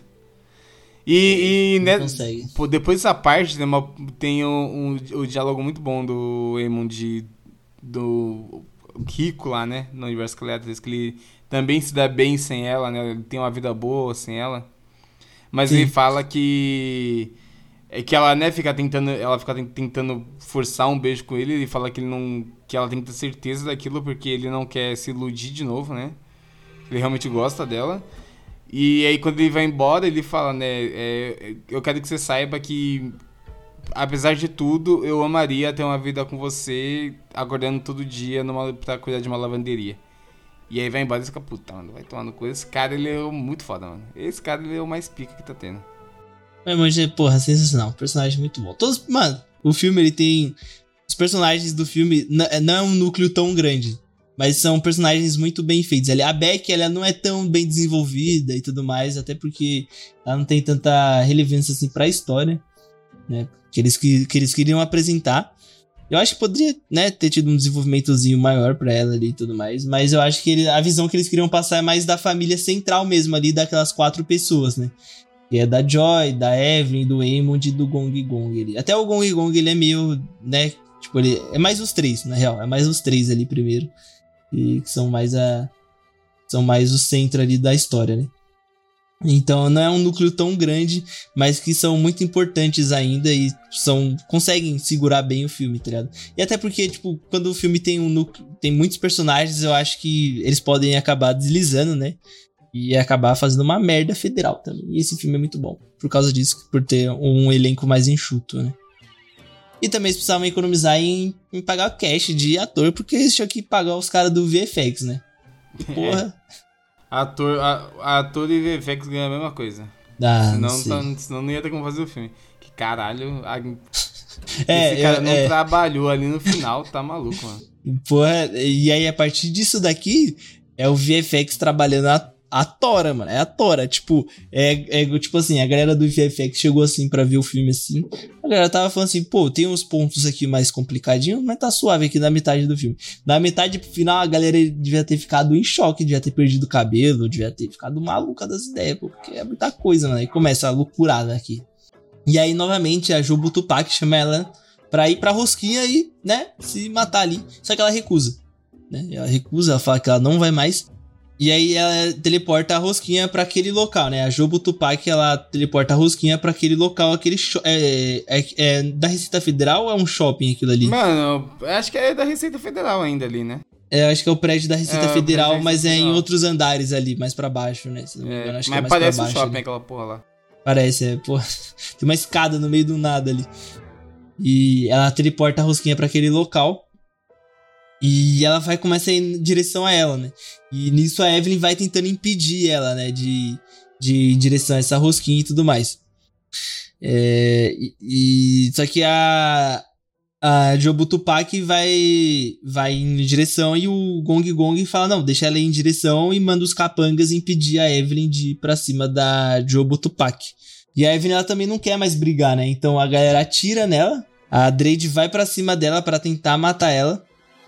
E, e né, pô, depois dessa parte, né, tem o, um, o diálogo muito bom do Waymond, do Rico lá, né, no universo que ele é, que ele também se dá bem sem ela, né, ele tem uma vida boa sem ela, mas Sim. ele fala que é que ela, né, fica tentando, ela fica tentando forçar um beijo com ele, ele fala que ele não, que ela tem que ter certeza daquilo porque ele não quer se iludir de novo, né, ele realmente gosta dela. E aí quando ele vai embora, ele fala, né, é, eu quero que você saiba que, apesar de tudo, eu amaria ter uma vida com você, acordando todo dia numa, pra cuidar de uma lavanderia. E aí vai embora e fica, puta, mano, vai tomando coisa. Esse cara, ele é muito foda, mano. Esse cara, ele é o mais pica que tá tendo. É, mas, porra, sensacional. Personagem muito bom. Todos, mano, o filme, ele tem... Os personagens do filme não é um núcleo tão grande, mas são personagens muito bem feitos. A Beck, ela não é tão bem desenvolvida e tudo mais, até porque ela não tem tanta relevância assim pra história, né? Que eles, que, que eles queriam apresentar. Eu acho que poderia, né, ter tido um desenvolvimentozinho maior pra ela ali e tudo mais, mas eu acho que ele, a visão que eles queriam passar é mais da família central mesmo ali, daquelas quatro pessoas, né? Que é da Joy, da Evelyn, do Eamon e do Gong Gong ali. Até o Gong Gong, ele é meio, né, tipo, ele é mais os três, na real, é mais os três ali primeiro, e que são mais a, são mais o centro ali da história, né? Então não é um núcleo tão grande, mas que são muito importantes ainda e são, conseguem segurar bem o filme, tá ligado? E até porque, tipo, quando o filme tem um núcleo, tem muitos personagens, eu acho que eles podem acabar deslizando, né? E acabar fazendo uma merda federal também. E esse filme é muito bom, por causa disso, por ter um elenco mais enxuto, né? E também eles precisavam economizar em, em pagar o cash de ator, porque eles tinham que pagar os caras do V F X, né? Porra... Ator, a, ator e V F X ganham a mesma coisa. Ah, senão, não tá, senão não ia ter como fazer o filme. Que caralho, a, é, esse cara eu, não é. trabalhou ali no final, tá maluco, mano. Porra, e aí a partir disso daqui, é o V F X trabalhando a, a tora, mano. É a tora, tipo, é, é tipo assim, a galera do V F X chegou assim pra ver o filme assim. A galera tava falando assim, pô, tem uns pontos aqui mais complicadinhos, mas tá suave aqui na metade do filme. Na metade pro final, a galera devia ter ficado em choque, devia ter perdido o cabelo, devia ter ficado maluca das ideias, pô, porque é muita coisa, mano. Aí começa a loucurada aqui. E aí, novamente, a Jobu Tupac chama ela pra ir pra rosquinha e, né, se matar ali. Só que ela recusa, né? Ela recusa, ela fala que ela não vai mais. E aí ela teleporta a rosquinha pra aquele local, né? A Jobu Tupac, ela teleporta a rosquinha pra aquele local, aquele... Sho- é, é, é da Receita Federal ou é um shopping aquilo ali? Mano, acho que é da Receita Federal ainda ali, né? É, acho que é o prédio da Receita É, Federal, prédio da mas Receita é em Federal. outros andares ali, mais pra baixo, né? Se não me É, engano, acho que mas é mais parece pra um baixo shopping ali. aquela porra lá. Parece, é, pô. Tem uma escada no meio do nada ali. E ela teleporta a rosquinha pra aquele local. E ela vai começar a ir em direção a ela, né? E nisso a Evelyn vai tentando impedir ela, né? De, de ir em direção a essa rosquinha e tudo mais. É, e, e só que a a Jobu Tupac vai vai em direção e o Gong Gong fala, não, deixa ela ir em direção e manda os capangas impedir a Evelyn de ir pra cima da Jobu Tupac. E a Evelyn, ela também não quer mais brigar, né? Então a galera atira nela, a Drade vai pra cima dela pra tentar matar ela.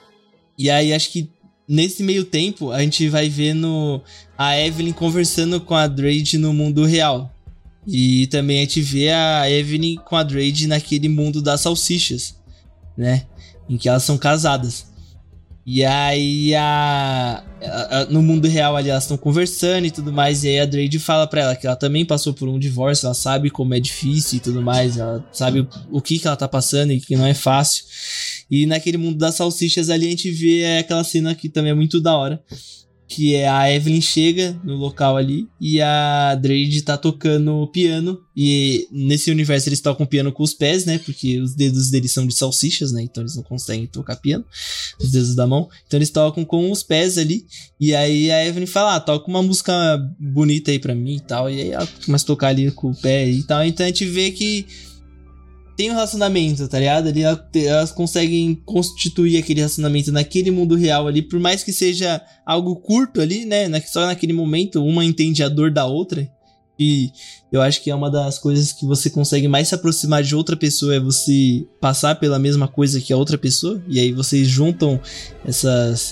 E aí acho que nesse meio tempo a gente vai vendo a Evelyn conversando com a Drade no mundo real. E também a gente vê a Evelyn com a Drade naquele mundo das salsichas, né? Em que elas são casadas. E aí a, a, a no mundo real ali elas estão conversando e tudo mais. E aí a Drade fala pra ela que ela também passou por um divórcio. Ela sabe como é difícil e tudo mais. Ela sabe o, o que que ela tá passando e que não é fácil. E naquele mundo das salsichas ali a gente vê aquela cena que também é muito da hora. Que é a Evelyn chega no local ali e a Drade tá tocando piano. E nesse universo eles tocam piano com os pés, né? Porque os dedos deles são de salsichas, né? Então eles não conseguem tocar piano, os dedos da mão. Então eles tocam com os pés ali. E aí a Evelyn fala, ah, toca uma música bonita aí pra mim e tal. E aí ela começa a tocar ali com o pé e tal. Então a gente vê que tem um relacionamento, tá ligado? Ali elas conseguem constituir aquele relacionamento naquele mundo real ali, por mais que seja algo curto ali, né? Só naquele momento, uma entende a dor da outra. E eu acho que é uma das coisas que você consegue mais se aproximar de outra pessoa, é você passar pela mesma coisa que a outra pessoa. E aí vocês juntam essas,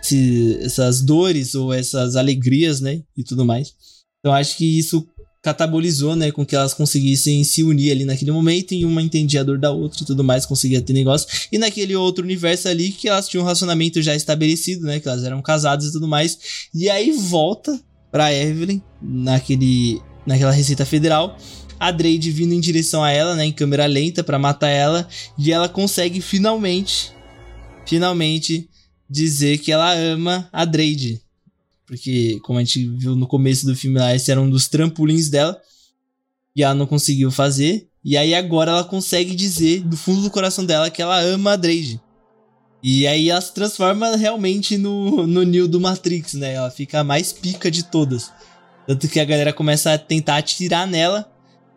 essas dores ou essas alegrias, né? E tudo mais. Então acho que isso catabolizou, né, com que elas conseguissem se unir ali naquele momento e uma entendia a dor da outra e tudo mais, conseguia ter negócio. E naquele outro universo ali que elas tinham um relacionamento já estabelecido, né, que elas eram casadas e tudo mais. E aí volta pra Evelyn naquele, naquela Receita Federal, a Drade vindo em direção a ela, né, em câmera lenta pra matar ela, e ela consegue finalmente, finalmente dizer que ela ama a Drade. Porque, como a gente viu no começo do filme lá, esse era um dos trampolins dela. E ela não conseguiu fazer. E aí agora ela consegue dizer, do fundo do coração dela, que ela ama a Drade. E aí ela se transforma realmente no, no Neo do Matrix, né? Ela fica a mais pica de todas. Tanto que a galera começa a tentar atirar nela.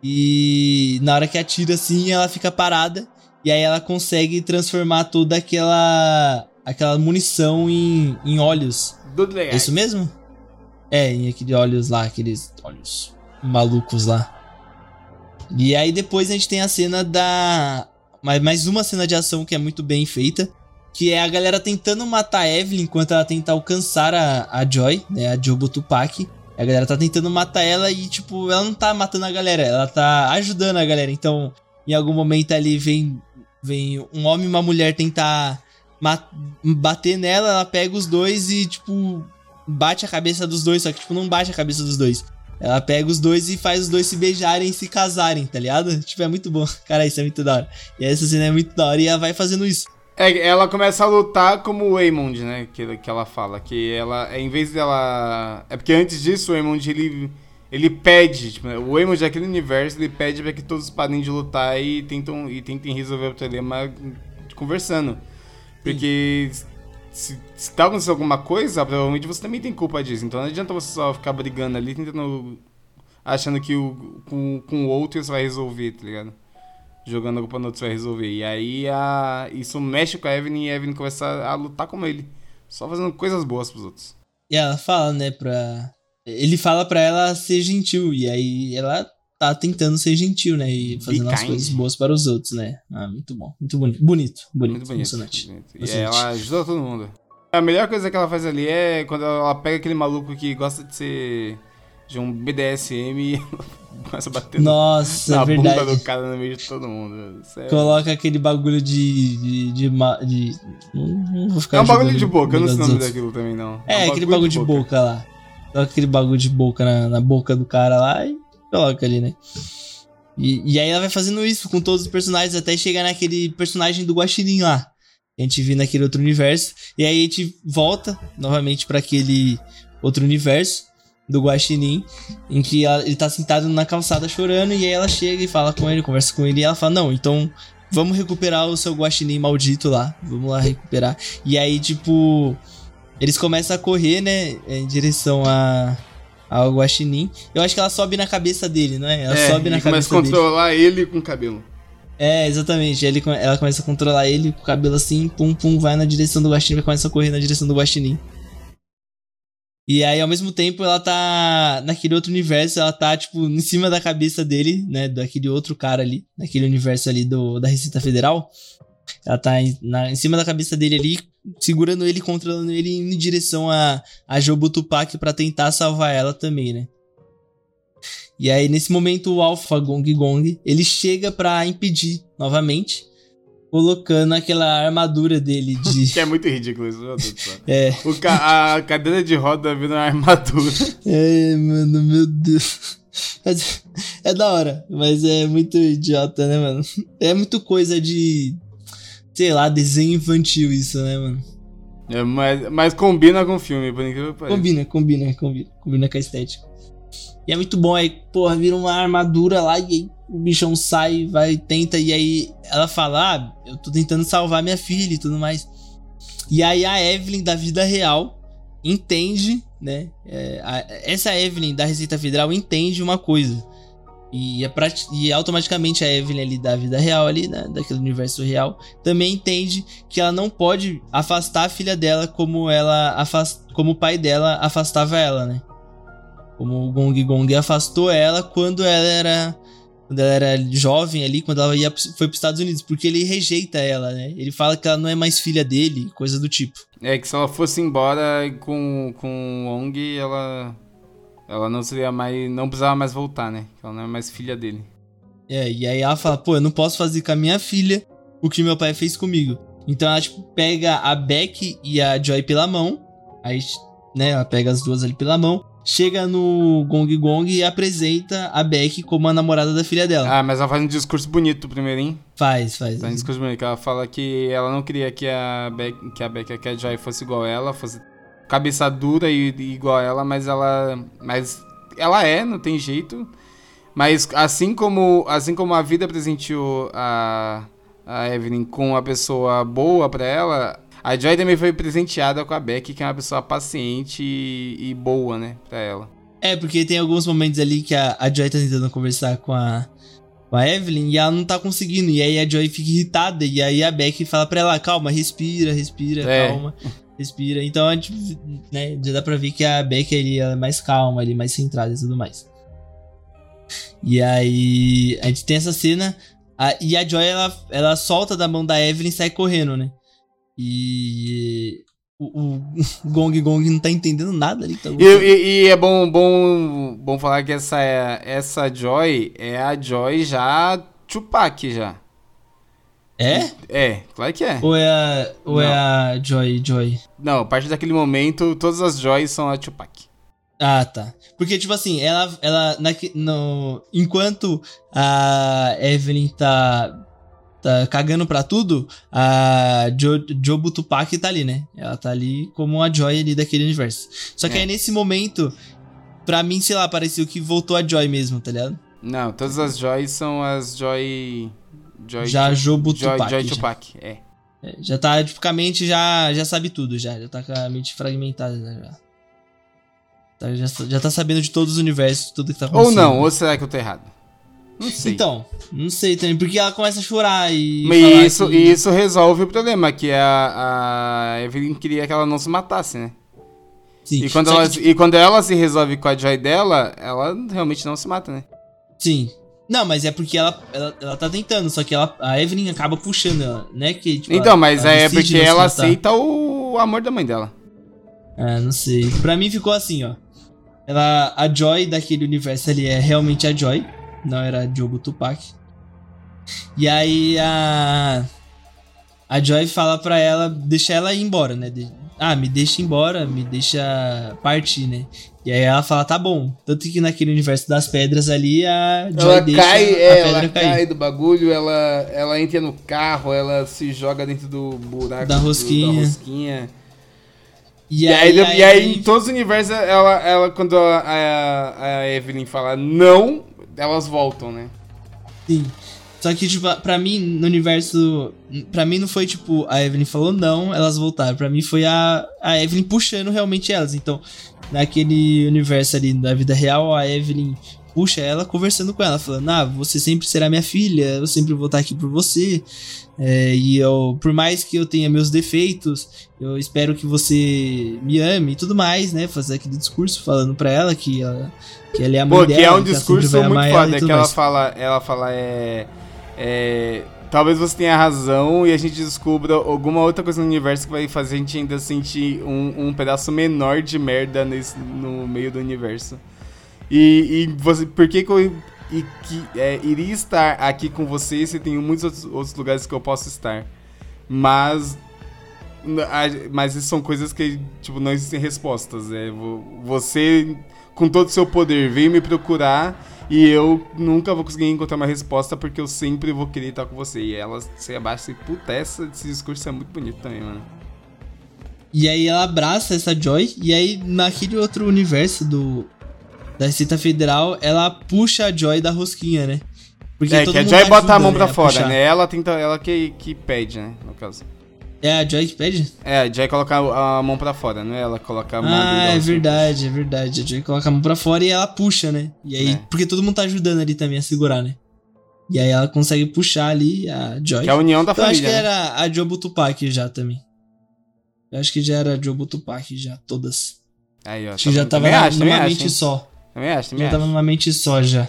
E na hora que atira assim, ela fica parada. E aí ela consegue transformar toda aquela, aquela munição em, em olhos. É isso mesmo? É, em aqueles olhos lá, aqueles olhos malucos lá. E aí depois a gente tem a cena da mais uma cena de ação que é muito bem feita, que é a galera tentando matar a Evelyn enquanto ela tenta alcançar a, a Joy, né, a Jobu Tupac. A galera tá tentando matar ela e, tipo, ela não tá matando a galera, ela tá ajudando a galera. Então, em algum momento ali vem, vem um homem e uma mulher tentar mat- bater nela, ela pega os dois e, tipo, bate a cabeça dos dois, só que, tipo, não bate a cabeça dos dois. Ela pega os dois e faz os dois se beijarem e se casarem, tá ligado? Tipo, é muito bom. Cara, isso é muito da hora. E essa cena é muito da hora e ela vai fazendo isso. É, ela começa a lutar como o Waymond, né? Que, que ela fala. Que ela, em vez dela... É porque antes disso, o Waymond, ele, ele pede... Tipo, o Waymond daquele universo, ele pede pra que todos parem de lutar e, tentam, e tentem resolver o problema conversando. Porque se, se tá acontecendo alguma coisa, provavelmente você também tem culpa disso. Então não adianta você só ficar brigando ali, tentando... Achando que o, com, com o outro você vai resolver, tá ligado? Jogando a culpa no outro você vai resolver. E aí a, isso mexe com a Evelyn e a Evelyn começa a, a lutar como ele. Só fazendo coisas boas pros outros. E ela fala, né, pra... Ele fala pra ela ser gentil. E aí ela tá tentando ser gentil, né? E fazendo as coisas boas para os outros, né? Ah, muito bom. Muito bonito. Bonito. Bonito. Muito bonito. Emocionante. bonito. E aí ela ajuda todo mundo. A melhor coisa que ela faz ali é quando ela pega aquele maluco que gosta de ser... de um B D S M e começa a bater Nossa, na é verdade. bunda do cara no meio de todo mundo. Sério. Coloca aquele bagulho de... de, de, de... Não, não vou ficar é um bagulho de boca, eu não sei o nome daquilo também, não. É, é um aquele bagulho de boca. de boca lá. Coloca aquele bagulho de boca na, na boca do cara lá e coloca ali, né? E, e aí ela vai fazendo isso com todos os personagens até chegar naquele personagem do Guaxinim lá. A gente viu naquele outro universo. E aí a gente volta novamente pra aquele outro universo do Guaxinim, em que ela, ele tá sentado na calçada chorando, e aí ela chega e fala com ele, conversa com ele, e ela fala, não, então vamos recuperar o seu Guaxinim maldito lá, vamos lá recuperar. E aí, tipo, eles começam a correr, né, em direção a, ao Guaxinim. Eu acho que ela sobe na cabeça dele, não é? Ela é, sobe na cabeça dele. Começa a controlar ele com o cabelo. É, exatamente, ele, ela começa a controlar ele com o cabelo assim, pum, pum, vai na direção do Guaxinim, e começa a correr na direção do Guaxinim. E aí, ao mesmo tempo, ela tá naquele outro universo, ela tá, tipo, em cima da cabeça dele, né, daquele outro cara ali, naquele universo ali do, da Receita Federal. Ela tá em, na, em cima da cabeça dele ali, segurando ele, controlando ele, indo em direção a, a Jobu Tupac pra tentar salvar ela também, né. E aí, nesse momento, o Alpha Gong Gong, ele chega pra impedir, novamente, colocando aquela armadura dele de... que é muito ridículo isso, meu Deus do céu. É. O ca... A cadeira de roda vira uma armadura. É, mano, meu Deus. É da hora, mas é muito idiota, né, mano? É muito coisa de... sei lá, desenho infantil isso, né, mano? É, mas, mas combina com o filme, por incrível que pareça. Combina, combina, combina. Combina com a estética. E é muito bom, aí, porra, vira uma armadura lá e aí o bichão sai, vai, tenta, e aí ela fala, ah, eu tô tentando salvar minha filha e tudo mais. E aí a Evelyn da vida real entende, né, é, a, essa Evelyn da Receita Federal entende uma coisa. E, é e automaticamente a Evelyn ali da vida real, ali, né, daquele universo real, também entende que ela não pode afastar a filha dela como, ela afast, como o pai dela afastava ela, né. Como o Gong Gong afastou ela quando ela era... quando ela era jovem ali, quando ela ia, foi pros Estados Unidos, porque ele rejeita ela, né? Ele fala que ela não é mais filha dele, coisa do tipo. É, que se ela fosse embora com, com o Ong, ela, ela não seria mais, não precisava mais voltar, né? Ela não é mais filha dele. É, e aí ela fala, pô, eu não posso fazer com a minha filha o que meu pai fez comigo. Então ela, tipo, pega a Beck e a Joy pela mão, aí, né, ela pega as duas ali pela mão, chega no Gong Gong e apresenta a Beck como a namorada da filha dela. Ah, mas ela faz um discurso bonito primeiro, hein? Faz, faz. Faz um discurso bonito, que ela fala que ela não queria que a Beck, que a Beck, que a Joy fosse igual a ela, fosse cabeça dura e, e igual a ela, mas ela, mas ela é, não tem jeito. Mas assim como, assim como a vida presenteou a, a Evelyn com uma pessoa boa pra ela, a Joy também foi presenteada com a Beck, que é uma pessoa paciente e, e boa, né, pra ela. É, porque tem alguns momentos ali que a, a Joy tá tentando conversar com a, com a Evelyn e ela não tá conseguindo. E aí a Joy fica irritada e aí a Beck fala pra ela, calma, respira, respira, é. calma, respira. Então a gente, né, já dá pra ver que a Beck ali, ela é mais calma, ali, mais centrada e tudo mais. E aí a gente tem essa cena, A, e a Joy, ela, ela solta da mão da Evelyn e sai correndo, né? E... O, o Gong Gong não tá entendendo nada ali. Tá e, e, e é bom, bom, bom falar que essa, essa Joy é a Joy já Tupac já. É? É, claro que é. Ou é a, ou é a Joy Joy? Não, a partir daquele momento, todas as Joys são a Tupac. Ah, tá. Porque, tipo assim, ela... ela na, no, enquanto a Evelyn tá... tá cagando pra tudo, a jo, Jobu Tupac tá ali, né? Ela tá ali como a Joy ali daquele universo. Só que é. aí nesse momento, pra mim, sei lá, pareceu que voltou a Joy mesmo, tá ligado? Não, todas as Joys são as Joy... Joy já Jobu Joy, Tupac. Joy já. Tupac, é. é. Já tá, tipo, com a mente já, já sabe tudo, já. Já tá com a mente fragmentada, já. Tá, já, já tá sabendo de todos os universos, tudo que tá acontecendo. Ou não, ou será que eu tô errado? Não sei. Então, não sei também, porque ela começa a chorar e... Mas isso, que... isso resolve o problema, que a, a Evelyn queria que ela não se matasse, né? Sim. E quando, ela, que, tipo... e quando ela se resolve com a Joy dela, ela realmente não se mata, né? Sim. Não, mas é porque ela, ela, ela tá tentando, só que ela, a Evelyn acaba puxando ela, né? Que, tipo, então, mas ela é porque ela aceita o amor da mãe dela. Ah, não sei. Pra mim ficou assim, ó. Ela, a Joy daquele universo ali é realmente a Joy. Não era a Jobu Tupac. E aí a... A Joy fala pra ela, deixa ela ir embora, né? De, ah, me deixa ir embora, me deixa partir, né? E aí ela fala, tá bom. Tanto que naquele universo das pedras ali, a Joy ela deixa cai, a é, pedra ela cair. cai do bagulho, ela, ela entra no carro, ela se joga dentro do buraco da rosquinha. Do, da rosquinha. E, e, aí, aí, aí, e aí, em todos os universos, ela, ela quando a, a, a Evelyn fala não, elas voltam, né? Sim. Só que, tipo, pra mim, no universo... Pra mim não foi, tipo, a Evelyn falou não, elas voltaram. Pra mim foi a, a Evelyn puxando realmente elas. Então, naquele universo ali da vida real, a Evelyn puxa ela conversando com ela. Falando, ah, você sempre será minha filha, eu sempre vou estar aqui por você. É, e eu, por mais que eu tenha meus defeitos, eu espero que você me ame e tudo mais, né? Fazer aquele discurso falando pra ela que ela, que ela é a mãe Pô, dela. que é um que discurso muito foda, é que ela mais. fala, ela fala, é... É, talvez você tenha razão e a gente descubra alguma outra coisa no universo que vai fazer a gente ainda sentir um, um pedaço menor de merda nesse, no meio do universo. E, e você, por que, que eu e que, é, iria estar aqui com você se tem muitos outros, outros lugares que eu posso estar? Mas, mas isso são coisas que tipo, não existem respostas. É, você, com todo o seu poder, veio me procurar... E eu nunca vou conseguir encontrar uma resposta porque eu sempre vou querer estar com você. E ela se abaixa e puta, essa, esse discurso é muito bonito também, mano. E aí ela abraça essa Joy. E aí naquele outro universo do da Receita Federal, ela puxa a Joy da rosquinha, né? Porque é, todo que a Joy bota a mão pra fora, né? Ela tenta, ela que, que pede, né? No caso. É a Joy que pede? É, a Joy coloca a mão pra fora, não é ela colocar a mão Ah, é verdade, é verdade. A Joy coloca a mão pra fora e ela puxa, né? E aí, é. Porque todo mundo tá ajudando ali também a segurar, né? E aí ela consegue puxar ali a Joy. Que é a união da eu família. Eu acho que né? era a Jobu Tupac já também. Eu acho que já era a Jobu Tupac já, todas. Aí, ó. Acho que já tava na, acho, numa mente acho, só. Também acho, também já acho. tava numa mente só já.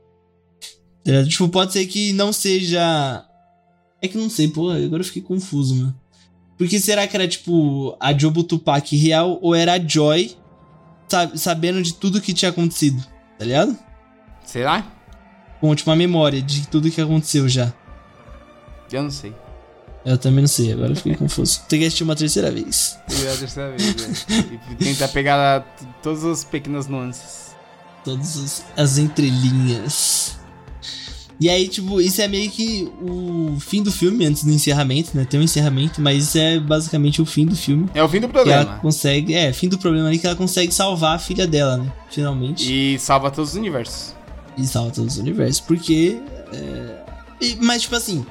Tipo, pode ser que não seja... É que não sei, pô, agora eu fiquei confuso, mano. Porque será que era, tipo, a Jobu Tupac real ou era a Joy sab- sabendo de tudo que tinha acontecido, tá ligado? Será? Com, tipo, uma memória de tudo que aconteceu já. Eu não sei. Eu também não sei, agora eu fiquei confuso. Tem que assistir uma terceira vez. Tem a terceira vez, né? E tentar pegar t- todas as pequenas nuances. Todas as entrelinhas. E aí, tipo, isso é meio que o fim do filme, antes do encerramento, né? Tem um encerramento, mas isso é basicamente o fim do filme. É o fim do problema. Que ela consegue, é, fim do problema ali que ela consegue salvar a filha dela, né? Finalmente. E salva todos os universos. E salva todos os universos, porque... É... E, mas, tipo assim...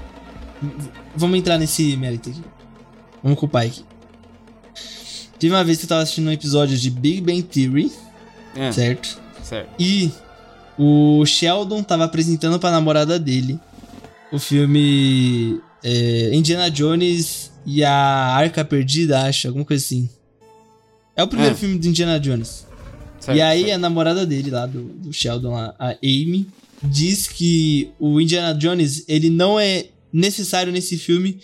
Vamos entrar nesse mérito aqui. Vamos com o pai aqui. Teve uma vez que eu tava assistindo um episódio de Big Bang Theory, é. certo? Certo. E... o Sheldon tava apresentando pra namorada dele o filme é, Indiana Jones e a Arca Perdida, acho, alguma coisa assim. É o primeiro é. filme do Indiana Jones. Certo, e aí certo. a namorada dele lá, do, do Sheldon, lá, a Amy, diz que o Indiana Jones, ele não é necessário nesse filme,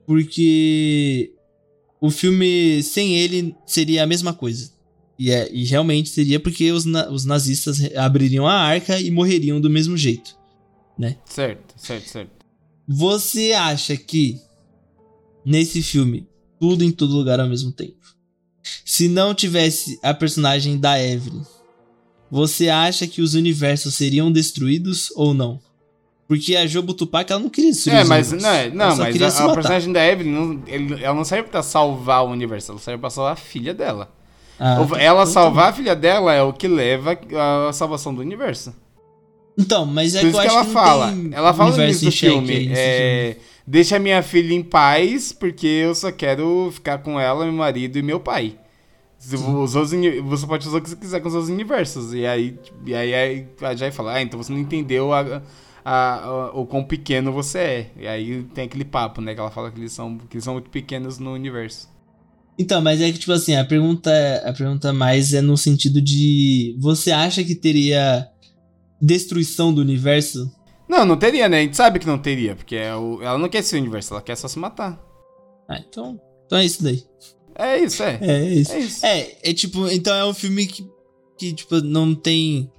porque o filme sem ele seria a mesma coisa. E, é, e realmente seria porque os, na, os nazistas abririam a arca e morreriam do mesmo jeito, né? Certo, certo, certo. Você acha que nesse filme, tudo em todo lugar ao mesmo tempo, se não tivesse a personagem da Evelyn, você acha que os universos seriam destruídos ou não? Porque a Jobu Tupac, ela não queria destruir É, os mas universos. não, não, Ela só mas queria a, se a matar. personagem da Evelyn, não, ele- ela não serve pra salvar o universo, ela serve pra salvar a filha dela. Ah, Ou- ela então salvar tá a filha dela é o que leva à salvação do universo. Então, mas é Por que isso eu que acho ela que não fala. tem Ela fala universo nisso em no xeque filme. aí nesse É, deixa minha filha em paz, porque eu só quero ficar com ela, meu marido e meu pai. Se os outros uni- você pode fazer o que você quiser com os outros universos. E aí, e aí, aí a Jai fala, ah, então você não entendeu a, a, a- o quão pequeno você é. E aí tem aquele papo, né? Que ela fala que eles são, que eles são muito pequenos no universo. Então, mas é que, tipo assim, a pergunta, a pergunta mais é no sentido de... Você acha que teria destruição do universo? Não, não teria, né? A gente sabe que não teria, porque é o- ela não quer ser o universo, ela quer só se matar. Ah, então... Então é isso daí. É isso, é. É, é isso. É isso. É, é tipo... Então é um filme que, que tipo, não tem...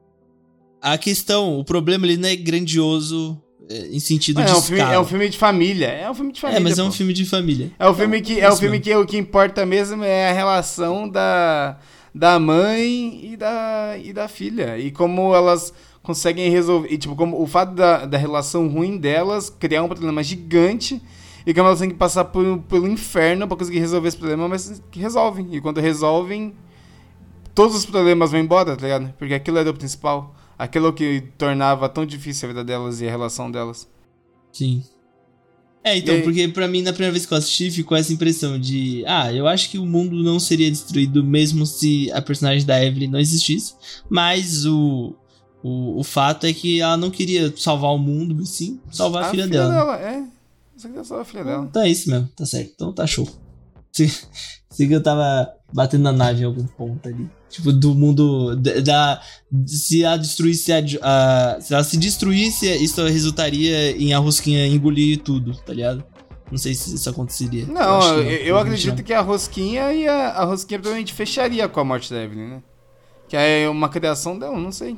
A questão, o problema ele não é grandioso é, em sentido Mas de é, um filme, escala. é um filme de família. É um filme de família. É, mas é um pô. filme de família. É o filme que, é o isso filme mesmo. que o que importa mesmo é a relação da, da mãe e da, e da filha. E como elas conseguem resolver. E, tipo, como o fato da, da relação ruim delas criar um problema gigante. E como elas têm que passar por, pelo inferno pra conseguir resolver esse problema, mas que resolvem. E quando resolvem, todos os problemas vão embora, tá ligado? Porque aquilo era o principal. Aquilo que tornava tão difícil a vida delas e a relação delas. Sim. É, então, E- porque pra mim, na primeira vez que eu assisti, ficou essa impressão de... Ah, eu acho que o mundo não seria destruído mesmo se a personagem da Evelyn não existisse. Mas o, o, o fato é que ela não queria salvar o mundo, e sim salvar a, filha, dela. É, só queria salvar a filha dela. Então é isso mesmo, tá certo. Então tá show. Se, se que eu tava batendo na nave em algum ponto ali. Tipo, do mundo... Da, da- se ela destruísse a, a... Se ela se destruísse, isso resultaria em a rosquinha engolir tudo, tá ligado? Não sei se isso aconteceria. Não, acho eu, que eu provavelmente acredito não. que a rosquinha e a, a rosquinha provavelmente fecharia com a morte da Evelyn, né? Que é uma criação dela, não sei.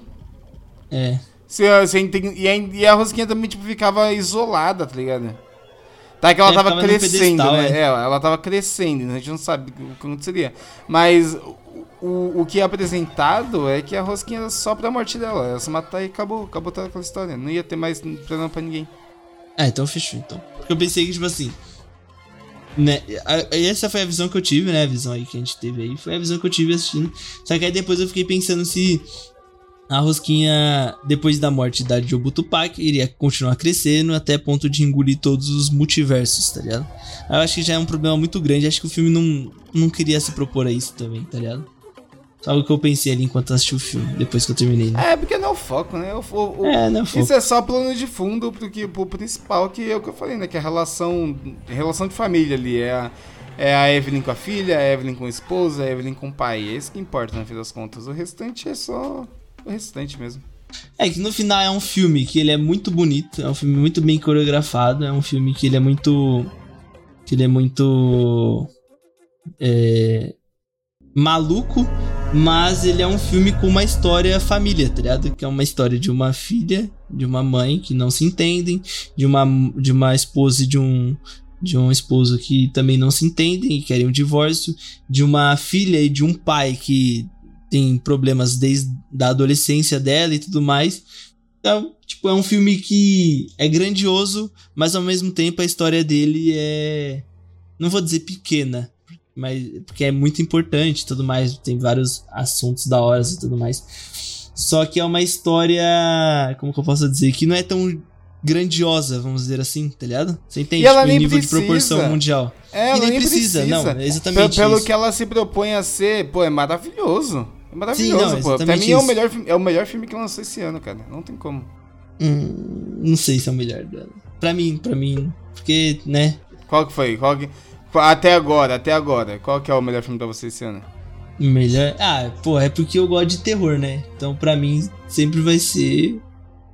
É. Se, a- se a gente tem- e, a, e a rosquinha também, tipo, ficava isolada, tá ligado? Tá que ela É, tava ficava no crescendo, pedestal, né? é. É, ela, ela tava crescendo, né? A gente não sabe o que aconteceria. Mas o, o, o que é apresentado é que a rosquinha era só pra morte dela. Ela se matar e acabou, acabou toda aquela história. Não ia ter mais problema pra ninguém. Ah, então fechou, então. Porque eu pensei que, tipo assim... Né, a- essa foi a visão que eu tive, né? A visão aí que a gente teve aí. Foi a visão que eu tive assistindo. Só que aí depois eu fiquei pensando se... A rosquinha, depois da morte da Jobu Tupac, iria continuar crescendo até ponto de engolir todos os multiversos, tá ligado? Eu acho que já é um problema muito grande. Acho que o filme não, não queria se propor a isso também, tá ligado? Só algo que eu pensei ali enquanto assisti o filme, depois que eu terminei, né? É, porque não é o foco, né? O, o, o- É, não é foco. Isso é só plano de fundo pro, que, pro principal, que é o que eu falei, né? Que é a relação, relação de família ali. É a, é a Evelyn com a filha, a Evelyn com a esposa, a Evelyn com o pai. É isso que importa, no fim das contas. O restante é só o restante mesmo. É que no final é um filme que ele é muito bonito, é um filme muito bem coreografado, é um filme que ele é muito... Que ele é muito... É... maluco, mas ele é um filme com uma história família, tá ligado? Que é uma história de uma filha, de uma mãe que não se entendem, de uma, de uma esposa e de um, de um esposo que também não se entendem e querem um divórcio, de uma filha e de um pai que tem problemas desde a adolescência dela e tudo mais. Então, tipo, é um filme que é grandioso, mas ao mesmo tempo a história dele é... Não vou dizer pequena, mas porque é muito importante e tudo mais, tem vários assuntos da hora e tudo mais. Só que é uma história, como que eu posso dizer, que não é tão grandiosa, vamos dizer assim, tá ligado? Você entende? E ela Tipo, em nem nível precisa. de proporção mundial. É, E ela nem nem precisa, precisa. não, é Pelo, exatamente pelo isso. que ela se propõe a ser, pô, é maravilhoso. É maravilhoso, Sim, não, pô. Pra exatamente mim é o, isso. melhor, fi- é o melhor filme que lançou esse ano, cara. Não tem como. Hum, não sei se é o melhor dela. Pra mim, pra mim, porque, né... Qual que foi? Qual que... Até agora, até agora. Qual que é o melhor filme pra você esse ano? Melhor. Ah, pô, é porque eu gosto de terror, né? Então, pra mim, sempre vai ser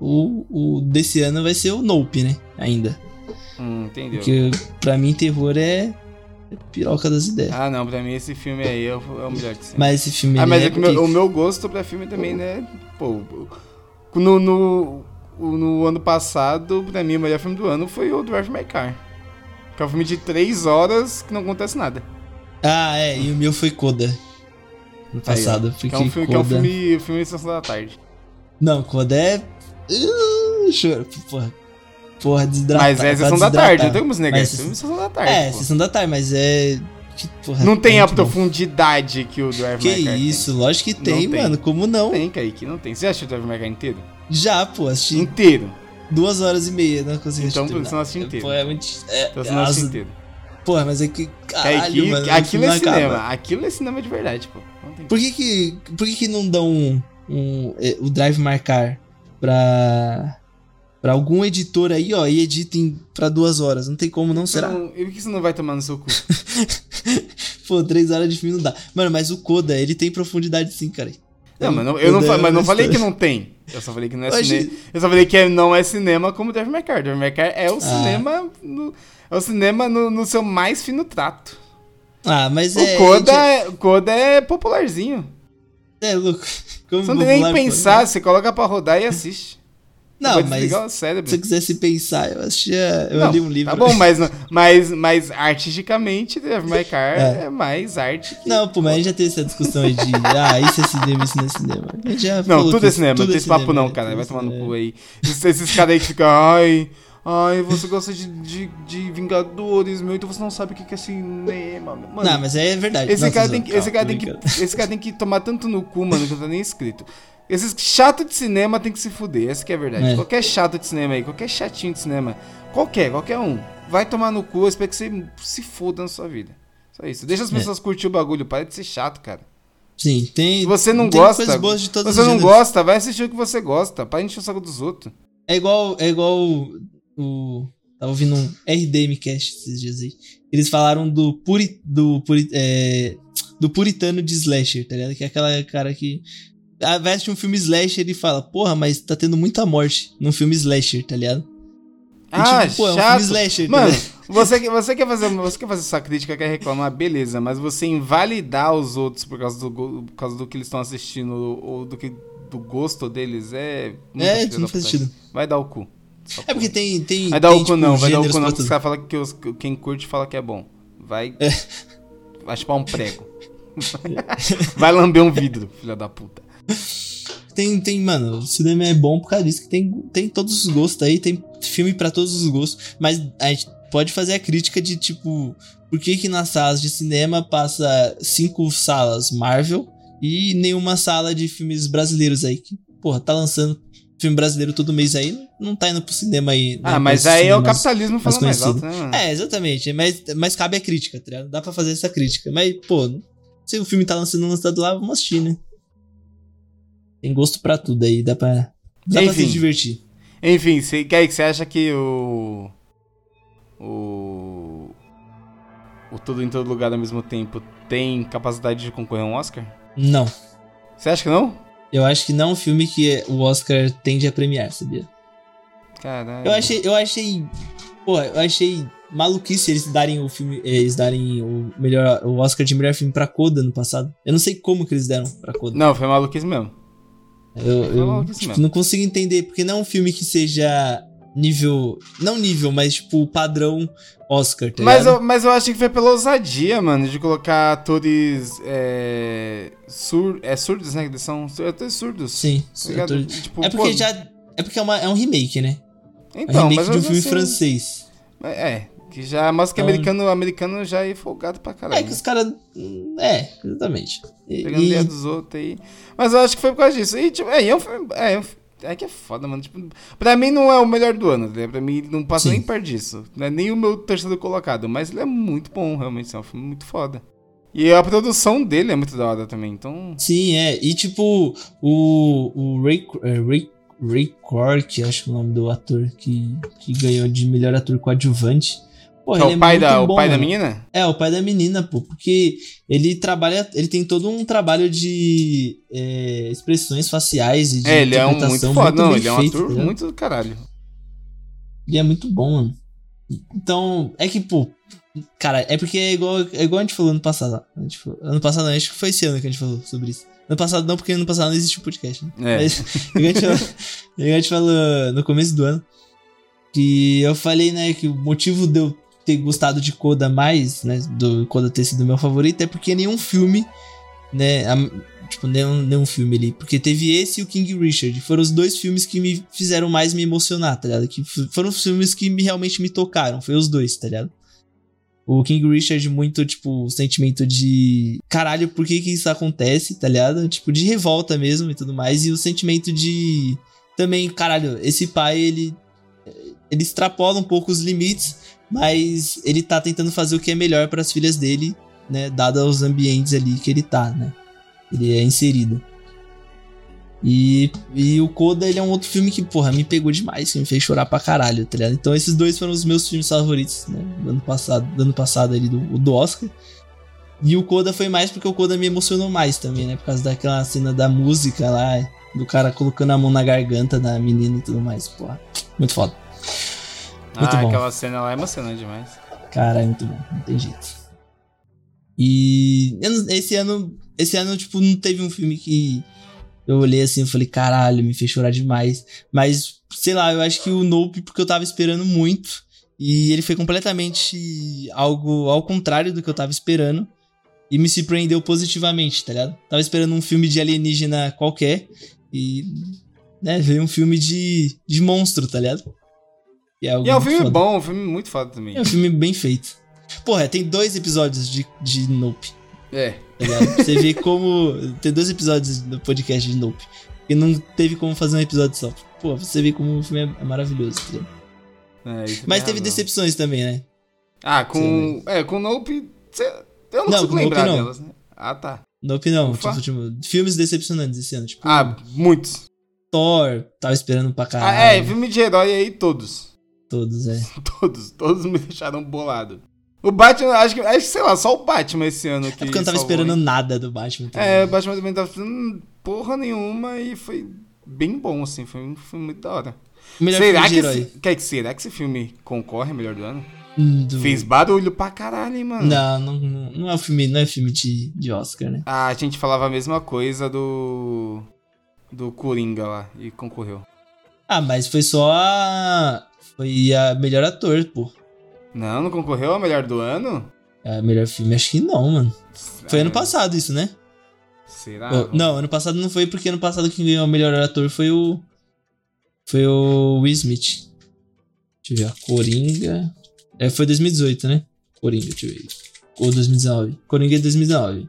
o, o desse ano vai ser o Nope, né? Ainda. Hum, entendeu. Porque pra mim terror é piroca das ideias. Ah, não, pra mim esse filme aí é o, é o melhor de sempre. Mas esse filme Ah, mas é, é que porque... meu, o meu gosto pra filme também, né? Pô, no, no, no ano passado, pra mim, o melhor filme do ano foi o Drive My Car. Que é um filme de três horas que não acontece nada. Ah, é, e o meu foi Coda. No passado, aí, porque que é um filme, Coda... que é um filme, filme de Sessão da Tarde. Não, Coda é... Uh, choro, porra. Porra, desidratar. Mas é Sessão da Tarde, não tem como se negar. É filme Sessão da Tarde. É, pô. Sessão da Tarde, mas é... Que, porra, não tem é a bom. profundidade que o Drive Que My Car isso, tem. lógico que tem, Não tem. mano, como não? Não tem, Kaique, não tem. Você assistiu o Drive My Car inteiro? Já, pô, assisti Inteiro. duas horas e meia, não consegui Então assistir. você não assistiu inteiro. Pô, é muito... É, Então você não assistiu as- inteiro. Porra, mas é que... Caralho, Kaique, mano, o aquilo filme é não cinema. acaba. Aquilo é cinema de verdade, pô. Não tem Por que que, por que que não dão um, um, é, o Drive Marcar pra, pra algum editor aí, ó, e editem pra duas horas? Não tem como, não, será? Então, e por que você não vai tomar no seu cu? Pô, três horas de filme não dá. Mano, mas o Coda, ele tem profundidade sim, cara. Não, O mas não, eu não, Coda fa- é mas não uma falei que história. não tem. Eu só falei que não é Eu achei- cinema. Eu só falei que é- não é cinema como Drive My Car. Drive My Car é o cinema. No, é o cinema no, no seu mais fino trato. Ah, mas O é... Coda é, o Coda é popularzinho. É, louco. Como Você não tem nem popular, que pô. pensar, você coloca pra rodar e assiste. Não, Pode mas desligar o se cérebro. eu quisesse pensar, eu assistia... Eu Não, li um livro. Tá bom, mas, mas, mas artisticamente, Drive My Car É. é. mais arte que... Não, pô, mas a gente já teve essa discussão aí de... Ah, isso é cinema, isso não é cinema. A gente já Não, falou tudo que é cinema, não tudo tem é esse papo cinema, não, é, cara. tudo Vai é tomar no cinema. cu aí. Esses, esses caras aí que ficam, ai, ai, você gosta de, de, de Vingadores, meu, então você não sabe o que que é cinema. Mano, Não, mas é verdade. esse, Não, cara tô tem, zoando, que- esse, calma, cara tô tem que, brincando. esse cara tem que tomar tanto no cu, mano, que não tá nem escrito. Esses chato de cinema tem que se fuder, essa que é a verdade. É. Qualquer chato de cinema aí, qualquer chatinho de cinema, qualquer, qualquer um, vai tomar no cu, eu espero que você se foda na sua vida. Só isso. Deixa as É. pessoas curtir o bagulho, para de ser chato, cara. Sim, tem... Se você não tem gosta, coisas boas de todos você os não gêneros. gosta, vai assistir o que você gosta, para encher o saco dos outros. É igual, é igual o, o... Tava ouvindo um R D M Cast esses dias aí. Eles falaram do, puri, do, puri, é, do puritano de slasher, tá ligado? Que é aquela cara que... Ah, vai assistir um filme slasher e fala, porra, mas tá tendo muita morte num filme slasher, tá ligado? E, Ah, tipo, pô, é um chato. filme slasher, tá Mano, ligado? você, que- você, quer fazer, você quer fazer sua crítica, quer reclamar, beleza, mas você invalidar os outros por causa do, go- por causa do que eles estão assistindo ou do, que, do gosto deles é... muita É, filha não da faz putagem. sentido. Vai dar o cu. Só É porque cu. tem... tem Vai dar tem, o cu tipo, não, vai dar o gêneros cu não, pra porque os tudo. caras falam que os- quem curte fala que é bom. Vai... Vai chupar um prego. Vai lamber um vidro, filha da puta. Tem, tem, mano, o cinema é bom por causa disso, que tem, tem todos os gostos aí, tem filme pra todos os gostos, mas a gente pode fazer a crítica de, tipo, por que que nas salas de cinema passa cinco salas Marvel e nenhuma sala de filmes brasileiros aí, que, porra, tá lançando filme brasileiro todo mês aí, não tá indo pro cinema aí. né, Ah, mas pra esses aí é o cinemas capitalismo mais falando mais alto, conhecido. né, mano? É, exatamente, mas, mas cabe a crítica, tá ligado? Dá pra fazer essa crítica, mas, pô, se o filme tá lançando lançado lá, vamos assistir, né? Tem gosto pra tudo aí, dá pra, dá pra se Enfim. divertir. Enfim, você, Kaique, você acha que o... O... O Tudo em Todo Lugar ao mesmo tempo tem capacidade de concorrer a um Oscar? Não. Você acha que não? Eu acho que não é um filme que o Oscar tende a premiar, sabia? Caralho. Eu achei, eu achei, pô, eu achei maluquice eles darem o filme, eles darem o melhor, o Oscar de melhor filme pra Coda no passado. Eu não sei como que eles deram pra Coda. Não, foi maluquice mesmo. Eu, foi eu maluquice tipo, mesmo. não consigo entender, porque não é um filme que seja nível, não nível, mas tipo padrão Oscar, tá Mas ligado? eu, mas eu acho que foi pela ousadia, mano, de colocar atores é, sur, é surdos, né? Eles são atores surdos. Sim, Tá ligado? eu tô- Tipo, é porque pô, já, é porque é, uma, é um remake, né? É um Então, remake mas de um mesmo filme assim, francês. É, que já mostra que Então- americano, americano já é folgado pra caralho. É que os caras. É, exatamente. E, Pegando e- ideia dos outros aí. Mas eu acho que foi por causa disso. E, tipo, é, é, um filme- é, é, um fi- é que é foda, mano. Tipo, pra mim não é o melhor do ano, né? Pra mim ele não passa Sim. nem perto disso. Não é nem o meu terceiro colocado. Mas ele é muito bom, realmente. É um filme muito foda. E a produção dele é muito da hora também, então... Sim, é. E tipo, o, o Ray, é, Ray, Ray Cork, acho que é o nome do ator que, que ganhou de melhor ator coadjuvante. Porra, Que é ele o pai, muito da, o bom, pai da mano. menina? É, o pai da menina, pô. Porque ele trabalha. Ele tem todo um trabalho de é, expressões faciais e de É, ele é um muito interpretação foda. muito Não, bem ele é um feito, ator tá ligado? muito do caralho. E é muito bom, mano. Então, é que, pô. Cara, é porque é igual, é igual a gente falou ano passado. A gente falou- ano passado, não, acho que foi esse ano que a gente falou sobre isso. Ano passado não, porque ano passado não existiu podcast, né? É. Mas, igual a gente falou, igual a gente falou no começo do ano. Que eu falei, né, que o motivo de eu ter gostado de Coda mais, né, do Coda ter sido meu favorito, é porque nenhum filme, né, a- tipo, nenhum, nenhum filme ali, porque teve esse e o King Richard, foram os dois filmes que me fizeram mais me emocionar, tá ligado? Que f- foram os filmes que me, realmente me tocaram, foi os dois, tá ligado? O King Richard muito, tipo, o sentimento de caralho, por que que isso acontece, tá ligado? Tipo, de revolta mesmo e tudo mais, e o sentimento de também, caralho, esse pai, ele ele extrapola um pouco os limites, mas ele tá tentando fazer o que é melhor para as filhas dele, né, dado os ambientes ali que ele tá, né? Ele é inserido. E, e o Coda, ele é um outro filme que, porra, me pegou demais, que me fez chorar pra caralho, tá ligado? Então esses dois foram os meus filmes favoritos, né, do ano passado, do ano passado ali, do, do Oscar. E o Coda foi mais porque o Coda me emocionou mais também, né, por causa daquela cena da música lá, do cara colocando a mão na garganta da menina e tudo mais, porra. Muito foda. Muito ah, bom. aquela cena lá é emocionante demais. Cara, é muito bom, não tem jeito. E eu não- esse ano, esse ano, tipo, não teve um filme que eu olhei assim e falei, caralho, me fez chorar demais. Mas, sei lá, eu acho que o Nope, porque eu tava esperando muito. E ele foi completamente algo ao contrário do que eu tava esperando. E me surpreendeu positivamente, tá ligado? Tava esperando um filme de alienígena qualquer. E, né, veio um filme de, de monstro, tá ligado? E é, algo E é um muito filme foda. bom, um filme muito foda também. É um filme bem feito. Porra, tem dois episódios de, de Nope, É. tá ligado? Você vê como... Tem dois episódios do podcast de Nope. E não teve como fazer um episódio só. Pô, você vê como o filme é, é maravilhoso, tá ligado? É, isso Mas tem teve razão. decepções também, né? Ah, com. É, com Nope. Cê... Eu não, Não, consigo com Nope lembrar não. delas, né? Ah, tá. Nope não, Ufa. tipo, tipo, filmes decepcionantes esse ano. Tipo, Ah, muitos. Thor, tava esperando pra Ah, caralho. é, filme de herói aí, todos. Todos, é. Todos. Todos me deixaram bolado. O Batman, acho que, acho que, sei lá, só o Batman esse ano que. É porque eu não tava salvou, esperando hein? nada do Batman. também. É, o Batman também não tava esperando porra nenhuma e foi bem bom, assim. Foi um filme muito da hora. O melhor será filme de que herói. esse, quer que será que esse filme concorre ao melhor do ano? Hum, do- Fez barulho pra caralho, hein, mano? Não, não, não, não é um filme, não é filme de, de Oscar, né? Ah, a gente falava a mesma coisa do. Do Coringa lá e concorreu. Ah, mas foi só a... Foi a melhor ator, pô. Não, não concorreu ao melhor do ano? A melhor filme, acho que não, mano. Foi ano Ah, passado isso, né? Será? Oh, não, ano passado não foi, porque ano passado quem ganhou o melhor ator foi o... Foi o Will Smith. Deixa eu ver, Coringa... É, foi dois mil e dezoito, né? Coringa, deixa eu ver. Ou dois mil e dezenove. Coringa é dois mil e dezenove.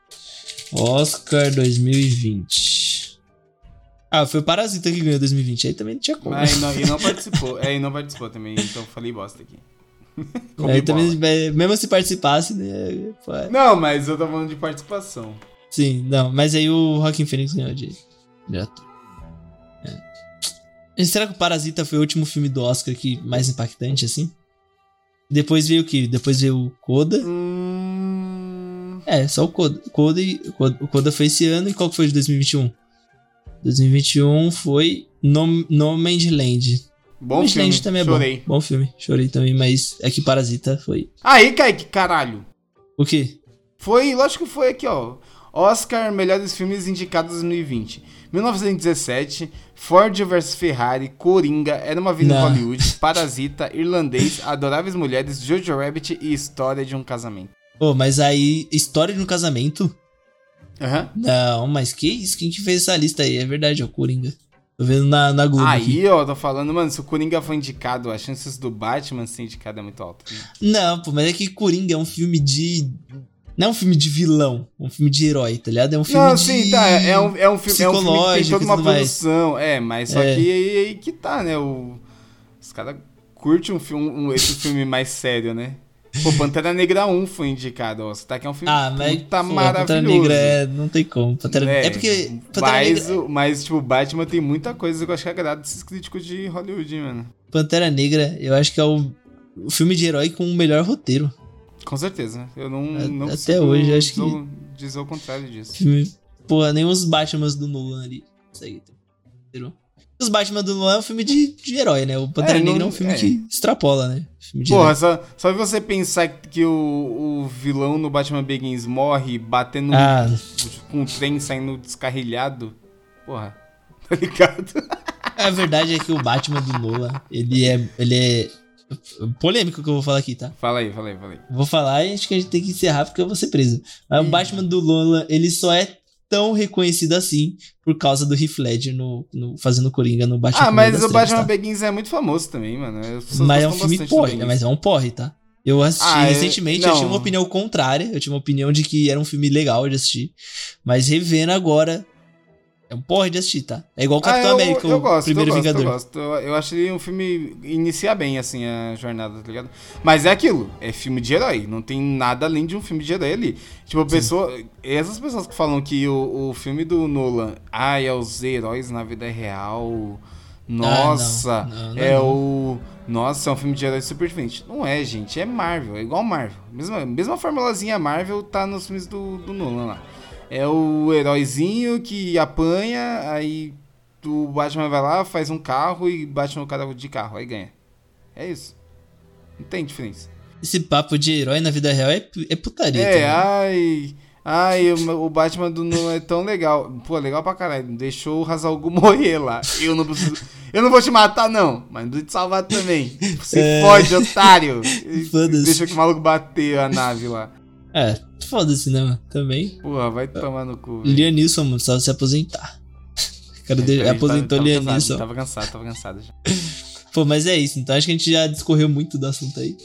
Oscar dois mil e vinte. Ah, foi o Parasita que ganhou dois mil e vinte. Aí também não tinha como. Mas não, e não participou. É, e não participou também, então eu falei bosta aqui. Comi Aí bola. também, é, mesmo se participasse, né? pô, é. Não, mas eu tô falando de participação. Sim, não. Mas aí o Joaquin Phoenix ganhou de, de ator. É. E será que o Parasita foi o último filme do Oscar que mais impactante, assim? Depois veio o quê? Depois veio o Coda. Hum... É, só o Coda. Coda e, Coda- o Coda foi esse ano. E qual que foi de dois mil e vinte e um? dois mil e vinte e um foi No, No Man's Land. Bom Man's filme, Land também é chorei. bom. Bom filme. Chorei também, mas é que Parasita foi... Aí, Kaique, caralho. O quê? Foi, lógico que foi aqui, ó. Oscar, melhores filmes indicados dois mil e vinte. mil novecentos e dezessete, Ford versus Ferrari, Coringa, Era Uma Vida em Não. Hollywood, Parasita, Irlandês, Adoráveis Mulheres, Jojo Rabbit e História de um Casamento. Pô, mas aí... História de um casamento? Aham. Não, mas que isso? Quem que fez essa lista aí? É verdade, é o Coringa. Tô vendo na, na Globo aqui. Aí, ó, tô falando, mano, se o Coringa for indicado, as chances do Batman ser indicado é muito alta. Né? Não, pô, mas é que Coringa é um filme de... Não é um filme de vilão, é um filme de herói, tá ligado? É um filme Não, de... sim, tá, é é um, é um filme, é um filme que tem psicológico toda e uma tudo mais. produção, é, mas só É. que aí, aí que tá, né, o... Os caras curtem um filme, um, esse filme mais sério, né? Pô, Pantera Negra um foi indicado, ó, você tá que é um filme Ah, mas... puta pô, maravilhoso. Pantera Negra é... Não tem como. Pantera... É, porque... Pantera mas, Negra... o- mas, tipo, Batman tem muita coisa que eu acho que agrada desses críticos de Hollywood, mano. Pantera Negra, eu acho que é o... o filme de herói com o melhor roteiro. Com certeza. Eu não, A, não até hoje, acho dizer, que... dizer o contrário disso. Filme, porra, nem os Batmans do Nolan ali. Consegue ter roteiro. Os Batman do Nolan é um filme de, de herói, né? O Pantera é, Negra é um filme é. que extrapola, né? Filme de Porra, só, só você pensar que o, o vilão no Batman Begins morre batendo ah. com um trem saindo descarrilhado. Porra, tá ligado? A verdade é que o Batman do Nolan, ele é, ele é polêmico que eu vou falar aqui, tá? Fala aí, fala aí, fala aí. Vou falar e acho que a gente tem que encerrar porque eu vou ser preso. Mas Ih. o Batman do Nolan, ele só é tão reconhecido assim por causa do Heath Ledger no, no, fazendo Coringa no Batman. Ah, mas o Batman tá? Begins é muito famoso também, mano. Mas é um filme porre, né? Mas é um porre, tá? Eu assisti ah, recentemente, é... eu tinha uma opinião contrária, eu tinha uma opinião de que era um filme legal de assistir, mas revendo agora, é um porre de assistir, tá? É igual o Capitão ah, eu, América, eu gosto, o primeiro eu gosto, Vingador. Eu gosto, eu, eu acho ele um filme iniciar bem, assim, a jornada, tá ligado? Mas é aquilo, é filme de herói, não tem nada além de um filme de herói ali. Tipo, a pessoa, essas pessoas que falam que o, o filme do Nolan, ah, é os heróis na vida real, nossa, ah, não, não, não, é não. o... Nossa, é um filme de herói super diferente. Não é, gente, é Marvel, é igual Marvel. Mesma, mesma formulazinha Marvel tá nos filmes do, do Nolan lá. É o heróizinho que apanha, aí o Batman vai lá, faz um carro e bate no cara de carro, aí ganha. É isso. Não tem diferença. Esse papo de herói na vida real é, é putaria. É, também. ai... Ai, o, o Batman do Nolan é tão legal. Pô, legal pra caralho. Deixou o Ra's al Ghul morrer lá. Eu não preciso... Eu não vou te matar, não. Mas não vou te salvar também. Se é... fode, otário. Foda-se. Deixa que o maluco bater a nave lá. É, foda-se, né, mano? Também. Porra, vai tomar no cu. Liam Neeson, mano, precisava se aposentar. O cara é, aposentou Liam Neeson. Tava cansado, tava cansado já. Pô, mas é isso. Então acho que a gente já discorreu muito do assunto aí.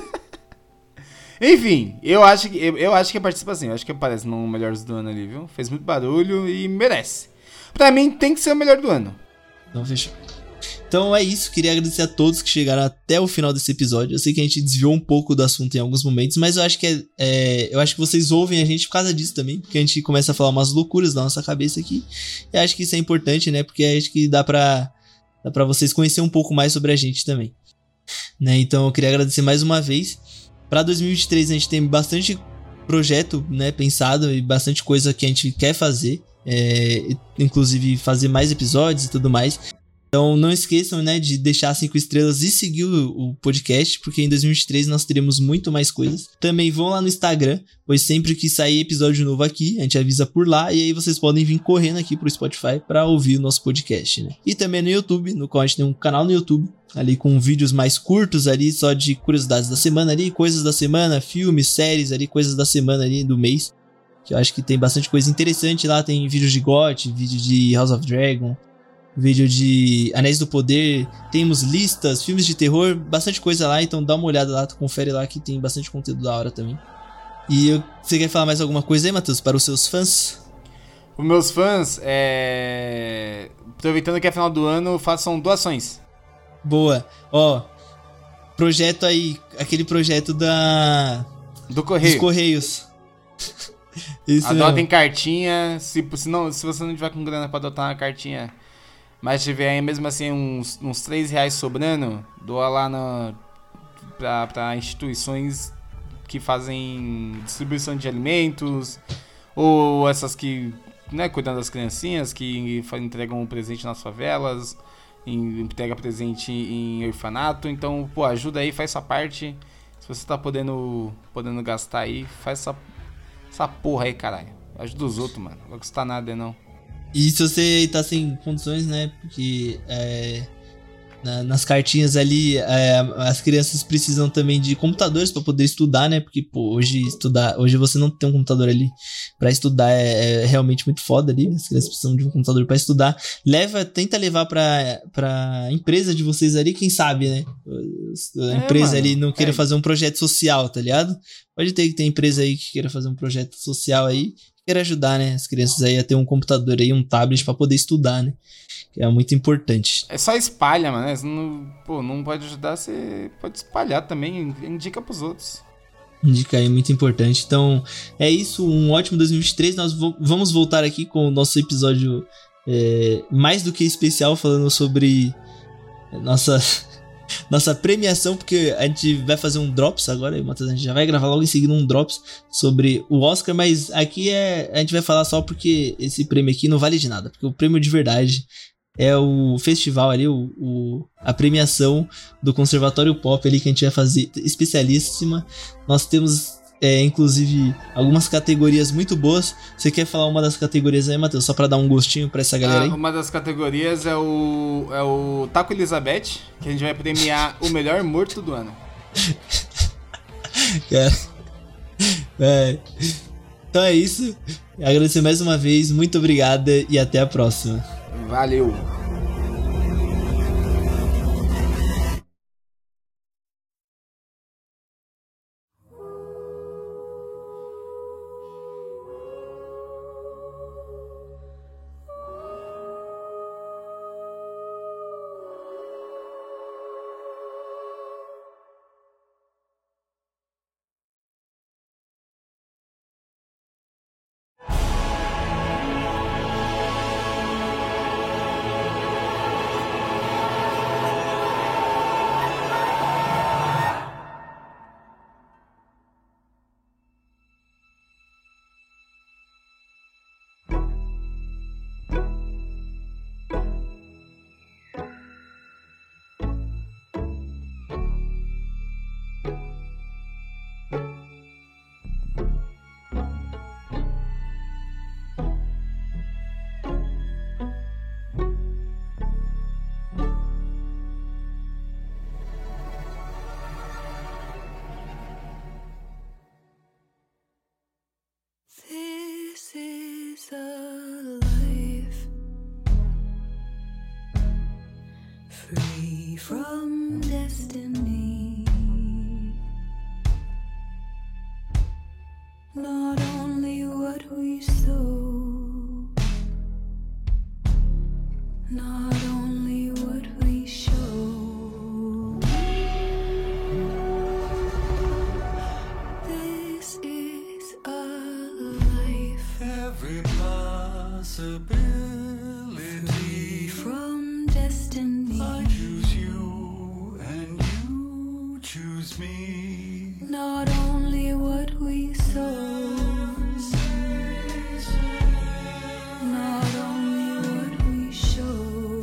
Enfim, eu acho que eu, eu acho que participa assim, eu acho que aparece no Melhores do Ano ali, viu? Fez muito barulho e merece. Pra mim tem que ser o melhor do ano. Então fechou. Então é isso, queria agradecer a todos que chegaram até o final desse episódio. Eu sei que a gente desviou um pouco do assunto em alguns momentos, mas eu acho que é, é, eu acho que vocês ouvem a gente por causa disso também, porque a gente começa a falar umas loucuras da nossa cabeça aqui. E acho que isso é importante, né? Porque acho que dá pra, dá pra vocês conhecer um pouco mais sobre a gente também. Né? Então eu queria agradecer mais uma vez. Para dois mil e vinte e três a gente tem bastante projeto, né, pensado e bastante coisa que a gente quer fazer, é, inclusive fazer mais episódios e tudo mais. Então não esqueçam, né, de deixar cinco estrelas e seguir o, o podcast, porque em dois mil e vinte e três nós teremos muito mais coisas. Também vão lá no Instagram, pois sempre que sair episódio novo aqui, a gente avisa por lá, e aí vocês podem vir correndo aqui pro Spotify para ouvir o nosso podcast, né? E também no YouTube, no qual a gente tem um canal no YouTube, ali com vídeos mais curtos ali, só de curiosidades da semana ali, coisas da semana, filmes, séries ali, coisas da semana ali, do mês, que eu acho que tem bastante coisa interessante lá, tem vídeos de G O T, vídeo de House of Dragon, vídeo de Anéis do Poder, temos listas, filmes de terror, bastante coisa lá, então dá uma olhada lá, confere lá que tem bastante conteúdo da hora também. E eu, você quer falar mais alguma coisa aí, Matheus, para os seus fãs? Os meus fãs, é... aproveitando que é final do ano, façam doações. Boa. Ó, projeto aí, aquele projeto da... Do Correio. Dos Correios. Isso Adotem mesmo. Cartinha, se, se, não, se você não tiver com grana pra adotar uma cartinha, mas tiver aí mesmo assim uns, uns três reais sobrando, doa lá no, pra, pra instituições que fazem distribuição de alimentos, ou essas que, né, cuidam das criancinhas, que entregam um presente nas favelas, entrega presente em orfanato. Então, pô, ajuda aí, faz essa parte. Se você tá podendo, podendo gastar aí, faz essa, essa porra aí, caralho. Ajuda os outros, mano. Não vai custar nada, não. E se você tá sem condições, né? Porque é, na, nas cartinhas ali, é, as crianças precisam também de computadores pra poder estudar, né? Porque, pô, hoje estudar, hoje você não tem um computador ali pra estudar é, é realmente muito foda ali. As crianças precisam de um computador pra estudar. Leva, tenta levar pra, pra empresa de vocês ali, quem sabe, né? A empresa é, ali não queira é. fazer um projeto social, tá ligado? Pode ter que ter empresa aí que queira fazer um projeto social aí, queira ajudar, né, as crianças aí a ter um computador aí, um tablet pra poder estudar, né, que é muito importante. É só espalha, mano, você não, pô, não pode ajudar, você pode espalhar também, indica pros outros. Indica aí, muito importante. Então, é isso, um ótimo dois mil e vinte e três, nós vo- vamos voltar aqui com o nosso episódio é, mais do que especial, falando sobre nossa... nossa premiação, porque a gente vai fazer um Drops agora, Matheus, a gente já vai gravar logo em seguida um Drops sobre o Oscar, mas aqui é, a gente vai falar só porque esse prêmio aqui não vale de nada, porque o prêmio de verdade é o festival ali, o, o, a premiação do Conservatório Pop ali que a gente vai fazer, especialíssima. Nós temos, é, inclusive, algumas categorias muito boas. Você quer falar uma das categorias aí, Matheus? Só pra dar um gostinho pra essa galera aí? Ah, uma das categorias é o, é o Taco Elizabeth, que a gente vai premiar o melhor morto do ano. Cara, é. Então é isso. Agradecer mais uma vez, muito obrigada e até a próxima. Valeu! This is a life free from destiny. Not only what we sow, not only what we show. This is a life every possibility free from destiny. I choose you and you choose me. Not only what we sow, not only what we show.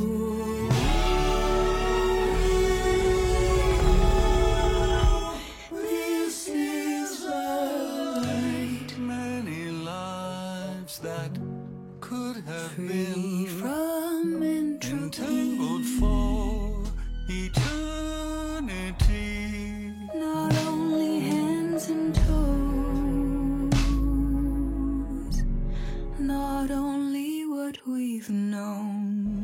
This is the light, Many lives that could have free been from entangled entropy. for eternity. Not only hands and toes, not only what we've known.